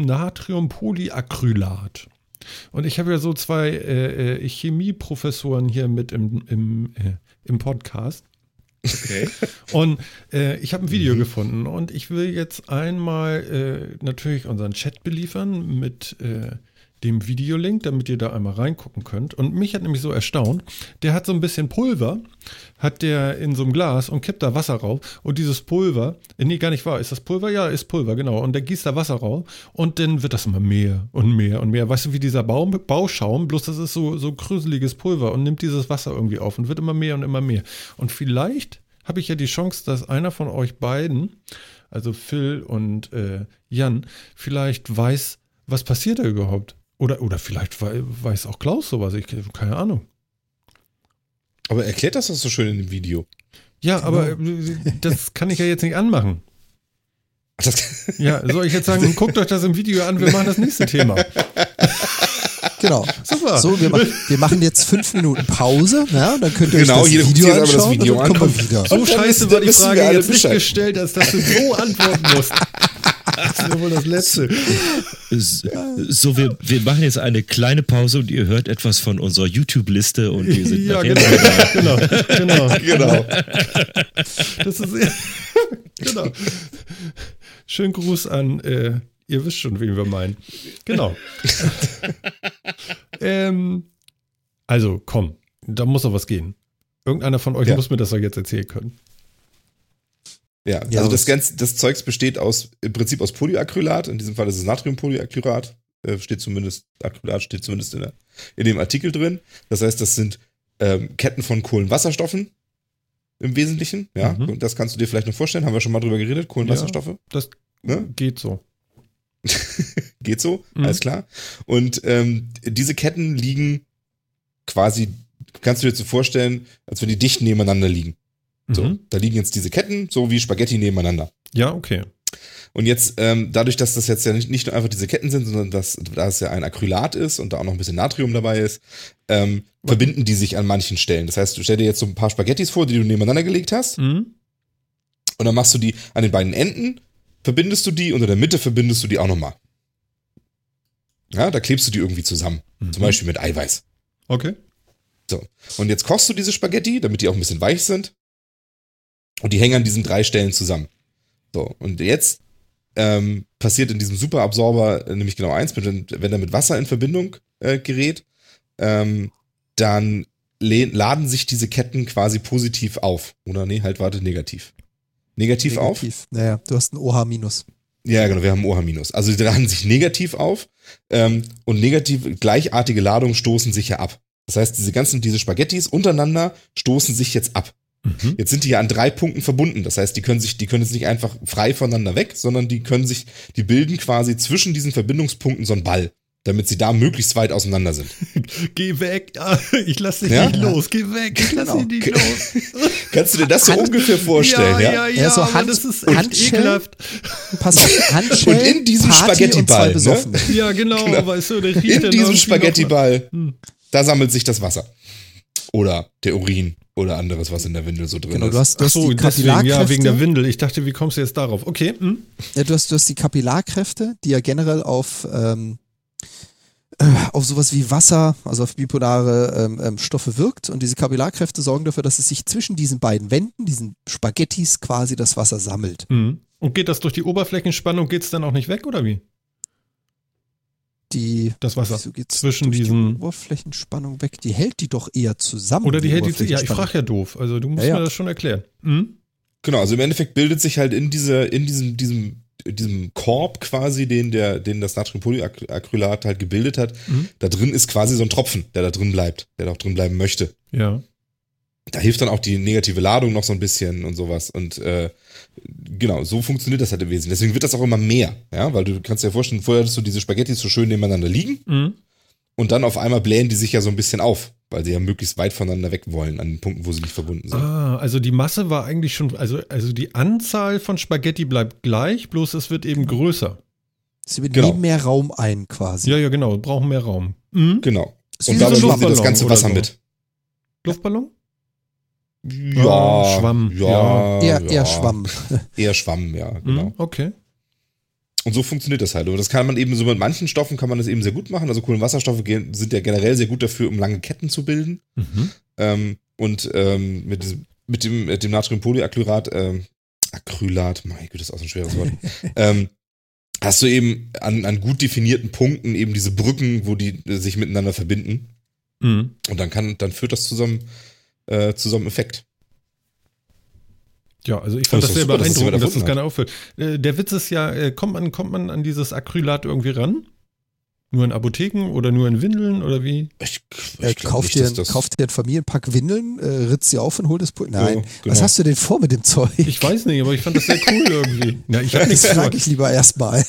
Natriumpolyacrylat. Und ich habe ja so zwei äh, äh, Chemieprofessoren hier mit im, im, äh, im Podcast. Okay. Und äh, ich habe ein Video mhm. gefunden und ich will jetzt einmal äh, natürlich unseren Chat beliefern mit äh, dem Videolink, damit ihr da einmal reingucken könnt. Und mich hat nämlich so erstaunt, der hat so ein bisschen Pulver, hat der in so einem Glas und kippt da Wasser rauf. Und dieses Pulver, äh, nee, gar nicht wahr, ist das Pulver? Ja, ist Pulver, genau. Und der gießt da Wasser rauf und dann wird das immer mehr und mehr und mehr. Weißt du, wie dieser Baum, Bauschaum, bloß das ist so, so krüseliges Pulver und nimmt dieses Wasser irgendwie auf und wird immer mehr und immer mehr. Und vielleicht habe ich ja die Chance, dass einer von euch beiden, also Phil und äh, Jan, vielleicht weiß, was passiert da überhaupt. Oder, oder vielleicht weiß auch Klaus sowas, ich keine Ahnung. Aber erklärt das doch so schön in dem Video. Ja, aber äh, das kann ich ja jetzt nicht anmachen. Das Ja, soll ich jetzt sagen, guckt euch das im Video an, wir machen das nächste Thema. Genau. Super. So, wir, machen, wir machen jetzt fünf Minuten Pause, ja, und dann könnt ihr Genau, euch jeder das guckt Video sich jetzt einmal das anschauen Video und dann an. kommen wir wieder. So Und dann scheiße wissen- war dann die wissen wir Frage alle jetzt nicht Bescheid. gestellt, als dass du so antworten musst. Das ist wohl das Letzte. So, wir, wir machen jetzt eine kleine Pause und ihr hört etwas von unserer YouTube-Liste und wir sind Ja, nachher genau, wieder da. genau, genau. Genau. Das ist genau. Schönen Gruß an, äh, ihr wisst schon, wen wir meinen. Genau. ähm, also, komm, da muss doch was gehen. Irgendeiner von euch Ja. muss mir das doch jetzt erzählen können. Ja, Ja, also das was- ganze, das Zeugs besteht aus, im Prinzip aus Polyacrylat. In diesem Fall ist es Natriumpolyacrylat. Äh, steht zumindest, Acrylat steht zumindest in, der, in dem Artikel drin. Das heißt, das sind ähm, Ketten von Kohlenwasserstoffen im Wesentlichen. Ja, Mhm. und das kannst du dir vielleicht noch vorstellen. Haben wir schon mal drüber geredet. Kohlenwasserstoffe. Das Ne? geht so. Geht so, Mhm. alles klar. Und ähm, diese Ketten liegen quasi, kannst du dir so vorstellen, als wenn die dicht nebeneinander liegen. So, Mhm. da liegen jetzt diese Ketten, so wie Spaghetti nebeneinander. Ja, okay. Und jetzt, ähm, dadurch, dass das jetzt ja nicht, nicht nur einfach diese Ketten sind, sondern dass, da es ja ein Acrylat ist und da auch noch ein bisschen Natrium dabei ist, ähm, verbinden die sich an manchen Stellen. Das heißt, du stell dir jetzt so ein paar Spaghettis vor, die du nebeneinander gelegt hast, Mhm. und dann machst du die an den beiden Enden, verbindest du die und in der Mitte verbindest du die auch nochmal. Ja, da klebst du die irgendwie zusammen. Mhm. Zum Beispiel mit Eiweiß. Okay. So. Und jetzt kochst du diese Spaghetti, damit die auch ein bisschen weich sind. Und die hängen an diesen drei Stellen zusammen. So. Und jetzt ähm, passiert in diesem Superabsorber äh, nämlich genau eins, wenn, wenn er mit Wasser in Verbindung äh, gerät, ähm, dann le- laden sich diese Ketten quasi positiv auf. Oder nee, halt, warte, negativ. Negativ, auf? Negativ. Naja, du hast ein O H minus. Ja, genau, wir haben O H minus. Also die laden sich negativ auf ähm, und negativ gleichartige Ladungen stoßen sich ja ab. Das heißt, diese ganzen, diese Spaghettis untereinander stoßen sich jetzt ab. Mhm. Jetzt sind die ja an drei Punkten verbunden. Das heißt, die können sich, die können jetzt nicht einfach frei voneinander weg, sondern die können sich, die bilden quasi zwischen diesen Verbindungspunkten so einen Ball, damit sie da möglichst weit auseinander sind. Geh weg. Ah, ich lass dich Ja? nicht los. Geh weg. Ich lass Genau. dich nicht los. Kannst du dir das so Hand- ungefähr vorstellen, ja? ja, ja, Ja, so aber Hand- das ist echt Handschellen. ekelhaft. Pass auf, Handschellen, Und in diesem Party Spaghetti-Ball, und zwei ne? Besoffene. Ja, genau, Genau. weißt du, der riecht In dann diesem irgendwie Spaghetti-Ball, Hm. da sammelt sich das Wasser. Oder der Urin oder anderes, was in der Windel so drin Genau, ist. du hast, du Ach hast so, die deswegen, ja, Kapillarkräfte. wegen der Windel. Ich dachte, wie kommst du jetzt darauf? Okay. Hm. Ja, du hast, du hast die Kapillarkräfte, die ja generell auf, ähm, äh, auf sowas wie Wasser, also auf bipolare ähm, ähm, Stoffe wirkt. Und diese Kapillarkräfte sorgen dafür, dass es sich zwischen diesen beiden Wänden, diesen Spaghettis, quasi das Wasser sammelt. Hm. Und geht das durch die Oberflächenspannung, geht es dann auch nicht weg, oder wie? Die, Das Wasser wieso geht's zwischen durch diesen... die Oberflächenspannung weg? Die hält die doch eher zusammen. Oder die hält die... Ja, ich Oberflächenspannung. frage ja doof. Also du musst Ja, ja. mir das schon erklären. Hm? Genau, also im Endeffekt bildet sich halt in dieser, in diesem, diesem, diesem Korb quasi, den der, den das Natriumpolyacrylat halt gebildet hat, Mhm. da drin ist quasi so ein Tropfen, der da drin bleibt, der da auch drin bleiben möchte. Ja. Da hilft dann auch die negative Ladung noch so ein bisschen und sowas. Und äh, genau, so funktioniert das halt im Wesentlichen. Deswegen wird das auch immer mehr, ja, weil du kannst dir vorstellen, vorher hattest du diese Spaghetti so schön nebeneinander liegen Mhm. und dann auf einmal blähen die sich ja so ein bisschen auf, weil sie ja möglichst weit voneinander weg wollen an den Punkten, wo sie nicht verbunden sind. Ah, also die Masse war eigentlich schon... Also, also die Anzahl von Spaghetti bleibt gleich, bloß es wird eben größer. Sie nehmen Genau. mehr Raum ein, quasi. Ja, ja, genau. Brauchen mehr Raum. Mhm. Genau. Ist Und wie so dadurch ein nehmen sie das Luftballon ganze oder Wasser so. mit. Luftballon? Ja, Ah, Schwamm. Ja, Eher, ja. eher Schwamm. Eher Schwamm, ja, genau. Mhm. Okay. Und so funktioniert das halt. Und das kann man eben so mit manchen Stoffen kann man das eben sehr gut machen. Also Kohlenwasserstoffe gehen- sind ja generell sehr gut dafür, um lange Ketten zu bilden. Mhm. Ähm, und ähm, mit, diesem, mit dem, mit dem Natriumpolyacrylat, ähm, Acrylat, mein Gott, das ist auch so ein schweres Wort, ähm, hast du eben an, an gut definierten Punkten eben diese Brücken, wo die äh, sich miteinander verbinden. Mhm. Und dann kann, dann führt das zusammen äh, zu so einem Effekt. Ja, also ich fand Das das, ist sehr super, dass das jemand beeindruckend, dass das erfunden keiner auffällt. Äh, der Witz ist ja, äh, kommt man, kommt man an dieses Acrylat irgendwie ran? Nur in Apotheken oder nur in Windeln oder wie? Ich, ich Äh, glaub kauf, nicht, dir, dass das- kauf dir ein Familienpack Windeln, äh, ritz sie auf und hol das Pulver. Nein, Ja, genau. was hast du denn vor mit dem Zeug? Ich weiß nicht, aber ich fand das sehr cool irgendwie. Ja, ich hab Das nichts vor. frage ich lieber erstmal.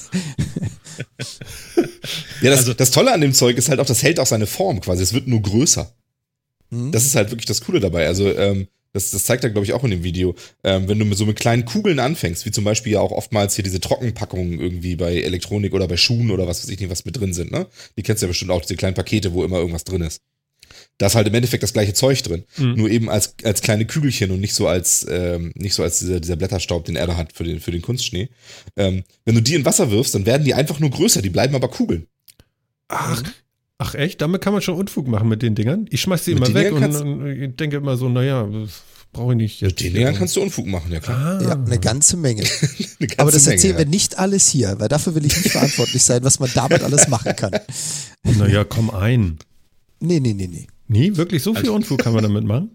Ja, das, Also- das Tolle an dem Zeug ist halt auch, das hält auch seine Form quasi. Es wird nur größer. Hm? Das ist halt wirklich das Coole dabei. Also, ähm, das, das zeigt er, glaube ich, auch in dem Video. Ähm, wenn du mit so mit kleinen Kugeln anfängst, wie zum Beispiel ja auch oftmals hier diese Trockenpackungen irgendwie bei Elektronik oder bei Schuhen oder was weiß ich nicht, was mit drin sind, ne? Die kennst du ja bestimmt auch, diese kleinen Pakete, wo immer irgendwas drin ist. Da ist halt im Endeffekt das gleiche Zeug drin. Mhm. Nur eben als, als kleine Kügelchen und nicht so als, ähm, nicht so als dieser, dieser Blätterstaub, den er da hat für den, für den Kunstschnee. Ähm, wenn du die in Wasser wirfst, dann werden die einfach nur größer, die bleiben aber Kugeln. Ach, ach echt? Damit kann man schon Unfug machen mit den Dingern? Ich schmeiß die Mit immer den weg Dingern und, kannst- und ich denke immer so, naja, das brauche ich nicht. Mit den Dingern kannst du Unfug machen, ja klar. ah, Ja, eine ganze Menge. Eine ganze Aber das Menge, erzählen ja. wir nicht alles hier, weil dafür will ich nicht verantwortlich sein, was man damit alles machen kann. Naja, komm ein. Nee, nee, nee, nee. Nee, wirklich so viel Unfug kann man damit machen?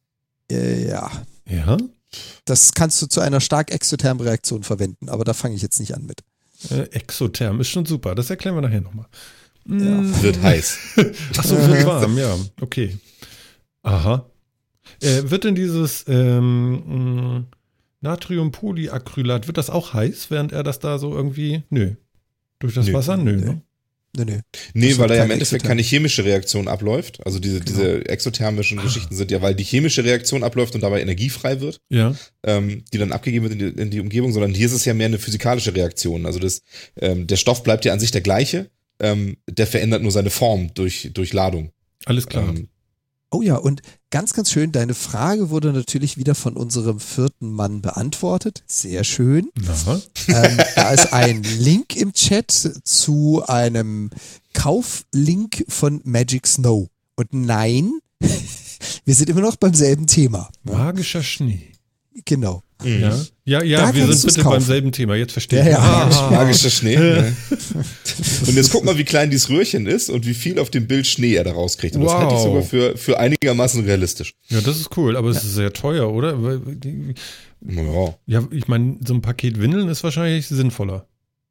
Äh, ja, Ja? das kannst du zu einer stark exothermen Reaktion verwenden, aber da fange ich jetzt nicht an mit. Äh, Exotherm ist schon super. Das erklären wir nachher nochmal. Ja. Wird heiß. Achso, wird warm, ja. Okay. Aha. Äh, wird denn dieses ähm, mh, Natriumpolyacrylat, wird das auch heiß, während er das da so irgendwie. Nö. Durch das Nö. Wasser? Nö, Nö. ne? Nee, nee. Nee, Das weil wird da ja kein im Endeffekt Exotherm. keine chemische Reaktion abläuft. Also diese, diese exothermischen Geschichten sind ja, weil die chemische Reaktion abläuft und dabei Energie frei wird, Ja. ähm, die dann abgegeben wird in die, in die Umgebung, sondern hier ist es ja mehr eine physikalische Reaktion. Also das, ähm, der Stoff bleibt ja an sich der gleiche, ähm, der verändert nur seine Form durch, durch Ladung. Alles klar. Ähm, Oh ja, und ganz, ganz schön, deine Frage wurde natürlich wieder von unserem vierten Mann beantwortet. Sehr schön. Na, ähm, da ist ein Link im Chat zu einem Kauflink von Magic Snow. Und nein, wir sind immer noch beim selben Thema. magischer Schnee. Genau. Ja, ja, ja Da wir kannst sind du's bitte beim kaufen. selben Thema. Jetzt verstehe Ja, ich. ja. Ah, Magischer Schnee. ne? Und jetzt guck mal, wie klein dieses Röhrchen ist und wie viel auf dem Bild Schnee er da rauskriegt. Und das Wow. halte ich sogar für, für einigermaßen realistisch. Ja, das ist cool, aber es ist sehr teuer, oder? Weil die- Ja. Ja, ich meine, so ein Paket Windeln ist wahrscheinlich sinnvoller.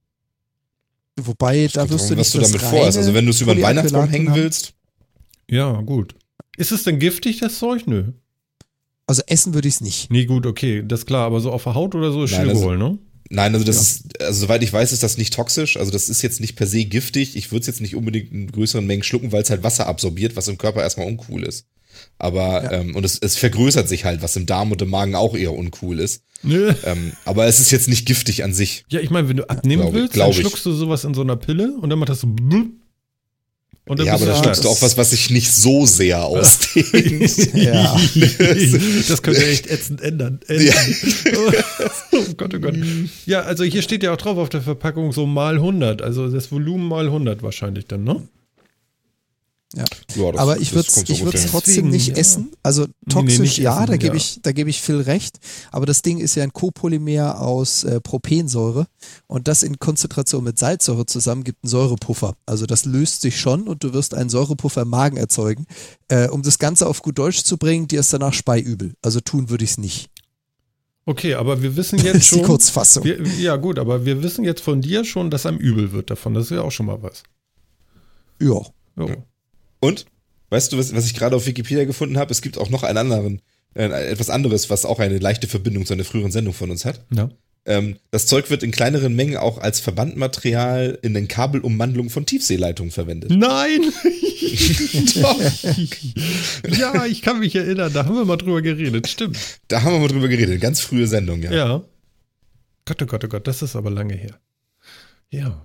Wobei, da wirst du was nicht du das damit vorhast. Also wenn du es über den Polyacrylat Weihnachtsbaum hängen haben. willst, Ja, gut. Ist es denn giftig, das Zeug? Nö. Also essen würde ich es nicht. Nee, gut, okay, das ist klar, aber so auf der Haut oder so ist Nein, schön also- geholt, ne? nein, also das Ja. ist, also soweit ich weiß, ist das nicht toxisch. Also das ist jetzt nicht per se giftig. Ich würde es jetzt nicht unbedingt in größeren Mengen schlucken, weil es halt Wasser absorbiert, was im Körper erstmal uncool ist. Aber, Ja. ähm, und es, es vergrößert sich halt, was im Darm und im Magen auch eher uncool ist. Nö. Ähm, aber es ist jetzt nicht giftig an sich. Ja, ich meine, wenn du abnehmen Glaub ich- willst, glaub dann ich. schluckst du sowas in so einer Pille und dann macht das so blub. Und dann Ja, aber bist da du stimmst du auch was, was sich nicht so sehr ausdehnt. Ja. Das könnte echt ätzend ändern. ändern. Oh Gott, oh Gott. Ja, also hier steht ja auch drauf auf der Verpackung so mal hundert. Also das Volumen mal hundert wahrscheinlich dann, ne? Ja. Ja, das- Aber ich das würde kommt so es ungefähr. trotzdem Deswegen, nicht ja. essen. Also Nee, toxisch, nicht ja, essen, da gebe ja. ich, da gebe ich Phil recht. Aber das Ding ist ja ein Copolymer aus äh, Propensäure und das in Konzentration mit Salzsäure zusammen gibt einen Säurepuffer. Also das löst sich schon und du wirst einen Säurepuffer im Magen erzeugen. Äh, um das Ganze auf gut Deutsch zu bringen, dir ist danach speiübel. Also tun würde ich es nicht. Okay, aber wir wissen Das jetzt ist die schon. Kurzfassung. Wir, ja, gut, aber wir wissen jetzt von dir schon, dass einem übel wird davon. Das ist ja auch schon mal was. Ja. Jo. Und? Weißt du, was, was ich gerade auf Wikipedia gefunden habe? Es gibt auch noch einen anderen, äh, etwas anderes, was auch eine leichte Verbindung zu einer früheren Sendung von uns hat. Ja. Ähm, das Zeug wird in kleineren Mengen auch als Verbandmaterial in den Kabelumwandlungen von Tiefseeleitungen verwendet. Nein! Doch. Ja, ich kann mich erinnern, da haben wir mal drüber geredet, stimmt. Da haben wir mal drüber geredet, ganz frühe Sendung, ja. Ja. Gott, oh Gott, oh Gott, das ist aber lange her. Ja.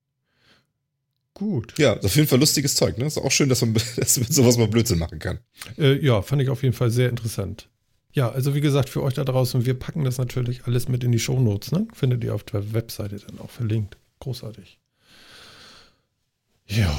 Gut. Ja, ist auf jeden Fall lustiges Zeug, ne? Ist auch schön, dass man, dass man mit sowas mal Blödsinn machen kann. Äh, ja, fand ich auf jeden Fall sehr interessant. Ja, also wie gesagt, für euch da draußen, wir packen das natürlich alles mit in die Shownotes, ne? Findet ihr auf der Webseite dann auch verlinkt. Großartig. Ja.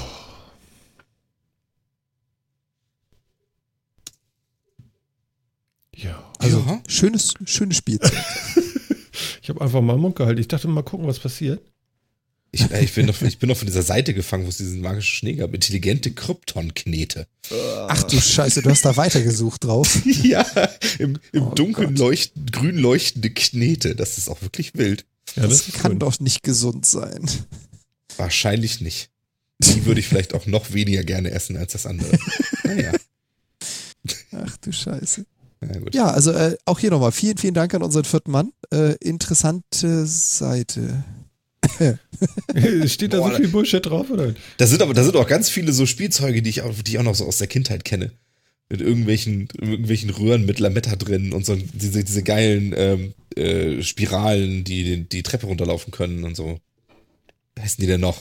Ja. Also Ja. schönes, schönes Spielzeug. Ich habe einfach mal Mund gehalten. Ich dachte mal gucken, was passiert. Ich, äh, ich, bin noch, ich bin noch von dieser Seite gefangen, wo es diesen magischen Schnee gab. Intelligente Krypton-Knete. Ach du Scheiße, du hast da weitergesucht drauf. Ja, im, im Oh dunkeln Gott. leuchten, grün leuchtende Knete. Das ist auch wirklich wild. Ja, Das, ist kann gut. doch nicht gesund sein. Wahrscheinlich nicht. Die würde ich vielleicht auch noch weniger gerne essen als das andere. Naja, Ach du Scheiße. na gut. Ja, also äh, auch hier nochmal vielen, vielen Dank an unseren vierten Mann. Äh, interessante Seite. Steht da Boah, so viel Bullshit drauf, oder? Da sind aber da sind auch ganz viele so Spielzeuge, die ich auch, die ich auch noch so aus der Kindheit kenne. Mit irgendwelchen, irgendwelchen Röhren mit Lametta drin und so diese, diese geilen ähm, äh, Spiralen, die die die Treppe runterlaufen können und so. Wie heißen die denn noch?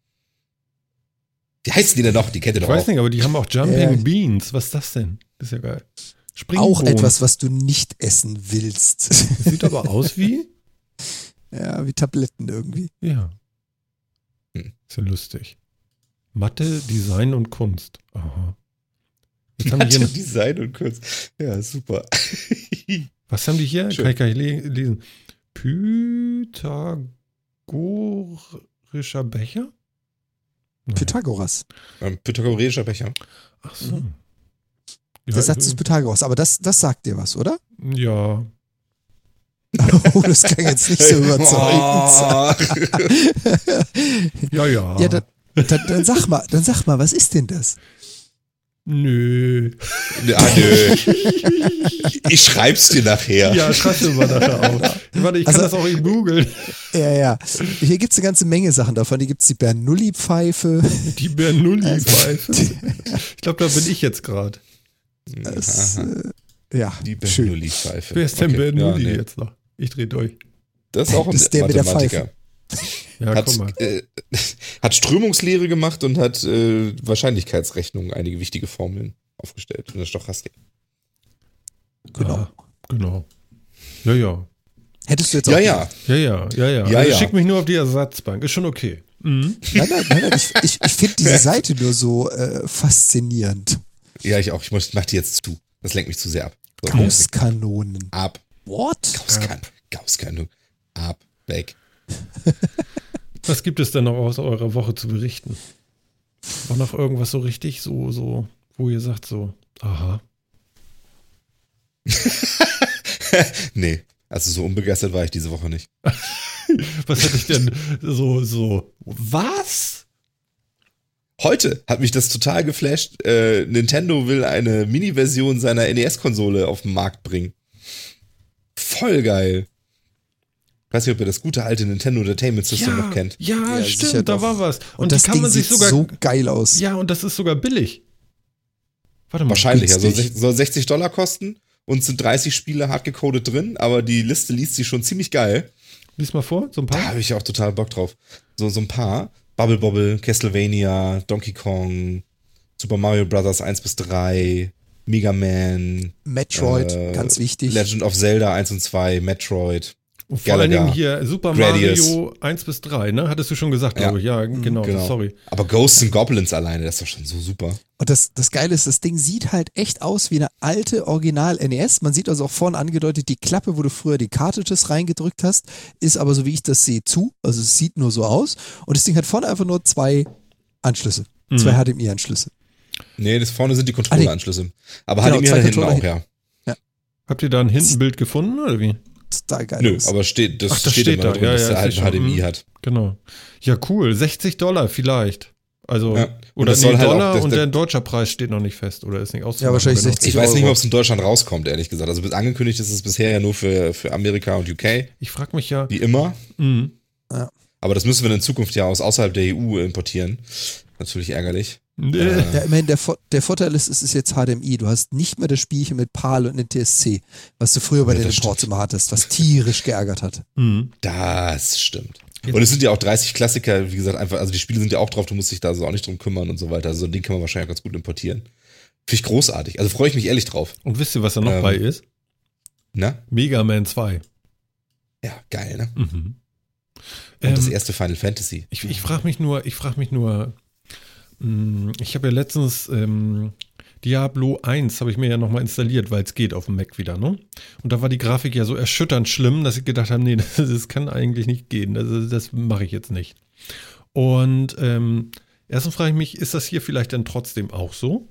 Wie heißen die denn noch? Die kennt ihr Ich doch weiß auch. nicht, aber die haben auch Jumping Ja. Beans. Was ist das denn? Das ist ja geil. Auch Springbohnen. etwas, was du nicht essen willst. Sieht aber aus wie? Ja, wie Tabletten irgendwie. Ja. Hm. Ist ja lustig. Mathe, Design und Kunst. Aha. Jetzt haben die Mathe, hier, Design und Kunst. Ja, super. was haben die hier? Schön. Kann ich gar nicht le- lesen. Pythagorischer Becher? Nein. Pythagoras. Ein pythagoreischer Becher. Ach so. Ja, Der Satz äh, ist Pythagoras, aber das, das sagt dir was, oder? ja. Oh, das klang jetzt nicht so überzeugend. Ja, ja. Ja, dann, dann, dann sag mal, dann sag mal, was ist denn das? Nö. Ah, nö. Ich schreib's dir nachher. Ja, schreibst du mal nachher auf. Warte, ich kann Also- das auch eben googeln. Ja, ja. Hier gibt es eine ganze Menge Sachen davon. Hier gibt es die Bernoulli-Pfeife. Die Bernoulli-Pfeife. Ich glaube, da bin ich jetzt gerade. Das, Aha. äh, ja, Die schön. Bernoulli-Pfeife. Wer ist denn Okay. Bernoulli Ja, nee. jetzt noch? Ich drehe durch. Das ist auch ein Das ist der mit der Mathematiker. Ja, Hat, guck mal. äh, hat Strömungslehre gemacht und hat äh, Wahrscheinlichkeitsrechnungen, einige wichtige Formeln aufgestellt in der Stochastik. Genau. Ah, genau. Ja, ja. Hättest du jetzt Ja, auch. ja. Ja, ja, ja, ja. Ja, also ja. Schick mich nur auf die Ersatzbank. Ist schon okay. Mhm. Nein, nein, nein, nein. Ich, ich, ich finde diese Seite nur so äh, faszinierend. Ja, ich auch. Ich muss- mach die jetzt zu. Das lenkt mich zu sehr ab. So, Gaußkanonen. ab. What? Gaußkan Gaußkanone. Ab. Weg. Was gibt es denn noch aus eurer Woche zu berichten? War noch irgendwas so richtig, so, so, wo ihr sagt so, aha. Nee. Also so unbegeistert war ich diese Woche nicht. Was hätte ich denn so, so, was? Heute hat mich das total geflasht. Äh, Nintendo will eine Mini-Version seiner N E S-Konsole auf den Markt bringen. Voll geil. Ich weiß nicht, ob ihr das gute alte Nintendo Entertainment System noch kennt. Ja, Ja, sicher stimmt, da doch. war was. Und, Und, das die kann Ding man sich sieht sogar, so geil aus. ja, und das ist sogar billig. Warte mal. Wahrscheinlich, also günstig. soll sechzig Dollar kosten und sind dreißig Spiele hardgecodet drin, aber die Liste liest sich schon ziemlich geil. Lies mal vor, so ein Da paar. habe ich auch total Bock drauf. So, so ein paar. Bubble Bobble, Castlevania, Donkey Kong, Super Mario Bros. eins bis drei, Mega Man, Metroid, äh, ganz wichtig. Legend of Zelda eins und zwei, Metroid. Und vor allen Dingen hier Super Gradius. Mario eins bis drei, ne? Hattest du schon gesagt, Ja. glaube ich. Ja, genau, Genau. sorry. Aber Ghosts and Goblins alleine, das ist doch schon so super. Und das, das Geile ist, das Ding sieht halt echt aus wie eine alte Original-N E S. Man sieht also auch vorne angedeutet, die Klappe, wo du früher die Cartridges reingedrückt hast, ist aber so, wie ich das sehe, zu. Also es sieht nur so aus. Und das Ding hat vorne einfach nur zwei Anschlüsse. Mhm. Zwei H D M I-Anschlüsse. Nee, das vorne sind die Controller-Anschlüsse. Aber Genau, H D M I zwei hat hinten Controller auch, ja. Habt ihr da ein Hintenbild gefunden, oder wie? Total geil. Nö, aus. aber steht, das, Ach, das steht, steht immer da. drin, Ja, dass ja, der halt sehe ein H D M I schon. hat. Genau. Ja, cool. sechzig Dollar vielleicht. Also, Ja. Und oder das nee, soll halt Dollar auch- das- und das- der deutsche Preis steht noch nicht fest, oder ist nicht auszumachen. Ja, wahrscheinlich genau. sechzig Ich weiß nicht Euro. mehr, ob es in Deutschland rauskommt, ehrlich gesagt. Also bis angekündigt ist es bisher ja nur für, für Amerika und U K, Ich frage mich ja, wie immer. mh, Aber das müssen wir in Zukunft ja aus außerhalb der E U importieren. Natürlich ärgerlich. nee. Ja, immerhin, der, Vor- der Vorteil ist, es ist jetzt H D M I. Du hast nicht mehr das Spielchen mit PAL und N T S C, was du früher bei Ja, den das Imports immer hattest, was tierisch geärgert hat. Mhm. Das stimmt. Und es sind ja auch dreißig Klassiker, wie gesagt, einfach, also die Spiele sind ja auch drauf, du musst dich da also auch nicht drum kümmern und so weiter. Also so ein Ding kann man wahrscheinlich auch ganz gut importieren. Finde ich großartig. Also freue ich mich ehrlich drauf. Und wisst ihr, was da noch Ähm, bei ist? Na? Mega Man zwei. Ja, geil, ne? Mhm. Und das Ähm, erste Final Fantasy. Ich, ich frage mich nur, ich frage mich nur, mh, ich habe ja letztens ähm, Diablo eins habe ich mir ja nochmal installiert, weil es geht auf dem Mac wieder, ne? Und da war die Grafik ja so erschütternd schlimm, dass ich gedacht habe, nee, das, das kann eigentlich nicht gehen, das, das mache ich jetzt nicht. Und ähm, erstens frage ich mich, ist das hier vielleicht dann trotzdem auch so?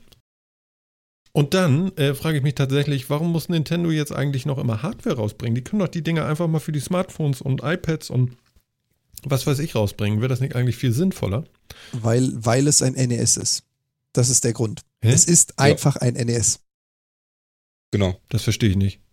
Und dann äh, frage ich mich tatsächlich, warum muss Nintendo jetzt eigentlich noch immer Hardware rausbringen? Die können doch die Dinger einfach mal für die Smartphones und iPads und was weiß ich rausbringen. Wäre das nicht eigentlich viel sinnvoller? Weil, weil es ein N E S ist. Das ist der Grund. Hä? Es ist einfach ein N E S. Genau. Das verstehe ich nicht.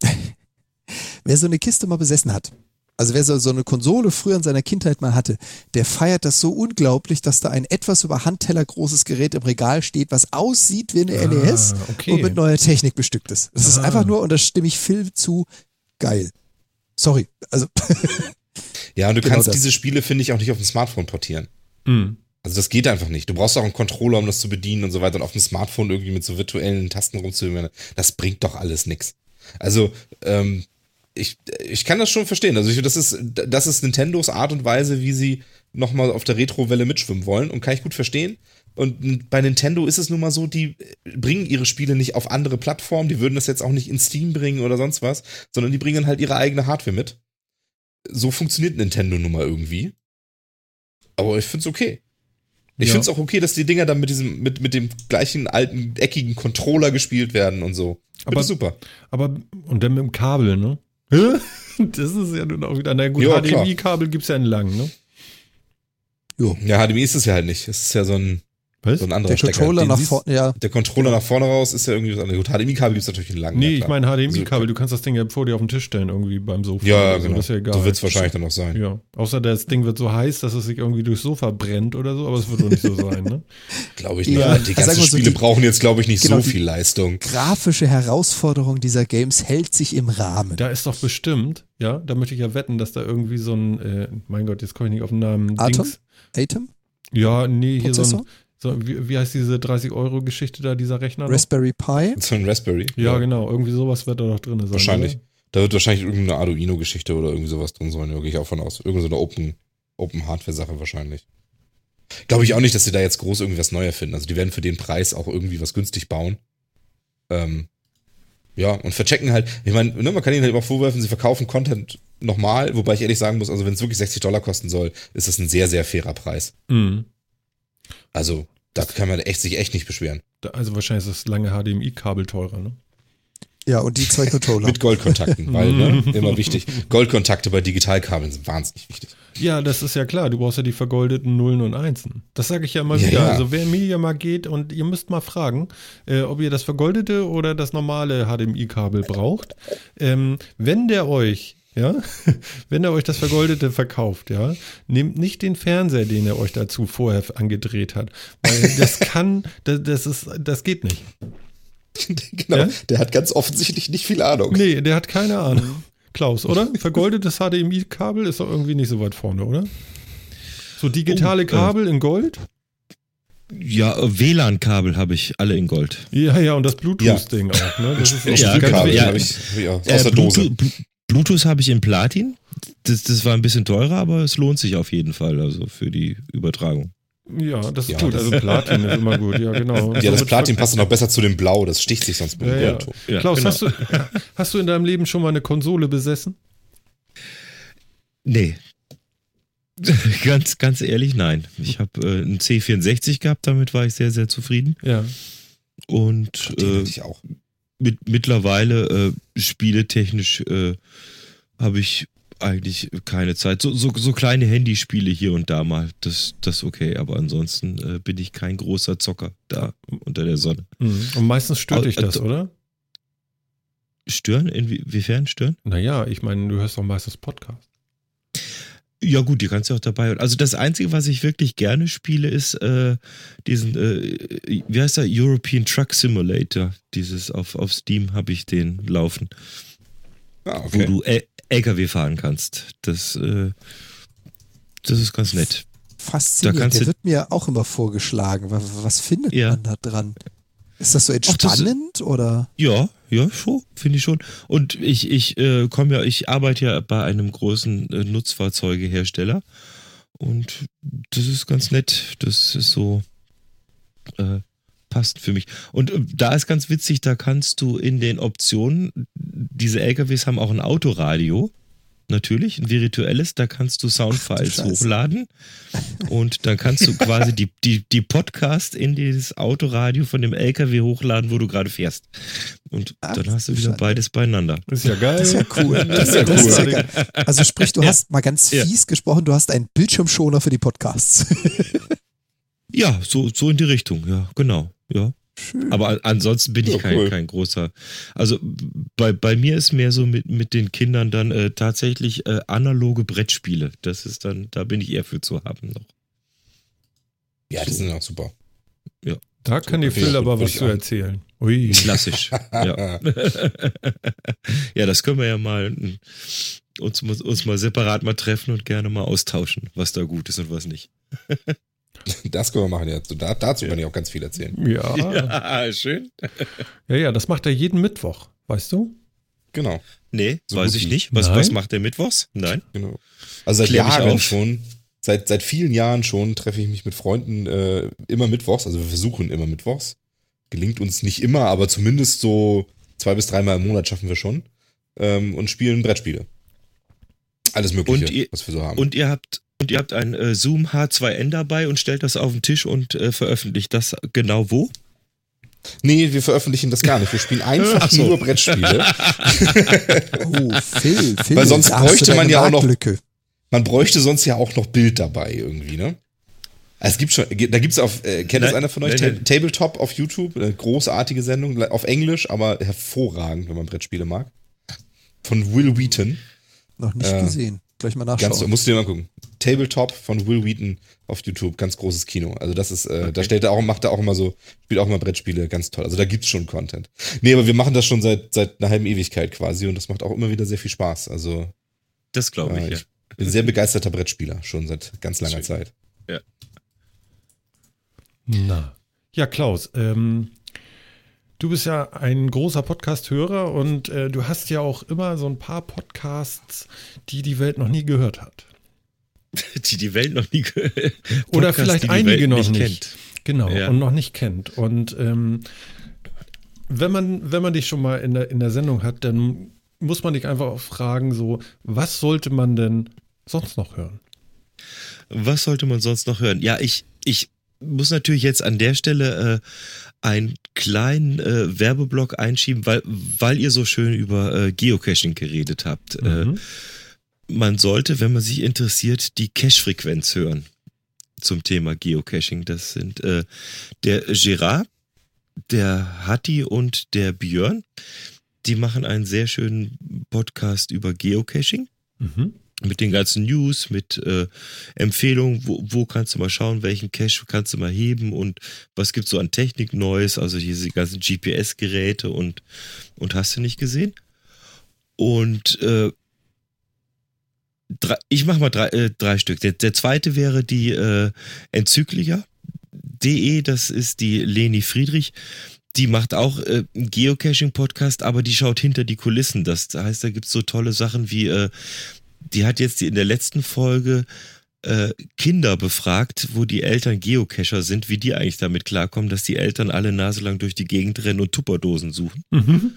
Wer so eine Kiste mal besessen hat, also wer so, so eine Konsole früher in seiner Kindheit mal hatte, der feiert das so unglaublich, dass da ein etwas über Handteller großes Gerät im Regal steht, was aussieht wie eine N E S Ah, okay. und mit neuer Technik bestückt ist. Das ist Ah. einfach nur, und da stimme ich Phil zu, geil. Sorry. Also, Ja, und du Genau kannst das. diese Spiele, finde ich, auch nicht auf dem Smartphone portieren. Mhm. Also das geht einfach nicht. Du brauchst auch einen Controller, um das zu bedienen und so weiter. Und auf dem Smartphone irgendwie mit so virtuellen Tasten rumzuhören, das bringt doch alles nix. Also, ähm, ich, ich kann das schon verstehen. Also ich, das ist, das ist Nintendos Art und Weise, wie sie nochmal auf der Retro-Welle mitschwimmen wollen, und kann ich gut verstehen. Und bei Nintendo ist es nun mal so, die bringen ihre Spiele nicht auf andere Plattformen, die würden das jetzt auch nicht in Steam bringen oder sonst was, sondern die bringen halt ihre eigene Hardware mit. So funktioniert Nintendo nun mal irgendwie. Aber ich find's okay. Ich Ja. find's auch okay, dass die Dinger dann mit diesem, mit, mit dem gleichen alten, eckigen Controller gespielt werden und so. Aber- Aber super. Aber, und dann mit dem Kabel, ne? Hä? Das ist ja nun auch wieder, na gut, Ja, H D M I-Kabel gibt's ja in lang, ne? Ja, H D M I ist es ja halt nicht. Es ist ja so ein, Was? so ein anderer der Stecker. Controller Den nach siehst- vorne, ja. Der Controller nach vorne raus ist ja irgendwie was anderes. Gut, H D M I-Kabel gibt's natürlich in lang. Nee, ja, ich klar. meine H D M Also, I-Kabel, du kannst das Ding ja vor dir auf den Tisch stellen, irgendwie beim Sofa. Ja, oder so, genau. Das ist ja egal. So wird's wahrscheinlich dann auch sein. Ja, außer das Ding wird so heiß, dass es sich irgendwie durchs Sofa brennt oder so, aber es wird doch nicht so sein, ne? Glaube ich nicht. Ja, Die also ganzen sagen wir so, Spiele die- brauchen jetzt, glaube ich, nicht genau, so die- viel Leistung. Grafische Herausforderung dieser Games hält sich im Rahmen. Da ist doch bestimmt, ja, da möchte ich ja wetten, dass da irgendwie so ein, äh, mein Gott, jetzt komme ich nicht auf den Namen. Atom? Dings. Atom? Ja, nee, hier so Prozessor? ein, so, wie, wie heißt diese dreißig-Euro-Geschichte da, dieser Rechner? noch? Raspberry Pi? So ein Raspberry. Ja, genau, irgendwie sowas wird da noch drin sein. Wahrscheinlich. Oder? Da wird wahrscheinlich irgendeine Arduino-Geschichte oder irgendwie sowas drin sein, da gehe ich auch von aus. Irgend so eine Open, Open-Hardware-Sache wahrscheinlich. Glaube ich auch nicht, dass sie da jetzt groß irgendwas neu erfinden. Also die werden für den Preis auch irgendwie was günstig bauen. Ähm, ja, und verchecken halt, ich meine, ne, man kann ihnen halt immer vorwerfen, sie verkaufen Content nochmal, wobei ich ehrlich sagen muss, also wenn es wirklich sechzig Dollar kosten soll, ist das ein sehr, sehr fairer Preis. Mhm. Also da kann man echt, sich echt nicht beschweren. Da, also wahrscheinlich ist das lange H D M I-Kabel teurer, ne? Ja, und die zwei Controller. Mit Goldkontakten, weil, ne, immer wichtig. Goldkontakte bei Digitalkabeln sind wahnsinnig wichtig. Ja, das ist ja klar. Du brauchst ja die vergoldeten Nullen und Einsen. Das sage ich ja immer Ja, wieder. ja. Also wer im Mediamarkt geht und ihr müsst mal fragen, äh, ob ihr das vergoldete oder das normale H D M I-Kabel braucht. Ähm, wenn der euch, ja, wenn er euch das vergoldete verkauft, ja, nehmt nicht den Fernseher, den er euch dazu vorher angedreht hat. Weil das kann, das, das ist, das geht nicht. Genau, Ja? der hat ganz offensichtlich nicht viel Ahnung. Nee, der hat keine Ahnung. Klaus, oder? Vergoldetes H D M I-Kabel ist doch irgendwie nicht so weit vorne, oder? So digitale Oh, Kabel in Gold? Ja, W L A N-Kabel habe ich alle in Gold. Ja, ja, und das Bluetooth-Ding auch, ne? Das ist auch Ja, ganz genau, Kabel wichtig. ja. habe ich, hab ich auch, aus Äh, der Dose. Bluetooth, Bluetooth habe ich in Platin. Das, das war ein bisschen teurer, aber es lohnt sich auf jeden Fall, also für die Übertragung. Ja, das ist Ja, gut. das- Also Platin ist immer gut, ja, genau. Ja, das Somit- Platin passt noch besser zu dem Blau, das sticht sich sonst mit Ja, dem ja. Gold. Ja, Klaus, genau. hast, du, hast du in deinem Leben schon mal eine Konsole besessen? Nee. ganz, ganz ehrlich, nein. Ich habe äh, einen C vierundsechzig gehabt, damit war ich sehr, sehr zufrieden. Ja. Und Den äh, hatte ich auch. mit, mittlerweile äh, spieletechnisch äh, habe ich eigentlich keine Zeit. So, so, so kleine Handyspiele hier und da mal, das das okay. Aber ansonsten äh, bin ich kein großer Zocker da unter der Sonne. Mhm. Und meistens stört Au- dich das, also- oder? Stören? Inwiefern stören? Naja, ich meine, du hörst doch meistens Podcast. Ja gut, die kannst du auch dabei. Also das Einzige, was ich wirklich gerne spiele, ist äh, diesen, äh, wie heißt der, European Truck Simulator. Dieses auf, auf Steam habe ich den laufen, Ah, wo okay. du L- LKW fahren kannst. Das, äh, das ist ganz nett. Faszinierend. Da kannst Der du- wird mir auch immer vorgeschlagen. Was, was findet Ja. man da dran? Ist das so das- entspannend oder? Ja, ja, schon, finde ich schon. Und ich, ich äh, komme ja, ich arbeite ja bei einem großen äh, Nutzfahrzeugehersteller und das ist ganz nett. Das ist so äh, passt für mich. Und äh, da ist ganz witzig, da kannst du in den Optionen, diese L K Ws haben auch ein Autoradio. Natürlich, ein virtuelles, da kannst du Soundfiles Scheiße. hochladen und dann kannst du quasi die, die, die Podcast in dieses Autoradio von dem L K W hochladen, wo du gerade fährst. Und Ach, dann hast du du wieder Scheiße. beides beieinander. Ist ja geil. Das ist ja cool. Das ist ja cool. geil. Also sprich, du Ja. hast mal ganz Ja. fies gesprochen, du hast einen Bildschirmschoner für die Podcasts. Ja, so, so in die Richtung, ja, genau, ja. Schön. Aber an- ansonsten bin ich Ja, kein, cool. kein großer. Also bei, bei mir ist mehr so mit, mit den Kindern dann äh, tatsächlich äh, analoge Brettspiele. Das ist dann, da bin ich eher für zu haben noch. Ja, die sind auch super. Da kann dir Ja, Phil aber würde was ich zu auch. erzählen. Ui. Klassisch. ja. ja, das können wir ja mal mm, uns, uns mal separat mal treffen und gerne mal austauschen, was da gut ist und was nicht. Das können wir machen jetzt. Da, dazu kann ich auch ganz viel erzählen. Ja. Ja, schön. ja, ja, das macht er jeden Mittwoch, weißt du? Genau. Nee, So weiß gut ich wie- nicht. Was, Nein? was macht der Mittwochs? Nein. Genau. Also seit Klär mich Jahren auf. schon, seit, seit vielen Jahren schon treffe ich mich mit Freunden äh, immer mittwochs. Also wir versuchen immer mittwochs. Gelingt uns nicht immer, aber zumindest so zwei bis dreimal im Monat schaffen wir schon. Ähm, und spielen Brettspiele. Alles Mögliche, Und ihr- was wir so haben. Und ihr habt und ihr habt ein äh, Zoom H zwei N dabei und stellt das auf den Tisch und äh, veröffentlicht das genau wo? nee, wir veröffentlichen das gar nicht. Wir spielen einfach Ach so. nur Brettspiele. Oh, Phil, Phil. Weil sonst da hast du bräuchte man deine ja auch noch- Marktlücke. Man bräuchte sonst ja auch noch Bild dabei irgendwie, ne? Also es gibt schon, da gibt es auf, äh, kennt das Nein, einer von euch? nein, Ta nein. Tabletop auf YouTube, eine großartige Sendung, auf Englisch, aber hervorragend, wenn man Brettspiele mag. Von Will Wheaton. Noch nicht Äh, gesehen. Gleich mal Ganz, nachschauen. musst du dir mal gucken. Tabletop von Will Wheaton auf YouTube, ganz großes Kino. Also das ist, äh, da stellt er auch, macht er auch immer so, spielt auch immer Brettspiele, ganz toll. Also da gibt's schon Content. Nee, aber wir machen das schon seit, seit einer halben Ewigkeit quasi und das macht auch immer wieder sehr viel Spaß. Also Das glaube ich, äh, ja. ich bin sehr begeisterter Brettspieler, schon seit ganz langer Schön. Zeit. Na. Ja, Klaus, ähm, du bist ja ein großer Podcast-Hörer und äh, du hast ja auch immer so ein paar Podcasts, die die Welt noch nie gehört hat. Die die Welt noch nie ge- Oder Podcasts, vielleicht die die einige Welt noch nicht nicht. kennt. Genau, Ja. und noch nicht kennt. Und ähm, wenn man, wenn man dich schon mal in der, in der Sendung hat, dann muss man dich einfach auch fragen, so, was sollte man denn sonst noch hören? Was sollte man sonst noch hören? Ja, ich, ich muss natürlich jetzt an der Stelle äh, einen kleinen äh, Werbeblock einschieben, weil, weil ihr so schön über äh, Geocaching geredet habt. Äh, Mhm. man sollte, wenn man sich interessiert, die Cache-Frequenz hören zum Thema Geocaching. Das sind äh, der Gerard, der Hatti und der Björn. Die machen einen sehr schönen Podcast über Geocaching. Mhm. Mit den ganzen News, mit äh, Empfehlungen, wo, wo kannst du mal schauen, welchen Cache kannst du mal heben und was gibt's so an Technik Neues, also diese ganzen G P S-Geräte und, und hast du nicht gesehen. Und äh, drei, ich mache mal drei, äh, drei Stück. Der, der zweite wäre die äh, Enzykliker punkt de, das ist die Leni Friedrich. Die macht auch äh, einen Geocaching-Podcast, aber die schaut hinter die Kulissen. Das heißt, da gibt's so tolle Sachen wie, äh, die hat jetzt in der letzten Folge äh, Kinder befragt, wo die Eltern Geocacher sind, wie die eigentlich damit klarkommen, dass die Eltern alle naselang durch die Gegend rennen und Tupperdosen suchen. Mhm.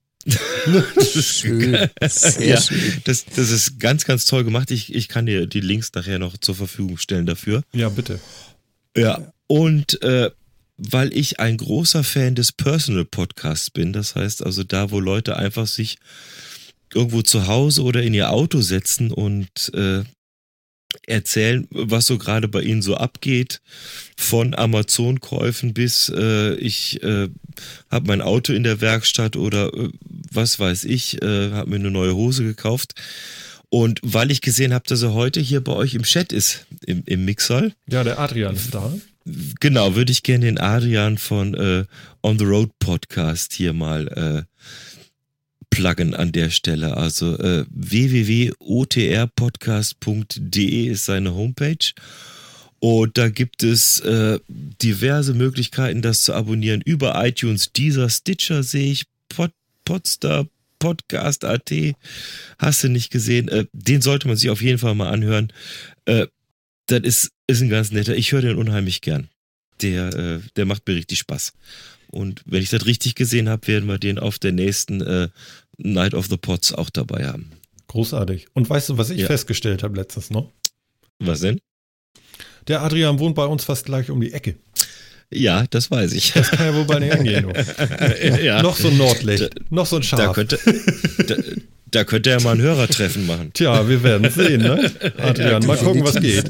Das ist Schön, sehr ja, schön. Das, das ist ganz, ganz toll gemacht. Ich, ich kann dir die Links nachher noch zur Verfügung stellen dafür. Ja, bitte. Ja, und äh, weil ich ein großer Fan des Personal Podcasts bin, das heißt also da, wo Leute einfach sich irgendwo zu Hause oder in ihr Auto setzen und äh, erzählen, was so gerade bei ihnen so abgeht, von Amazon-Käufen bis äh, ich äh, habe mein Auto in der Werkstatt oder äh, was weiß ich, äh, habe mir eine neue Hose gekauft. Und weil ich gesehen habe, dass er heute hier bei euch im Chat ist, im, im Mixall. Ja, der Adrian ist da. Genau, würde ich gerne den Adrian von äh, On the Road Podcast hier mal äh, pluggen an der Stelle. Also äh, w w w punkt o t r podcast punkt de ist seine Homepage. Und da gibt es äh, diverse Möglichkeiten, das zu abonnieren. Über iTunes, Deezer, Stitcher sehe ich, Pod, Podstar, Podcast punkt a t. Hast du nicht gesehen? Äh, den sollte man sich auf jeden Fall mal anhören. Äh, das ist, ist ein ganz netter. Ich höre den unheimlich gern. Der, äh, der macht mir richtig Spaß. Und wenn ich das richtig gesehen habe, werden wir den auf der nächsten äh, Night of the Pots auch dabei haben. Großartig. Und weißt du, was ich Ja. festgestellt habe letztens noch? Was denn? Der Adrian wohnt bei uns fast gleich um die Ecke. Ja, das weiß ich. Das kann ja wohl bald nicht angehen. Du. Ja. Noch so ein Nordlicht, noch so ein Schaf. Da könnte, da, da könnte er mal ein Hörertreffen machen. Tja, wir werden sehen, ne? Adrian, mal gucken, was geht.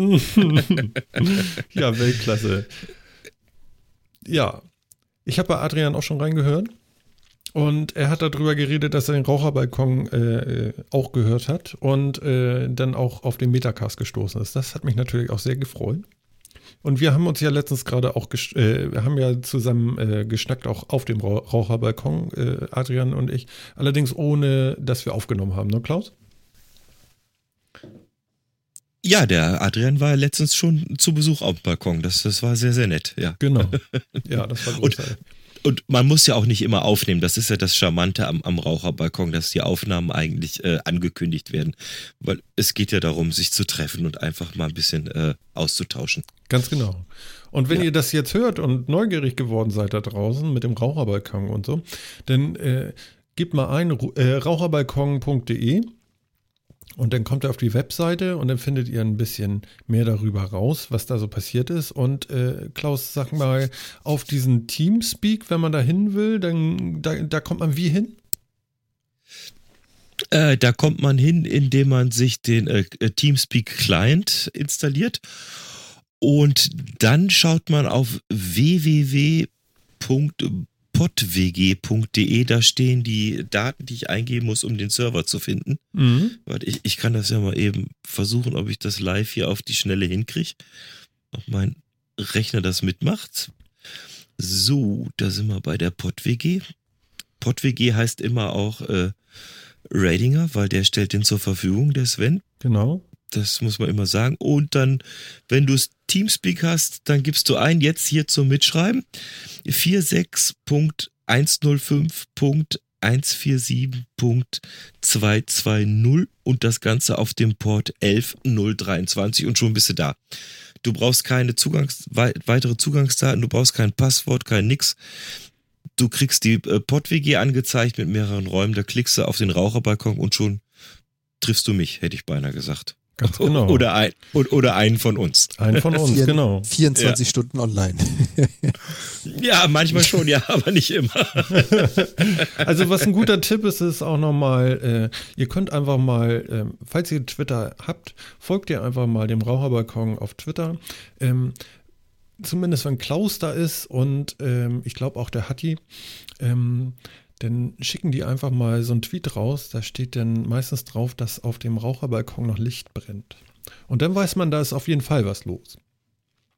Ja, Weltklasse. Ja, ich habe bei Adrian auch schon reingehört und er hat darüber geredet, dass er den Raucherbalkon äh, auch gehört hat und äh, dann auch auf den Metacast gestoßen ist. Das hat mich natürlich auch sehr gefreut. Und wir haben uns ja letztens gerade auch, ges- äh, wir haben ja zusammen äh, geschnackt, auch auf dem Rauch- Raucherbalkon, äh, Adrian und ich, allerdings ohne, dass wir aufgenommen haben, ne Klaus? Ja, der Adrian war letztens schon zu Besuch auf dem Balkon. Das, das war sehr, sehr nett, ja. Genau. Ja, das war Und, großartig. und man muss ja auch nicht immer aufnehmen. Das ist ja das Charmante am, am Raucherbalkon, dass die Aufnahmen eigentlich äh, angekündigt werden. Weil es geht ja darum, sich zu treffen und einfach mal ein bisschen äh, auszutauschen. Ganz genau. Und wenn Ja. ihr das jetzt hört und neugierig geworden seid da draußen mit dem Raucherbalkon und so, dann äh, gebt mal ein ru- äh, raucherbalkon punkt de und dann kommt ihr auf die Webseite und dann findet ihr ein bisschen mehr darüber raus, was da so passiert ist. Und äh, Klaus, sag mal, auf diesen Teamspeak, wenn man da hin will, dann da, da kommt man wie hin? Äh, da kommt man hin, indem man sich den äh, Teamspeak Client installiert und dann schaut man auf w w w punkt podwg punkt de, da stehen die Daten, die ich eingeben muss, um den Server zu finden. Mhm. Warte, ich, ich kann das ja mal eben versuchen, ob ich das live hier auf die Schnelle hinkriege. Ob mein Rechner das mitmacht. So, da sind wir bei der PodWG. PodWG heißt immer auch äh, Ratinger, weil der stellt den zur Verfügung, der Sven. Genau. Das muss man immer sagen. Und dann, wenn du Teamspeak hast, dann gibst du ein, jetzt hier zum Mitschreiben, sechs Punkt eins null fünf Punkt eins vier sieben Punkt zwei zwei null und das Ganze auf dem Port elf null dreiundzwanzig und schon bist du da. Du brauchst keine Zugangs wei- weitere Zugangsdaten, du brauchst kein Passwort, kein nix. Du kriegst die äh, PodWG angezeigt mit mehreren Räumen, da klickst du auf den Raucherbalkon und schon triffst du mich, hätte ich beinahe gesagt. Ganz genau. Oder, ein, oder einen von uns. Einen von uns, Vier- genau. vierundzwanzig Stunden online. Ja, manchmal schon, ja, aber nicht immer. Also was ein guter Tipp ist, ist auch nochmal, äh, ihr könnt einfach mal, ähm, falls ihr Twitter habt, folgt ihr einfach mal dem Raucherbalkon auf Twitter. Ähm, zumindest wenn Klaus da ist und ähm, ich glaube auch der Hatti, ähm, dann schicken die einfach mal so einen Tweet raus, da steht dann meistens drauf, dass auf dem Raucherbalkon noch Licht brennt. Und dann weiß man, da ist auf jeden Fall was los.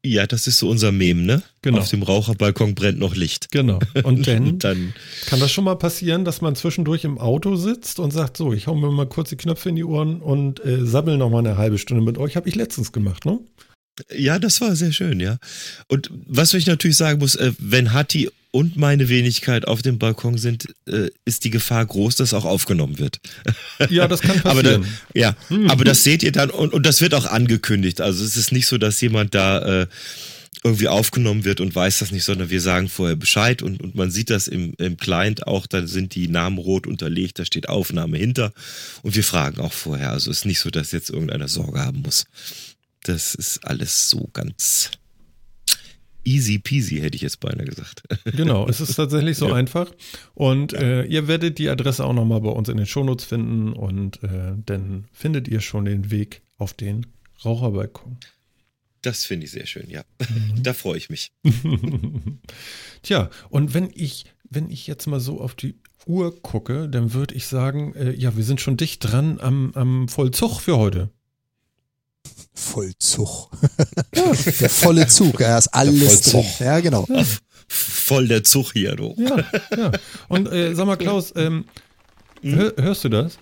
Ja, das ist so unser Meme, ne? Genau. Auf dem Raucherbalkon brennt noch Licht. Genau. Und dann, dann kann das schon mal passieren, dass man zwischendurch im Auto sitzt und sagt, so, ich hau mir mal kurz die Knöpfe in die Ohren und äh, sammel noch mal eine halbe Stunde mit euch. Habe ich letztens gemacht, ne? Ja, das war sehr schön, ja. Und was ich natürlich sagen muss, äh, wenn Hatti und meine Wenigkeit auf dem Balkon sind, äh, ist die Gefahr groß, dass auch aufgenommen wird. Ja, das kann aber passieren. da, ja, aber das seht ihr dann und, und das wird auch angekündigt. Also es ist nicht so, dass jemand da äh, irgendwie aufgenommen wird und weiß das nicht, sondern wir sagen vorher Bescheid und, und man sieht das im, im Client auch, da sind die Namen rot unterlegt, da steht Aufnahme hinter und wir fragen auch vorher. Also es ist nicht so, dass jetzt irgendeiner Sorge haben muss. Das ist alles so ganz easy peasy, hätte ich jetzt beinahe gesagt. Genau, es ist tatsächlich so ja. einfach. Und äh, ihr werdet die Adresse auch nochmal bei uns in den Shownotes finden und äh, dann findet ihr schon den Weg auf den Raucherbalkon. Das finde ich sehr schön, ja. Mhm. Da freue ich mich. Tja, und wenn ich, wenn ich jetzt mal so auf die Uhr gucke, dann würde ich sagen, äh, ja, wir sind schon dicht dran am, am Vollzug für heute. Vollzug. Der volle Zug, da ist alles drin. Ja, genau. Ja. Voll der Zug hier, du. Ja, ja. Und äh, sag mal, Klaus, ähm, hm? hör, hörst du das?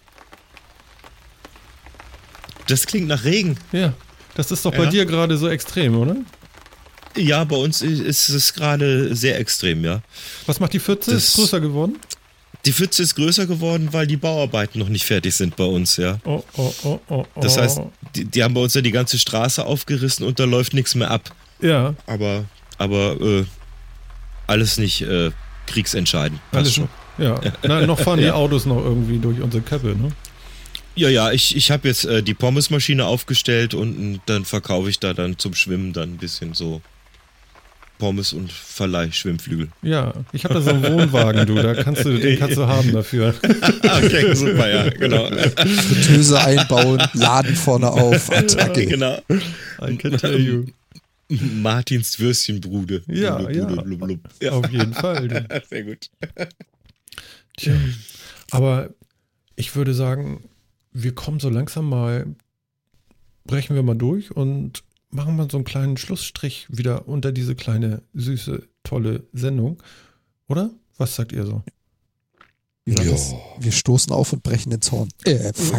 Das klingt nach Regen. Ja, das ist doch bei ja. dir gerade so extrem, oder? Ja, bei uns ist es gerade sehr extrem, ja. Was macht die Pfütze? Das ist größer geworden? Die Pfütze ist größer geworden, weil die Bauarbeiten noch nicht fertig sind bei uns, ja. Oh, oh, oh, oh, oh. Das heißt, die, die haben bei uns ja die ganze Straße aufgerissen und da läuft nichts mehr ab. Ja. Aber, aber äh, alles nicht äh, kriegsentscheidend. Alles schon. Ja. Na, noch fahren die ja. Autos noch irgendwie durch unsere Köppe, ne? Ja, ja, ich, ich habe jetzt äh, die Pommesmaschine aufgestellt und, und dann verkaufe ich da dann zum Schwimmen dann ein bisschen so Pommes und verleih Schwimmflügel. Ja, ich habe da so einen Wohnwagen, du, da kannst du, den kannst du haben dafür. Okay, super, ja, genau. Fritteuse einbauen, Laden vorne auf, Attacke. Genau. I can tell you. Martins Würstchenbrude. Ja, blub, ja. blub, blub, blub. ja. Auf jeden Fall. Du. Sehr gut. Tja, aber ich würde sagen, wir kommen so langsam mal, brechen wir mal durch und machen wir so einen kleinen Schlussstrich wieder unter diese kleine, süße, tolle Sendung. Oder? Was sagt ihr so? Ja, das, wir stoßen auf und brechen den Zorn. Äh, fuck.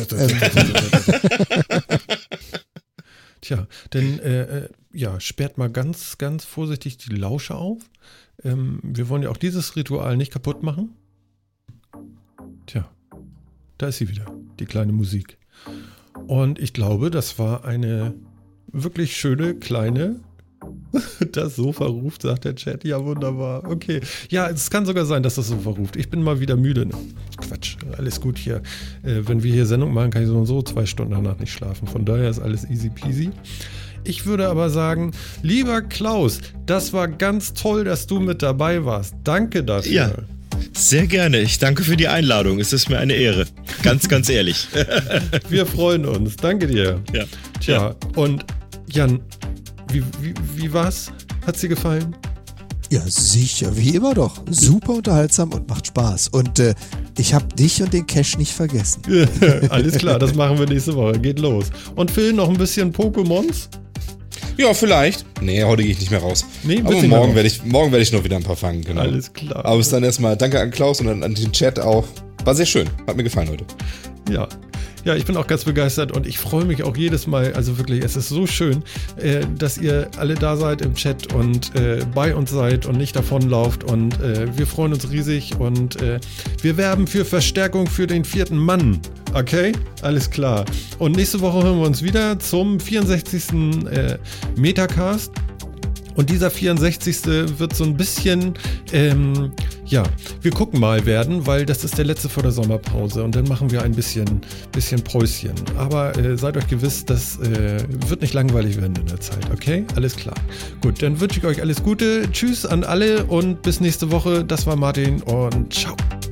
Tja, denn äh, ja, sperrt mal ganz, ganz vorsichtig die Lausche auf. Ähm, wir wollen ja auch dieses Ritual nicht kaputt machen. Tja, da ist sie wieder, die kleine Musik. Und ich glaube, das war eine wirklich schöne, kleine, das Sofa ruft, sagt der Chat. Ja, wunderbar. Okay. Ja, es kann sogar sein, dass das Sofa ruft. Ich bin mal wieder müde. Quatsch, alles gut hier. Äh, wenn wir hier Sendung machen, kann ich so und so zwei Stunden danach nicht schlafen. Von daher ist alles easy peasy. Ich würde aber sagen, lieber Klaus, das war ganz toll, dass du mit dabei warst. Danke dafür. Ja, sehr gerne. Ich danke für die Einladung. Es ist mir eine Ehre. Ganz, ganz ehrlich. Wir freuen uns. Danke dir. Ja. Tja, ja. Und Jan, wie, wie, wie war's? Hat's dir gefallen? Ja, sicher, wie immer doch. Super unterhaltsam und macht Spaß. Und äh, ich habe dich und den Cash nicht vergessen. Alles klar, das machen wir nächste Woche. Geht los. Und Phil, noch ein bisschen Pokémons? Ja, vielleicht. Nee, heute gehe ich nicht mehr raus. Nee, aber morgen werde ich, morgen werde ich noch wieder ein paar fangen. Genau. Alles klar. Aber bis dann erstmal danke an Klaus und an, an den Chat auch. War sehr schön. Hat mir gefallen heute. Ja. Ja, ich bin auch ganz begeistert und ich freue mich auch jedes Mal, also wirklich, es ist so schön, äh, dass ihr alle da seid im Chat und äh, bei uns seid und nicht davonlauft und äh, wir freuen uns riesig und äh, wir werben für Verstärkung für den vierten Mann, okay? Alles klar. Und nächste Woche hören wir uns wieder zum vierundsechzigsten Äh, Metacast. Und dieser vierundsechzigste wird so ein bisschen, ähm, ja, wir gucken mal werden, weil das ist der letzte vor der Sommerpause und dann machen wir ein bisschen, bisschen Päuschen. Aber äh, seid euch gewiss, das äh, wird nicht langweilig werden in der Zeit, okay? Alles klar. Gut, dann wünsche ich euch alles Gute. Tschüss an alle und bis nächste Woche. Das war Martin und ciao.